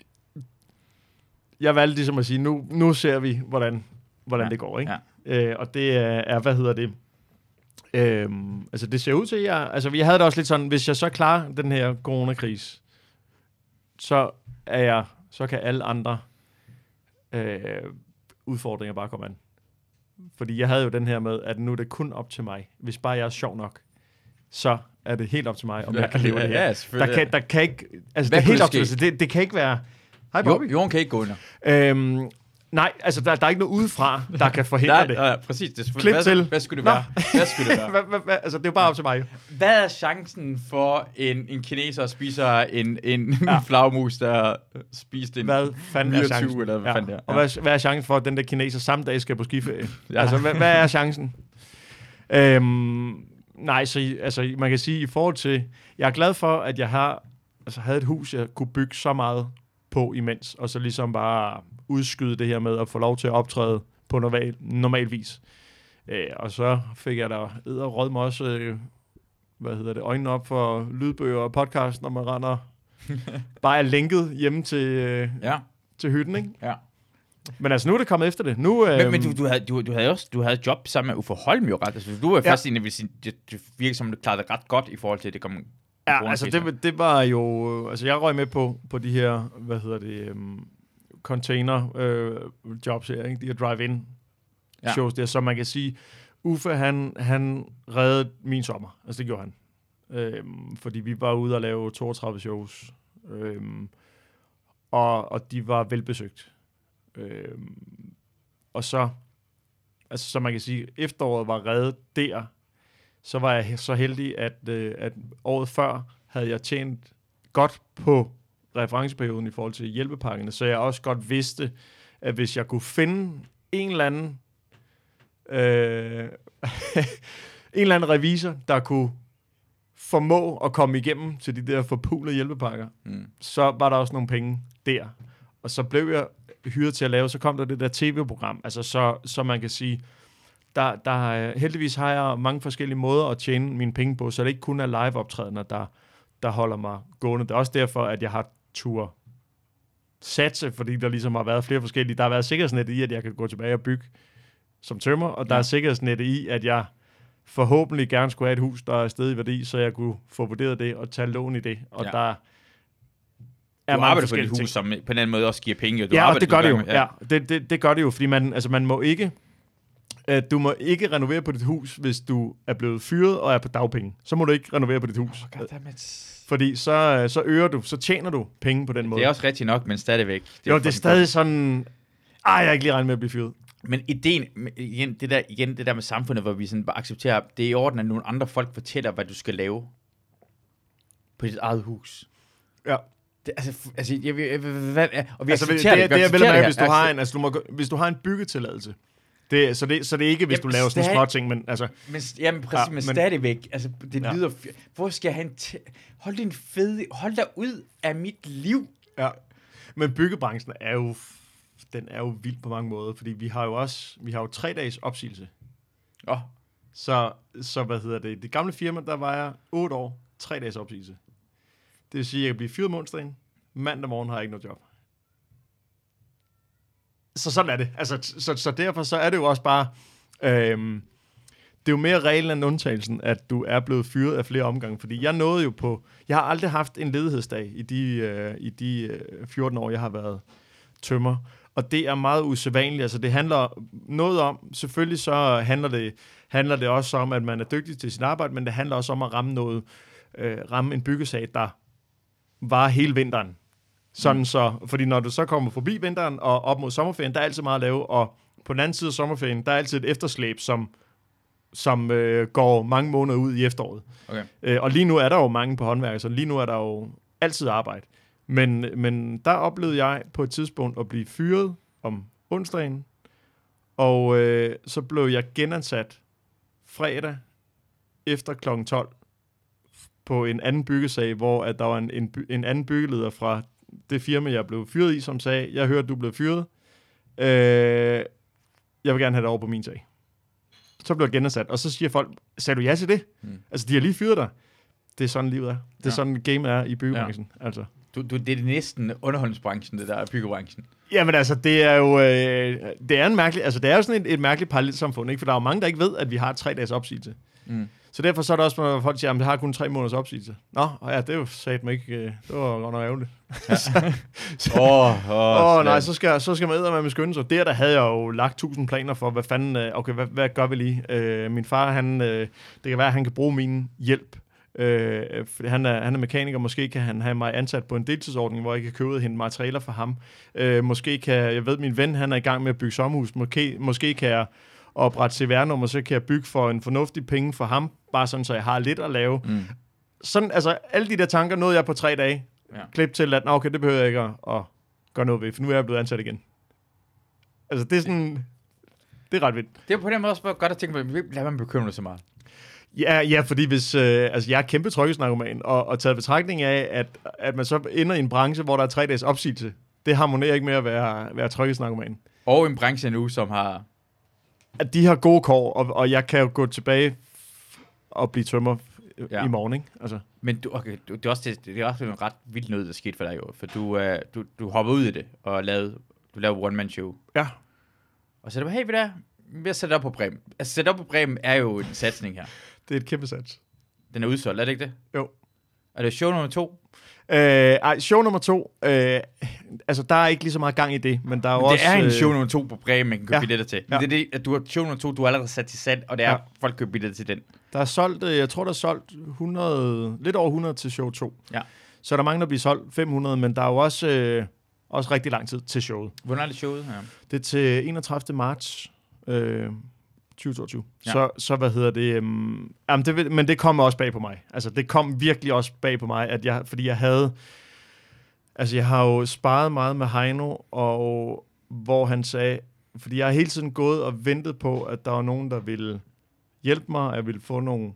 jeg valgte ligesom at sige, nu ser vi, hvordan det går, ikke? Ja. Og det er, hvad hedder det? Altså, det ser ud til, altså, vi havde det også lidt sådan, hvis jeg så klarer den her coronakrise, så kan alle andre udfordringer bare komme an. Fordi jeg havde jo den her med, at nu er det kun op til mig. Hvis bare jeg er sjov nok, så er det helt op til mig, om jeg kan leve det her. Ja, der kan ikke... Altså, det er helt op til det kan ikke være... Hej, Bobby. Jorden kan ikke gå under. Nej, altså, der er ikke noget udefra, der kan forhindre det. Ja, præcis. Det klip til. Hvad skulle det være? Hvad skulle det være? Altså, det er jo bare op til mig. Hvad er chancen for en kineser spiser en flagmus, der spiste en hvad fanden er chancen? Eller hvad fanden det er? Og hvad er chancen for, at den der kineser samme dag skal på skiferie? Altså, hvad er chancen? Nej, så altså, man kan sige, i forhold til... Jeg er glad for, at jeg havde et hus, jeg kunne bygge så meget på imens, og så ligesom bare udskyde det her med at få lov til at optræde på normal vis. Og så fik jeg da råd mig også, øjnene op for lydbøger og podcast, når man render bare er linket hjemme til hytten, ikke? Ja. Men altså, nu er det kommet efter det. Nu, men du havde job sammen med Uffe Holm jo ret. Altså, du var først inde, det virker som, du klarede det ret godt i forhold til, det kom... Ja, altså det var jo... Altså, jeg røg med på de her, container jobs her, ikke? De her drive-in shows der, så man kan sige, Uffe, han reddede min sommer. Altså, det gjorde han. Fordi vi var ude og lave 32 shows. Og de var velbesøgt. Og så... Altså, så man kan sige, efteråret var reddet der. Så var jeg så heldig, at året før havde jeg tjent godt på referenceperioden i forhold til hjælpepakkerne, så jeg også godt vidste, at hvis jeg kunne finde en eller anden revisor, der kunne formå at komme igennem til de der forpulede hjælpepakker, så var der også nogle penge der. Og så blev jeg hyret til at lave, så kom der det der tv-program, altså så man kan sige, heldigvis har jeg mange forskellige måder at tjene mine penge på, så det ikke kun er live-optrædener, der holder mig gående. Det er også derfor, at jeg har tur satse, fordi der ligesom har været flere forskellige. Der har været sikkerhedsnet i, at jeg kan gå tilbage og bygge som tømrer, og der er sikkerhedsnet i, at jeg forhåbentlig gerne skulle have et hus, der er steget i værdi, så jeg kunne få vurderet det og tage lån i det. Og der du arbejder på et hus, som på en anden måde også giver penge. Og det gør det jo. Ja, det gør det jo, fordi man må ikke... Du må ikke renovere på dit hus, hvis du er blevet fyret og er på dagpenge. Så må du ikke renovere på dit hus. Fordi så tjener du penge på den måde. Det er også rigtigt nok, men stadigvæk. Det er stadig sådan... jeg er ikke lige regnet med at blive fyret. Men ideen, det der med samfundet, hvor vi sådan bare accepterer, det er i orden, at nogle andre folk fortæller, hvad du skal lave på dit eget hus. Ja. Og vi accepterer det. Det er vel at mærke, hvis du har en byggetilladelse. Så det er ikke, hvis du laver sådan små ting, men altså... Men stadigvæk, altså, det lyder... Hvor skal jeg hold dig ud af mit liv. Ja, men byggebranchen er jo vild på mange måder, fordi vi har jo 3 dages opsigelse. Så det gamle firma, der var jeg 8 år, 3 dages opsigelse. Det vil sige, at jeg kan blive fyret om onsdagen. Mandag morgen har jeg ikke noget job. Så sådan er det. Altså, så derfor så er det jo også bare... det er jo mere reglen end undtagelsen, at du er blevet fyret af flere omgange. Fordi jeg nåede jo på... Jeg har aldrig haft en ledighedsdag i de 14 år, jeg har været tømrer. Og det er meget usædvanligt. Altså, det handler noget om... Selvfølgelig så handler det også om, at man er dygtig til sit arbejde, men det handler også om at ramme en byggesag, der var hele vinteren. Sådan så, fordi når du så kommer forbi vinteren og op mod sommerferien, der er altid meget at lave, og på den anden side af sommerferien, der er altid et efterslæb, som går mange måneder ud i efteråret. Okay. Og lige nu er der jo mange på håndværket, så lige nu er der jo altid arbejde. Men der oplevede jeg på et tidspunkt at blive fyret om onsdagen, og så blev jeg genansat fredag efter kl. 12 på en anden byggesag, hvor at der var en anden byggeleder fra det firma, jeg blev fyret i, som sagde, jeg hørte, du blev fyret. Jeg vil gerne have det over på min sag. Så blev jeg genansat, og så siger folk, sagde du ja til det? Altså, de har lige fyret dig. Det er sådan, livet er. Det er sådan, game er i byggebranchen. Ja. Altså. Det er næsten underholdningsbranchen, det der er byggebranchen. Jamen altså, det er jo det er en mærkelig, altså det er jo sådan et mærkeligt parallelsamfund, ikke? For der er jo mange, der ikke ved, at vi har 3 dages opsigelse. Så derfor så er det også, når folk siger, at det har kun 3 måneders opsigelse. Nå, ja, det er jo satme ikke, det var godt nok ærgerligt. Nej, så skal man eddermame skynde sig. Der havde jeg jo lagt 1000 planer for, hvad fanden, okay, hvad gør vi lige? Min far, det kan være, at han kan bruge min hjælp. Fordi han er mekaniker, måske kan han have mig ansat på en deltidsordning, hvor jeg kan købe ud og hente materialer for ham. Måske kan, jeg ved, min ven, han er i gang med at bygge sommerhus, måske kan jeg oprette CVR-nummer, så kan jeg bygge for en fornuftig penge for ham, bare sådan, så jeg har lidt at lave. Sådan, altså, alle de der tanker nåede jeg på 3 dage. Klip til, at okay, det behøver jeg ikke at gøre noget ved, for nu er jeg blevet ansat igen. Altså, det er sådan... Det er ret vildt. Det er på den måde også godt at tænke på, lad man bekymre så meget. Ja, fordi hvis... altså, jeg er kæmpe tryghedsnarkoman, og taget betragtning af, at man så ender i en branche, hvor der er 3 dages opsigelse, det harmonerer ikke med at være tryghedsnarkoman. Og en branche nu, som har... At de har gode kår, og jeg kan jo gå tilbage og blive tømmer i morgen, ikke? Altså. Men det er også en ret vild noget, der skete for dig, jo. For du hopper ud i det, og du lavede one-man-show. Ja. Og så er det hey, vi har sat op på Bremen. Altså, sat op på Bremen er jo en satsning her. Det er et kæmpe sats. Den er udsolgt, er det ikke det? Jo. Er det show nummer 2? Show nummer 2, altså der er ikke lige så meget gang i det, men der er jo også... Det er en show nummer 2 på Bremen, man kan købe billetter til. Ja. Det er det, at du har show nummer 2, du har allerede sat til salg, og det er, folk køber billetter til den. Der er solgt, jeg tror der er solgt 100, lidt over 100 til show 2. Ja. Så er der mange, der bliver solgt 500, men der er jo også rigtig lang tid til showet. Hvornår er det showet? Ja. Det er til 31. marts 2022. Ja. Så hvad hedder det? Men det kom også bag på mig. Altså, det kom virkelig også bag på mig, fordi jeg havde... Altså, jeg har jo sparet meget med Heino, og hvor han sagde... Fordi jeg har hele tiden gået og ventet på, at der var nogen, der ville hjælpe mig, og jeg ville få nogle...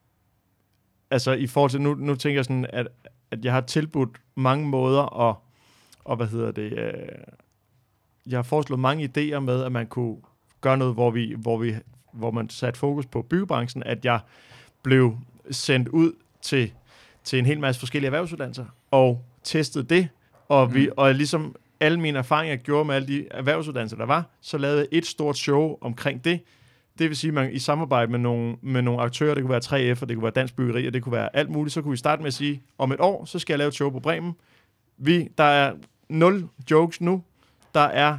Altså, i forhold til... Nu tænker jeg sådan, at jeg har tilbudt mange måder, og hvad hedder det... Jeg har foreslået mange idéer med, at man kunne gøre noget, hvor man satte fokus på byggebranchen, at jeg blev sendt ud til en hel masse forskellige erhvervsuddannelser, og testede det, og ligesom alle mine erfaringer gjorde med alle de erhvervsuddannelser, der var, så lavede jeg et stort show omkring det. Det vil sige, at man i samarbejde med nogle aktører, det kunne være 3F, og det kunne være Dansk Byggeri, og det kunne være alt muligt, så kunne vi starte med at sige, om et år, så skal jeg lave et show på Bremen. Der er 0 jokes nu, der er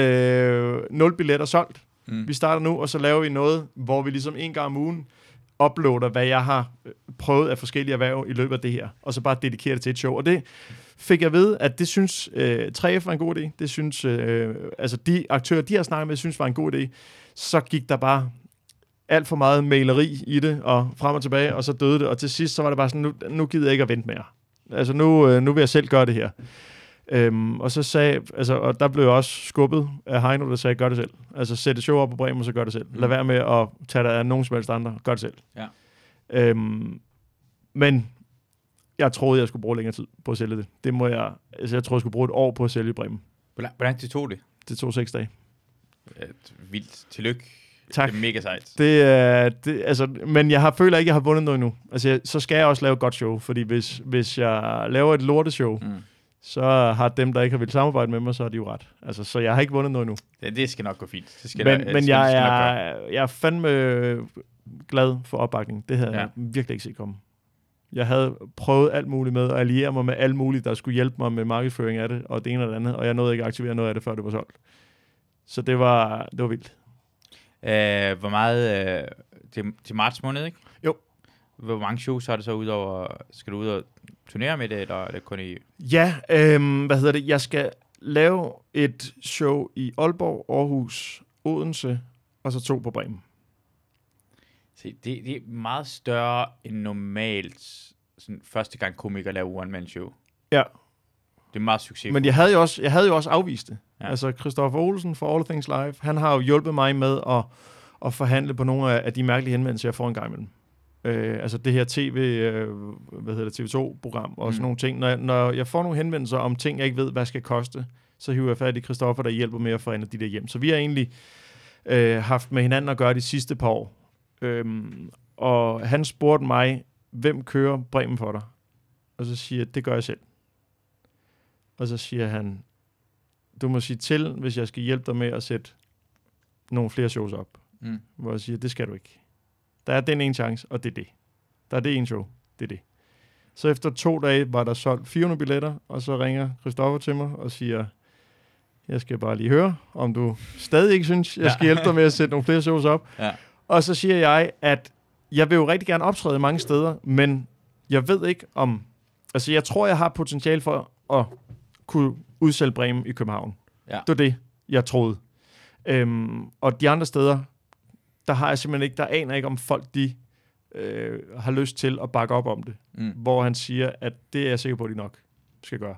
0 billetter solgt. Vi starter nu, og så laver vi noget, hvor vi ligesom en gang om ugen uploader, hvad jeg har prøvet af forskellige erhverv i løbet af det her, og så bare dedikerer det til et show. Og det fik jeg ved, at det synes 3F var en god idé. Det synes, altså de aktører, de har snakket med, synes var en god idé. Så gik der bare alt for meget maileri i det, og frem og tilbage, og så døde det. Og til sidst, så var det bare sådan, nu gider jeg ikke at vente mere. Altså nu vil jeg selv gøre det her. Og så sagde, altså, og der blev jeg også skubbet af Heino, der sagde, gør det selv. Altså, sæt et show op på Bremen, og så gør det selv. Lad være med at tage dig af nogen som helst andre. Gør det selv. Ja. Men jeg troede, jeg skulle bruge længere tid på at sælge det. Jeg troede, jeg skulle bruge et år på at sælge i Bremen. Hvor lang tid tog det? Det tog 6 dage. Vildt. Tillykke. Tak. Det er mega sejt. Altså, men jeg føler ikke, at jeg har vundet noget endnu. Altså, så skal jeg også lave et godt show, fordi hvis jeg laver et lorteshow, så har dem, der ikke har vildt samarbejde med mig, så er de jo ret. Altså, så jeg har ikke vundet noget endnu. Det skal nok gå fint. Men jeg er fandme glad for opbakningen. Det havde jeg virkelig ikke set komme. Jeg havde prøvet alt muligt med at alliere mig med alt muligt, der skulle hjælpe mig med markedsføring af det, og det ene og det andet, og jeg nåede ikke at aktivere noget af det, før det var solgt. Så det var vildt. Hvor meget... til marts måned, ikke? Jo. Hvor mange shows har det så udover... Skal du ud og turnere med det, eller er det kun i... Ja, jeg skal lave et show i Aalborg, Aarhus, Odense, og så 2 på Bremen. Se, det er meget større end normalt sådan første gang komiker laver one-man-show. Ja. Det er meget succesfuldt. Men jeg havde jo også afvist det. Ja. Altså, Christoffer Olsen fra All Things Live, han har jo hjulpet mig med at forhandle på nogle af de mærkelige henvendelser, jeg får en gang imellem. Altså det her TV2-program og sådan nogle ting. Når jeg får nogle henvendelser om ting, jeg ikke ved, hvad skal koste, så hiver jeg fat i Christoffer, der hjælper med at forhandle de der hjem. Så vi har egentlig haft med hinanden at gøre de sidste par år. Og han spurgte mig, hvem kører Bremen for dig? Og så siger jeg, det gør jeg selv. Og så siger han, du må sige til, hvis jeg skal hjælpe dig med at sætte nogle flere shows op. Hvor jeg siger, det skal du ikke. Der er den ene chance, og det er det. Der er det ene show, det er det. Så efter 2 dage var der solgt 400 billetter, og så ringer Christoffer til mig og siger, jeg skal bare lige høre, om du stadig ikke synes, jeg skal hjælpe dig med at sætte nogle flere shows op. Ja. Og så siger jeg, at jeg vil jo rigtig gerne optræde mange steder, men jeg ved ikke om... Altså, jeg tror, jeg har potentiale for at kunne udsælge Bremen i København. Ja. Det var det, jeg troede. Og de andre steder, der har jeg simpelthen ikke... Der aner ikke, om folk, de har lyst til at bakke op om det. Hvor han siger, at det er jeg sikker på, at de nok skal gøre.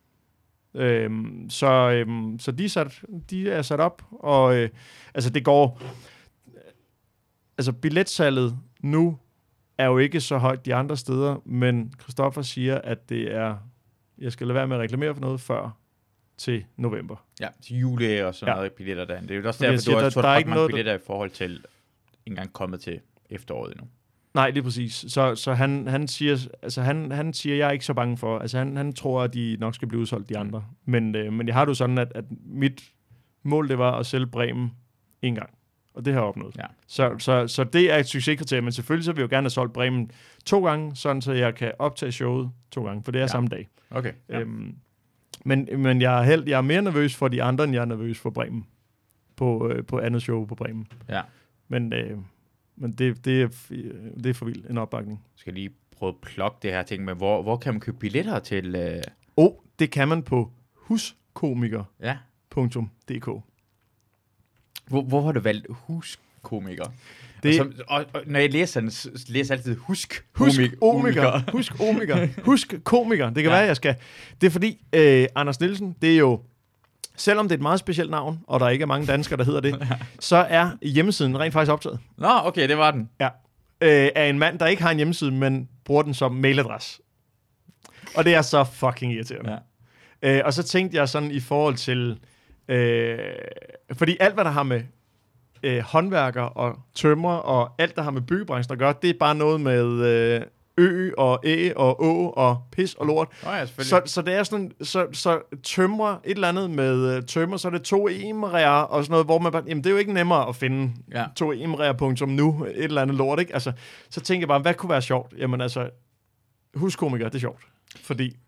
Så de er sat op, og altså det går... Altså billetsalget nu er jo ikke så højt de andre steder, men Christoffer siger, at det er... Jeg skal lade være med at reklamere for noget før til november. Ja, til jule og sådan noget billetter der. Det er jo også derfor, du har der ikke mange billetter i forhold til ikke engang kommet til efteråret endnu. Nej, lige præcis. Så han siger, altså han siger, jeg er ikke så bange for. Altså han tror, at de nok skal blive udsolgt, de andre. Men jeg har det jo sådan, at mit mål, det var at sælge Bremen en gang. Og det har jeg opnået. Ja. Så det er et succeskriterie, men selvfølgelig så vil jeg jo gerne have solgt Bremen 2 gange, sådan så jeg kan optage showet 2 gange, for det er samme dag. Okay. Ja. Men jeg er mere nervøs for de andre, end jeg er nervøs for Bremen. På andet show på Bremen. Ja. Men det er for vildt en opbakning. Skal lige prøve at plukke det her ting med, hvor kan man købe billetter til? Det kan man på huskomiker.dk. Hvor har du valgt huskomiker? Og når jeg læser den, læser jeg altid huskomiker. Huskomiker. Det kan være, jeg skal. Det er fordi, Anders Nielsen, det er jo, selvom det er et meget specielt navn, og der ikke er mange danskere, der hedder det, så er hjemmesiden rent faktisk optaget. Nå, okay, det var den. Ja. Af en mand, der ikke har en hjemmeside, men bruger den som mailadresse. Og det er så fucking irriterende. Ja. Og så tænkte jeg sådan i forhold til... fordi alt, hvad der har med håndværker og tømrer og alt, der har med byggebranchen at gøre, det er bare noget med ø og æ og å og pis og lort. Så det er sådan, så tømrer et eller andet med tømrer, så er det 2 emreer og sådan noget, hvor man bare, jamen det er jo ikke nemmere at finde 2 emreer.nu, et eller andet lort, ikke? Altså, så tænker jeg bare, hvad kunne være sjovt? Jamen altså, huskomiker, det er sjovt. Fordi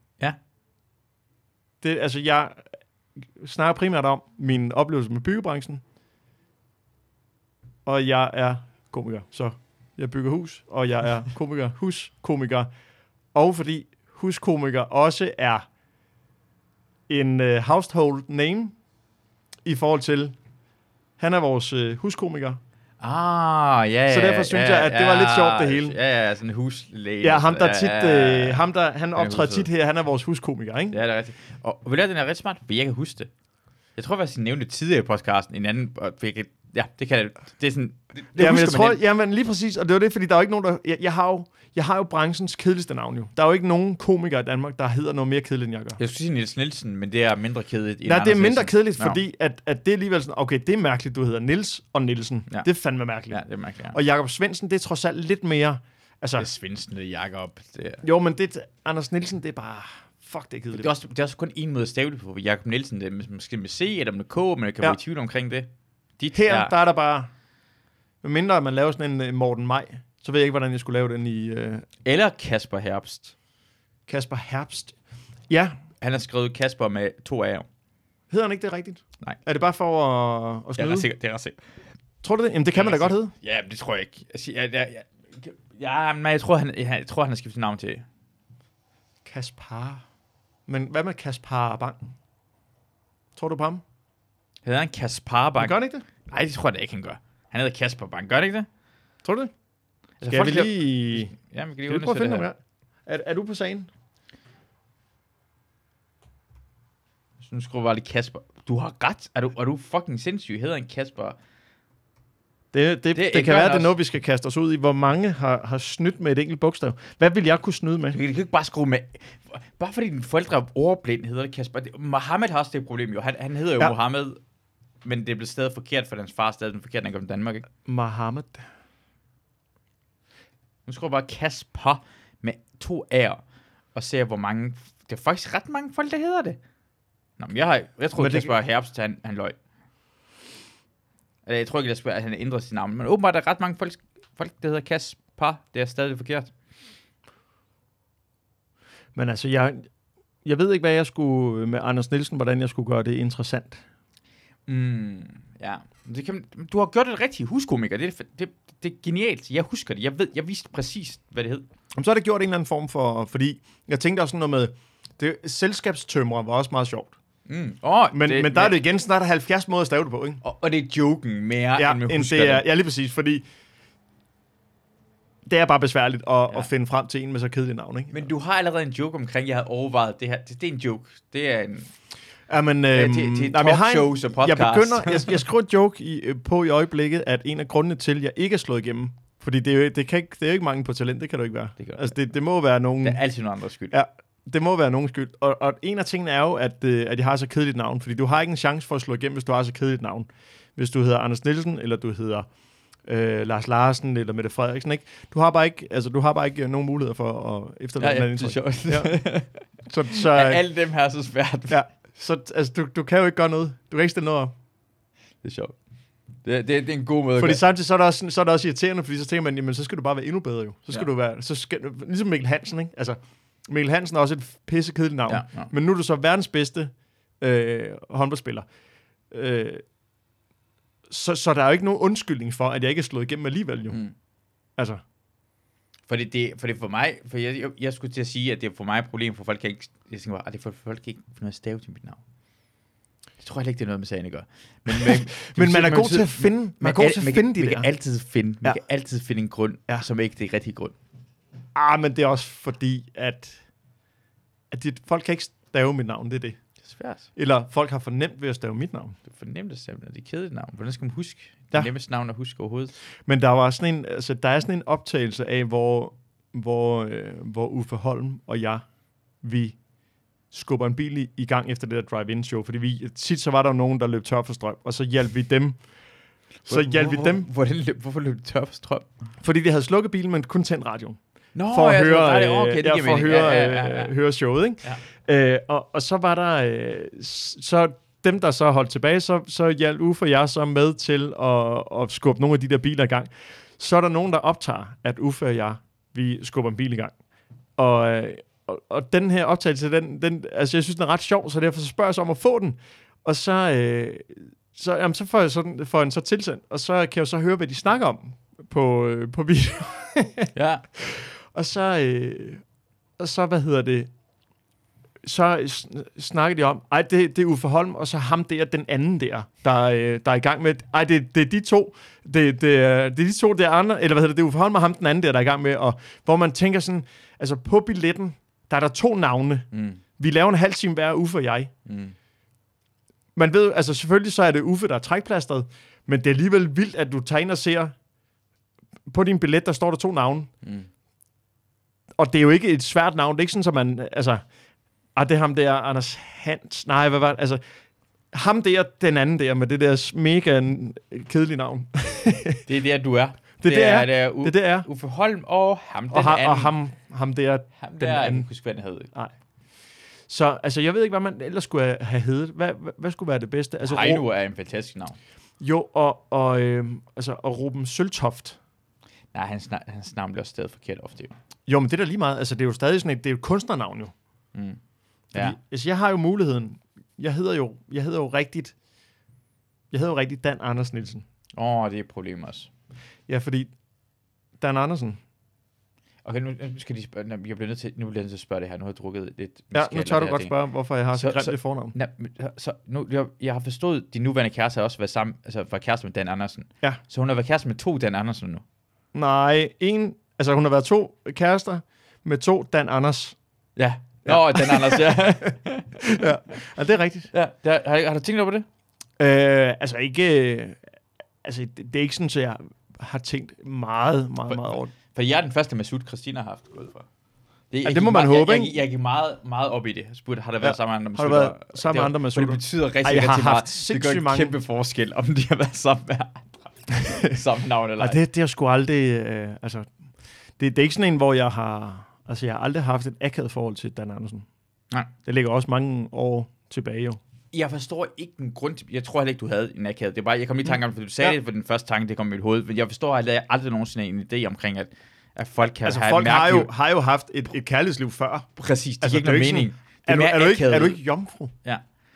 det, altså jeg snakker primært om min oplevelse med byggebranchen, og jeg er komiker, så jeg bygger hus, og jeg er komiker, huskomiker, og fordi huskomiker også er en household name i forhold til, han er vores huskomiker. Så derfor synes jeg, at det var lidt sjovt det hele. Ja, sådan en huslæge. Ja, ham der tit, han optræder tit her, han er vores huskomiker, ikke? Ja, det er rigtigt. Og vil jeg den er ret smart, for jeg kan huske det. Jeg tror faktisk, jeg nævnte det tidligere i podcasten, en anden, for jeg kan Ja, det kan det er sådan... Det Jamen, jeg husker man tror, jamen lige præcis, og det var det, fordi der er jo ikke nogen, der... Jeg har jo branchens kedeligste navn jo. Der er jo ikke nogen komikere i Danmark, der hedder noget mere kedeligt, end jeg gør. Jeg skulle sige Niels Nielsen, men det er mindre kedeligt. Nej, det er mindre kedeligt, fordi at det er alligevel sådan, okay, det er mærkeligt, du hedder Niels og Nielsen. Ja. Det er fandme mærkeligt. Ja, det er mærkeligt, ja. Og Jakob Svendsen, det er trods alt lidt mere... Altså, det er Svendsen, det er Jakob. Jo, men Anders Nielsen, det er bare... Fuck, det er kedeligt. Det er også kun en måde at stave det på. Jakob Nielsen, det er måske med C eller med K, men jeg kan være i tvivl omkring det. Der er der bare... Mindre man laver sådan en Morten Maj, så ved jeg ikke, hvordan jeg skulle lave den i... Eller Kasper Herbst. Kasper Herbst. Ja. Han har skrevet Kasper med 2 A'er. Hedder han ikke det rigtigt? Nej. Er det bare for at snyde? Det er ret sikkert. Tror du det? Jamen, det kan man da godt hedde. Ja, det tror jeg ikke. Men jeg tror, han har skiftet navn til... Kaspar. Men hvad med Kaspar Bang? Tror du på ham? Hedder han Kaspar Bang? Gør han ikke det? Nej, det tror jeg da ikke, han gør. Han hedder Kasper Bang. Gør det ikke det? Tror du det? Altså, skal vi lige... Ja, vi kan lige prøve at finde ham her. Er du på sagen? Så nu skruer bare lige Kasper. Du har ret. Er du fucking sindssyg? Hedder en Kasper? Det kan være, det er noget, vi skal kaste os ud i. Hvor mange har snydt med et enkelt bogstav? Hvad vil jeg kunne snyde med? Du kan ikke bare skrue med... Bare fordi dine forældre er ordblind, hedder det Kasper. Mohammed har også det problem jo. Han hedder jo Mohammed, men det er blevet stadig forkert, for hans far stadig den forkert, han kom til Danmark, ikke? Mohammed. Nu skruer bare Kasper med 2 A'er, og ser, hvor mange... Det er faktisk ret mange folk, der hedder det. Nå, men jeg tror, Kasper Herbst, han løg. Jeg tror ikke, at han ændrer sit navn, men åbenbart er der ret mange folk, der hedder Kasper. Det er stadig forkert. Men altså, jeg ved ikke, hvad jeg skulle med Anders Nielsen, hvordan jeg skulle gøre det interessant. Ja. Du har gjort det rigtigt. Huskomiker, det er genialt. Jeg husker det. Jeg vidste præcis, hvad det hed. Jamen, så har det gjort en eller anden form for... Fordi jeg tænkte også sådan noget med... Selskabstømrer var også meget sjovt. Men der er det igen, sådan er der 70 måder at stave det på, ikke? Og det er joken mere, end med husker det. Ja, lige præcis, fordi... Det er bare besværligt at finde frem til en med så kedelig navn, ikke? Men du har allerede en joke omkring, jeg havde overvejet det her. Det er en joke. Det er en... Ja, men... til talkshows og podcast. Jeg skriver en joke på i øjeblikket, at en af grundene til, at jeg ikke er slået igennem, fordi det er jo ikke mange på talent, det kan du ikke være. Det må være nogen... Det er altid nogen andres skyld. Ja, det må være nogen skyld. Og en af tingene er jo, at jeg har så kedeligt navn, fordi du har ikke en chance for at slå igennem, hvis du har så kedeligt navn. Hvis du hedder Anders Nielsen, eller du hedder Lars Larsen, eller Mette Frederiksen, ikke? Du har bare ikke nogen muligheder for at efterlade den. Det er sjovt. Ja. Så alle dem her er så svært. Ja, så altså, du kan jo ikke gøre noget. Du kan ikke stille noget op. Det er sjovt. Det er en god måde. Fordi samtidig så er det også irriterende, fordi så tænker man, jamen så skal du bare være endnu bedre jo. Så skal du være, ligesom Mikkel Hansen, ikke? Altså, Mikkel Hansen er også et pissekedeligt navn. Ja. Men nu er du så verdens bedste håndboldspiller. Så der er jo ikke nogen undskyldning for, at jeg ikke er slået igennem alligevel jo. Altså. For det for mig, for jeg skulle til at sige, at det er for mig et problem, for folk kan ikke, jeg tænker bare, at det for folk kan ikke få noget stave til mit navn. Jeg tror heller ikke, det er noget med sagen at gøre. Men man er god til at finde, man kan altid finde en grund, som ikke er det rigtige grund. Men det er også fordi, at folk kan ikke stave mit navn, det er det. Det er svært. Eller folk har for nemt ved at stave mit navn. Det er for nemt at stave, det er kedeligt navn. Hvordan skal man huske? Det nemmeste navn at huske overhovedet. Men der var sådan en, altså der er sådan en optagelse af, hvor Uffe Holm og jeg, vi skubber en bil i gang efter det der drive-in show, fordi tit så var der nogen, der løb tør for strøm, og så hjalp vi dem. Hvorfor løb de tør for strøm? Fordi vi havde slukket bilen, men kun tændt radioen. For at høre showet, ikke? Ja. Og så var der så dem, der så holdt tilbage, så hjalp Uffe og jeg så med til at skubbe nogle af de der biler i gang. Så er der nogen, der optager, at Uffe og jeg, vi skubber en bil i gang. Og den her optagelse, den altså jeg synes, den er ret sjov, så derfor så spørger jeg så om at få den. Og så får jeg den så tilsendt, og så kan jeg så høre, hvad de snakker om på video. Ja. Og så hvad hedder det? Så snakker de om, det er Uffe Holm, og så ham der, den anden der er i gang med, det er de to, det er de to, det er andre, eller hvad hedder det er Uffe Holm og ham den anden der er i gang med, og hvor man tænker sådan, altså på billetten, der er der 2 navne. Vi laver en halv time hver, Uffe og jeg. Man ved, altså selvfølgelig så er det Uffe, der er trækplastret, Men det er alligevel vildt, at du tager ind og ser, på din billet, der står der 2 navne. Og det er jo ikke et svært navn. Det er ikke sådan, at man, altså, det er ham der, Anders Hans. Nej, hvad var det? Altså, ham der, den anden der, med det der mega kedelige navn. Det er der, du er. Det er Uffe Holm og ham den og anden. Og ham der, Ham den der, jeg anden. kan huske, hvad den hed. Nej. Så altså, jeg ved ikke, hvad man ellers skulle have heddet. Hvad skulle være det bedste? Altså, Heino er en fantastisk navn. Jo, og Ruben Søltoft. Nej, hans navn bliver stadig forkert ofte. Jo, men det er da lige meget. Altså, det er jo stadig sådan det er jo et kunstnernavn jo. Ja. Fordi, altså, jeg har jo muligheden. Jeg hedder jo rigtigt Dan Anders Nielsen. Det er et problem også. Ja, fordi Dan Andersen. Okay, nu skal de spørge. Jeg bliver nødt til at spørge det her. Nu har jeg drukket lidt. Ja, nu tør du godt spørge, hvorfor jeg har så grimt det fornavn. Så nu, jeg har forstået, at din nuværende kæreste har også været sammen, altså var kæreste med Dan Andersen. Ja. Så hun har været kæreste med 2 Dan Andersen nu. Nej, hun har været 2 kærester med 2 Dan Anders. Ja. Dan Anders, ja. Ja, det er rigtigt. Ja, har du tænkt over det? Det er ikke sådan, at jeg har tænkt meget over det. For jeg er den første Masud, Christina har haft gået for. Det må man håbe, ikke? Jeg gik meget, meget op i det. Jeg spurgte, har der været sammen med andre Masud? Har der været sammen med andre Masud? Det betyder rigtig meget. Det gør en kæmpe forskel, om de har været sammen med andre. Samme navn eller ej. Det er sgu aldrig... det er ikke sådan en, hvor jeg har... Altså, jeg har aldrig haft et akavet forhold til Dan Andersen. Nej. Det ligger også mange år tilbage, jo. Jeg forstår ikke den grund til... Jeg tror heller ikke, du havde en akavet. Det er bare... Jeg kom lige i tanke om, fordi du sagde det for den første tanke, det kom i mit hoved. Men jeg forstår aldrig nogensinde en idé omkring, at folk kan have folk har jo haft et kærlighedsliv før. Præcis. Det giver ikke nogen mening. Er du ikke jomfru? Ja.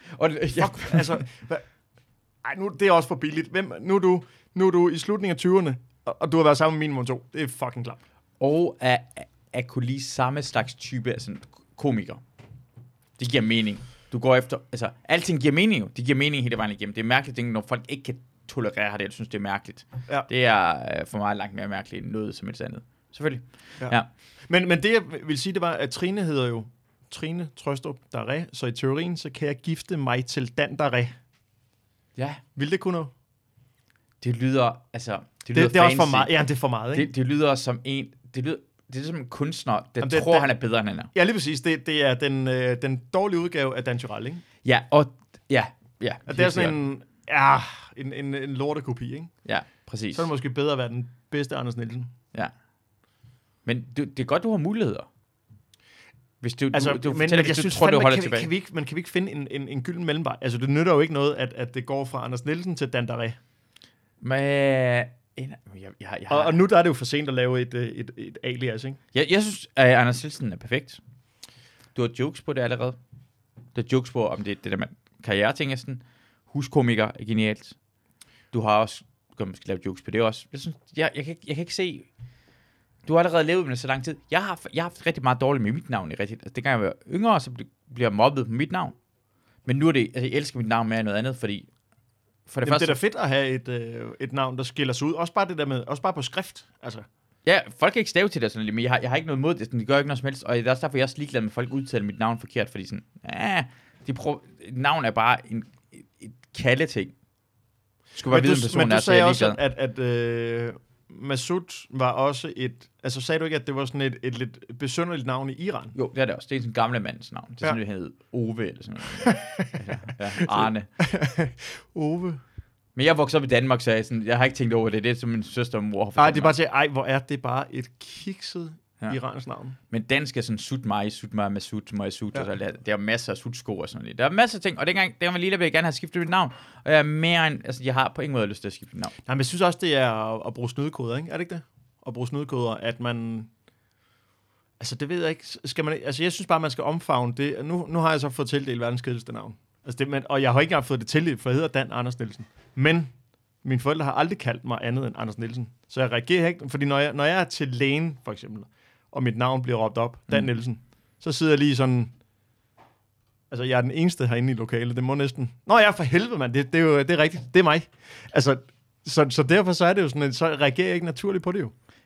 Det er også for billigt. Nu er du i slutningen af 20'erne, og du har været sammen med minimum 2. Det er fucking klart. Og at kunne lide samme slags type af sådan komiker. Det giver mening. Du går efter... Altså, alting giver mening jo. Det giver mening hele vejen igennem. Det er mærkeligt, når folk ikke kan tolerere det. Jeg synes, det er mærkeligt. Ja. Det er for mig langt mere mærkeligt end noget som et andet. Selvfølgelig. Ja. Men det, jeg vil sige, det var, at Trine hedder jo Trine Trøstrup Daré, så i teorien, så kan jeg gifte mig til Dan Daré. Ja. Vil det kunne noget? Det lyder, altså... Det er også for meget. Ja, det er for meget, ikke? Det lyder som en... Det er som en kunstner, der tror, han er bedre, end han er. Ja, lige præcis. Det er den dårlige udgave af Dan Tyrell, ikke? Ja, og... Ja. Det er sådan en lortekopi, ikke? Ja, præcis. Så er det måske bedre at være den bedste Anders Nielsen. Ja. Men det er godt, du har muligheder. Hvis du tror, du holder tilbage. Kan vi ikke finde en gylden mellemvej? Altså, det nytter jo ikke noget, at det går fra Anders Nielsen til Dan Daré. Men... Og nu der er det jo for sent at lave et alias, ikke? Jeg synes, at Anders Nielsen er perfekt. Du har jokes på det allerede. Der er jokes på, om det der med karriereting er sådan. Huskomiker er genialt. Du har også... Du kan måske lave jokes på det også. Jeg synes, jeg kan ikke se... Du har allerede levet med det så lang tid. Jeg har haft rigtig meget dårligt med mit navn i rigtigt. Altså, det kan jeg være yngre, så bliver jeg mobbet på mit navn. Men nu er det... Altså, jeg elsker mit navn mere end noget andet, fordi... Det er da fedt at have et navn, der skiller sig ud. Også bare det der med... Også bare på skrift, altså. Ja, folk kan ikke stave til det sådan lidt, men jeg har ikke noget mod det. Det gør ikke noget som helst. Og det er også derfor, jeg er også ligeglad med, at folk udtaler mit navn forkert, fordi sådan... navn er bare et kaldeting. Skulle bare vide, en person men du er, sagde også, at Masud var også et... Altså, sagde du ikke, at det var sådan et lidt besynderligt navn i Iran? Jo, det er det også. Det er sådan en gamle mands navn. Det er sådan, det hedder Ove eller sådan noget. Arne. Ove. Men jeg voksede op i Danmark, så jeg har ikke tænkt over det. Det er som min søster og mor har fortalt. Nej, det er bare til, hvor er det bare et kikset iransk navn. Men dansk er sådan sut mig, Masud, Masud. Ja. Der er masser af sutsko og sådan noget. Der er masser af ting, og dengang var lige der, vil jeg gerne have skiftet mit navn. Og jeg er mere end... Altså, jeg har på ingen måde lyst til at skifte mit navn. Nej, men jeg synes også, det er at bruge snydekoder, ikke? Er det ikke det? At bruge snydekoder, at man... Altså, det ved jeg ikke. Skal man... Altså, jeg synes bare, man skal omfavne det. Nu har jeg så fået tildelt verdens kedeligste navn. Altså, og jeg har ikke engang fået det tildelt, for jeg hedder Dan Anders Nielsen. Men mine forældre har aldrig kaldt mig andet end Anders Nielsen. Så jeg reagerer ikke, fordi når jeg er til lægen, for eksempel, og mit navn bliver råbt op, Dan Nielsen, så sidder jeg lige sådan... Altså, jeg er den eneste herinde i lokalet. Det må næsten... Nå ja, for helvede, mand. Det er rigtigt. Det er mig. Altså, så derfor så er det jo sådan, så reagerer jeg ikke naturligt på det jo.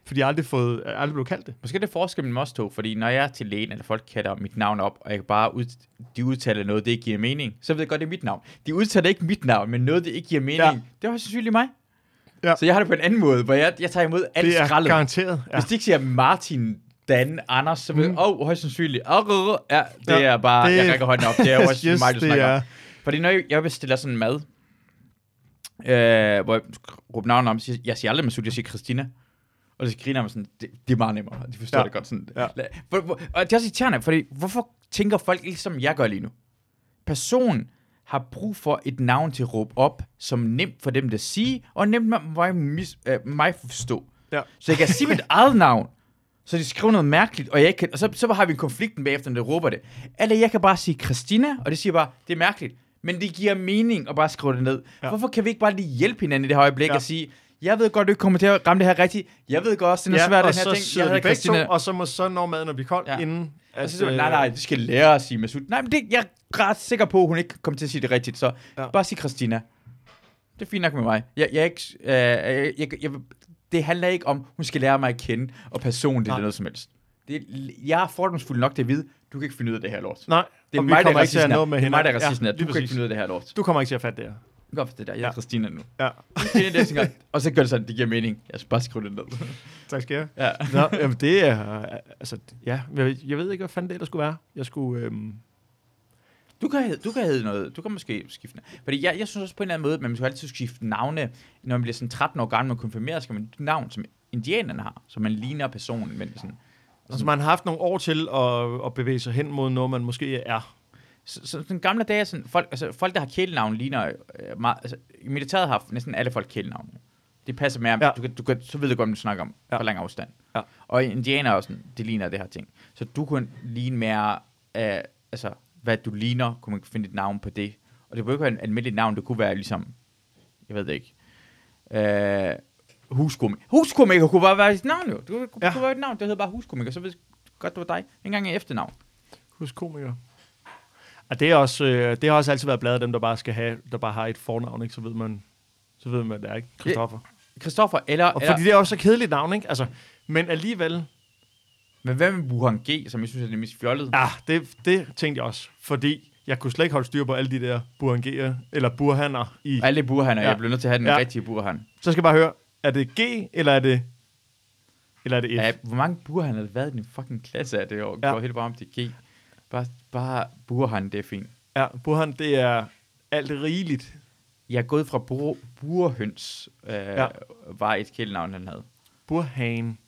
Fordi jeg aldrig blev kaldt det. Måske er det forskel mellem os to, fordi når jeg er til lægen, eller folk kalder mit navn op, og jeg kan bare de udtaler noget, det ikke giver mening, så ved jeg godt, det er mit navn. De udtaler ikke mit navn, men noget, det ikke giver mening. Ja. Det er også sandsynligt mig. Ja. Så jeg har det på en anden måde, hvor jeg tager imod alt skraldet. Det er garanteret. Ja. Hvis de ikke siger Martin, Dan, Anders, så ved jeg, højst sandsynligt. Ja, det er bare, jeg rækker hånden op. Det er også mig, du snakker om. Fordi når jeg bestiller sådan en mad, hvor jeg råber navnet om, jeg siger aldrig Masud, jeg siger Christina. Og så griner man sådan, det er meget nemmere. De forstår det godt sådan. Ja. Og det er også irriterende, fordi hvorfor tænker folk ikke, som jeg gør lige nu? Personen har brug for et navn til at råbe op, som nemt for dem at sige, og nemt mig forstå. Ja. Så jeg kan sige mit eget navn, så de skriver noget mærkeligt, og jeg ikke kan, og så har vi en konflikt bagefter, når de råber det. Eller jeg kan bare sige Christina, og det siger bare, det er mærkeligt. Men det giver mening at bare skrive det ned. Ja. Hvorfor kan vi ikke bare lige hjælpe hinanden i det her øjeblik og sige, jeg ved godt, du ikke kommer til at ramme det her rigtigt. Jeg ved godt også, det er svært, den her ting. Jeg hedder Christina. Og så når maden at blive kold inden. Nej, det skal lære at sige Masud. Nej, men jeg er ret sikker på, at hun ikke kommer til at sige det rigtigt. Så bare sig Christina. Det er fint nok med mig. Det handler ikke om, hun skal lære mig at kende, og personligt eller noget som helst. Jeg er fordomsfuld nok til at vide, du kan ikke finde ud af det her lort. Nej, det er mig, der er racisten. Det er mig, der er racisten. Du kan ikke finde ud af det her lort. Du kommer ikke til at fatte det her. Godt for det der. Jeg er Christina nu. Ja. Og så gør det sådan, det giver mening. Jeg skal bare skrive det ned. Tak skal jeg. Ja. Nå, jamen det er, altså, ja, jeg ved ikke, hvad fanden det der skulle være. Jeg skulle... Du kan hedde noget. Du kan måske skifte. Fordi jeg synes også på en eller anden måde, at man skal altid skifte navne. Når man bliver sådan 13 år gammel, man konfirmerer, skal man et navn, som indianerne har. Så man ligner personen. Men sådan, altså man har haft nogle år til at bevæge sig hen mod noget, man måske er. Så den gamle dage, sådan, folk, der har kælenavn, ligner meget... Altså, i militæret har næsten alle folk kælenavn. Det passer med, så ved du godt, om du snakker om for lang afstand. Ja. Og indianer også, det ligner det her ting. Så du kunne ligne mere... altså, hvad du ligner, kunne man finde et navn på det. Og det kunne ikke være et almindeligt navn, det kunne være ligesom... Jeg ved det ikke. Huskomiker. Huskomiker kunne bare være et navn, jo. Det kunne være et navn, det hedder bare huskomiker. Så ved jeg godt, det var dig. En gang i efternavn. Huskomiker. Og det har også altid været bladet dem, der bare har et fornavn, ikke? Så ved man, det er ikke Christoffer. Christoffer, eller... Fordi det er også så kedeligt navn, ikke? Altså, men alligevel... Men hvad med Burhan G, som jeg synes er det mest fjollede? Ja, det tænkte jeg også. Fordi jeg kunne slet ikke holde styr på alle de der Burhan G'er, eller Burhaner i... Alle Burhaner, jeg blev nødt til at have den rigtige Burhan. Så skal jeg bare høre, er det G, eller er det F? Ja, hvor mange Burhan har det været i din fucking klasse af det år? Går helt bare om til G. Bare Burhan, det er fint. Ja, Burhan, det er alt rigeligt. Jeg er gået fra Burhøns, var et kælenavn, han havde. Burhan.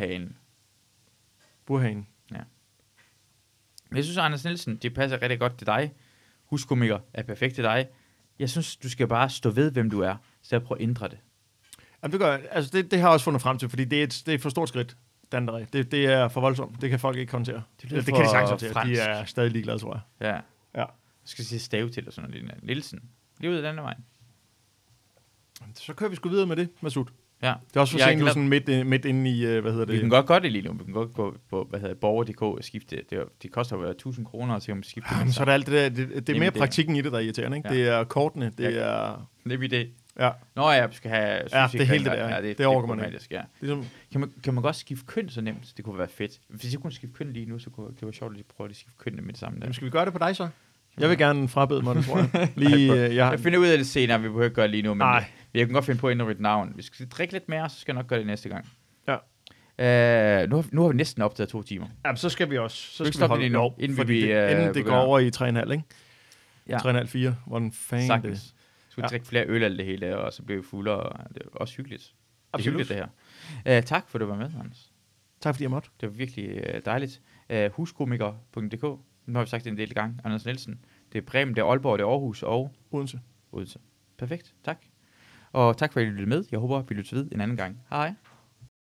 Ja. Men jeg synes, Anders Nielsen, det passer rigtig godt til dig. Huskomiker er perfekt til dig. Jeg synes, du skal bare stå ved, hvem du er, så jeg prøver at ændre det. Jamen, det gør jeg. Altså, det har jeg også fundet frem til, fordi det er et for stort skridt. Det er for voldsomt. Det kan folk ikke håndtere. Det kan de sagtens håndtere. De er stadig ligeglade, tror jeg. Ja. Jeg skal sige stave til, og sådan noget. Nielsen. Lige ud af den vej. Så kører vi sgu videre med det, Masud. Ja. Det er også for sent, du sådan midt inde i, Vi kan godt gøre det lige nu. Vi kan godt gå på, borger.dk og skifte. Det koster jo 1.000 kroner til at skifte. Ja, så er det alt det der. Det er mere praktikken i det, der er irriterende, ikke? Ja. Det er kortene, det er... Det er det. Ja. Nå ja, vi skal have... det er helt det der. Ja, det overgår man ikke. Ja. Ligesom, kan man godt skifte køn så nemt? Det kunne være fedt. Hvis jeg kunne skifte køn lige nu, så kunne det være sjovt at prøve at skifte køn med det samme. Jamen, skal vi gøre det på dig så? Jeg vil gerne frabede mig det, tror jeg. Jeg finder ud af det senere, vi behøver ikke gøre lige nu, men jeg kan godt finde på at ændre et navn. Vi skal drikke lidt mere, så skal jeg nok gøre det næste gang. Ja. Nu har vi næsten optaget 2 timer. Ja, så skal vi også. Så skal vi holde lige nu, inden det går over i 3,5, ikke? Ja. 3,5-4. Hvordan fanden det? Så vi drikke flere øl af det hele, og så bliver vi fulde, og det er også hyggeligt. Absolut. Det er hyggeligt, det her. Tak for, at du var med, Anders. Tak fordi jeg måtte. Det var virkelig dejligt. Huskomiker.dk. Nu har vi sagt det en del gang. Anders Nielsen. Det er Bremen, det er Aalborg, det er Aarhus og... Odense. Perfekt. Tak. Og tak for, at I lyttede med. Jeg håber, vi lytter ved en anden gang. Hej.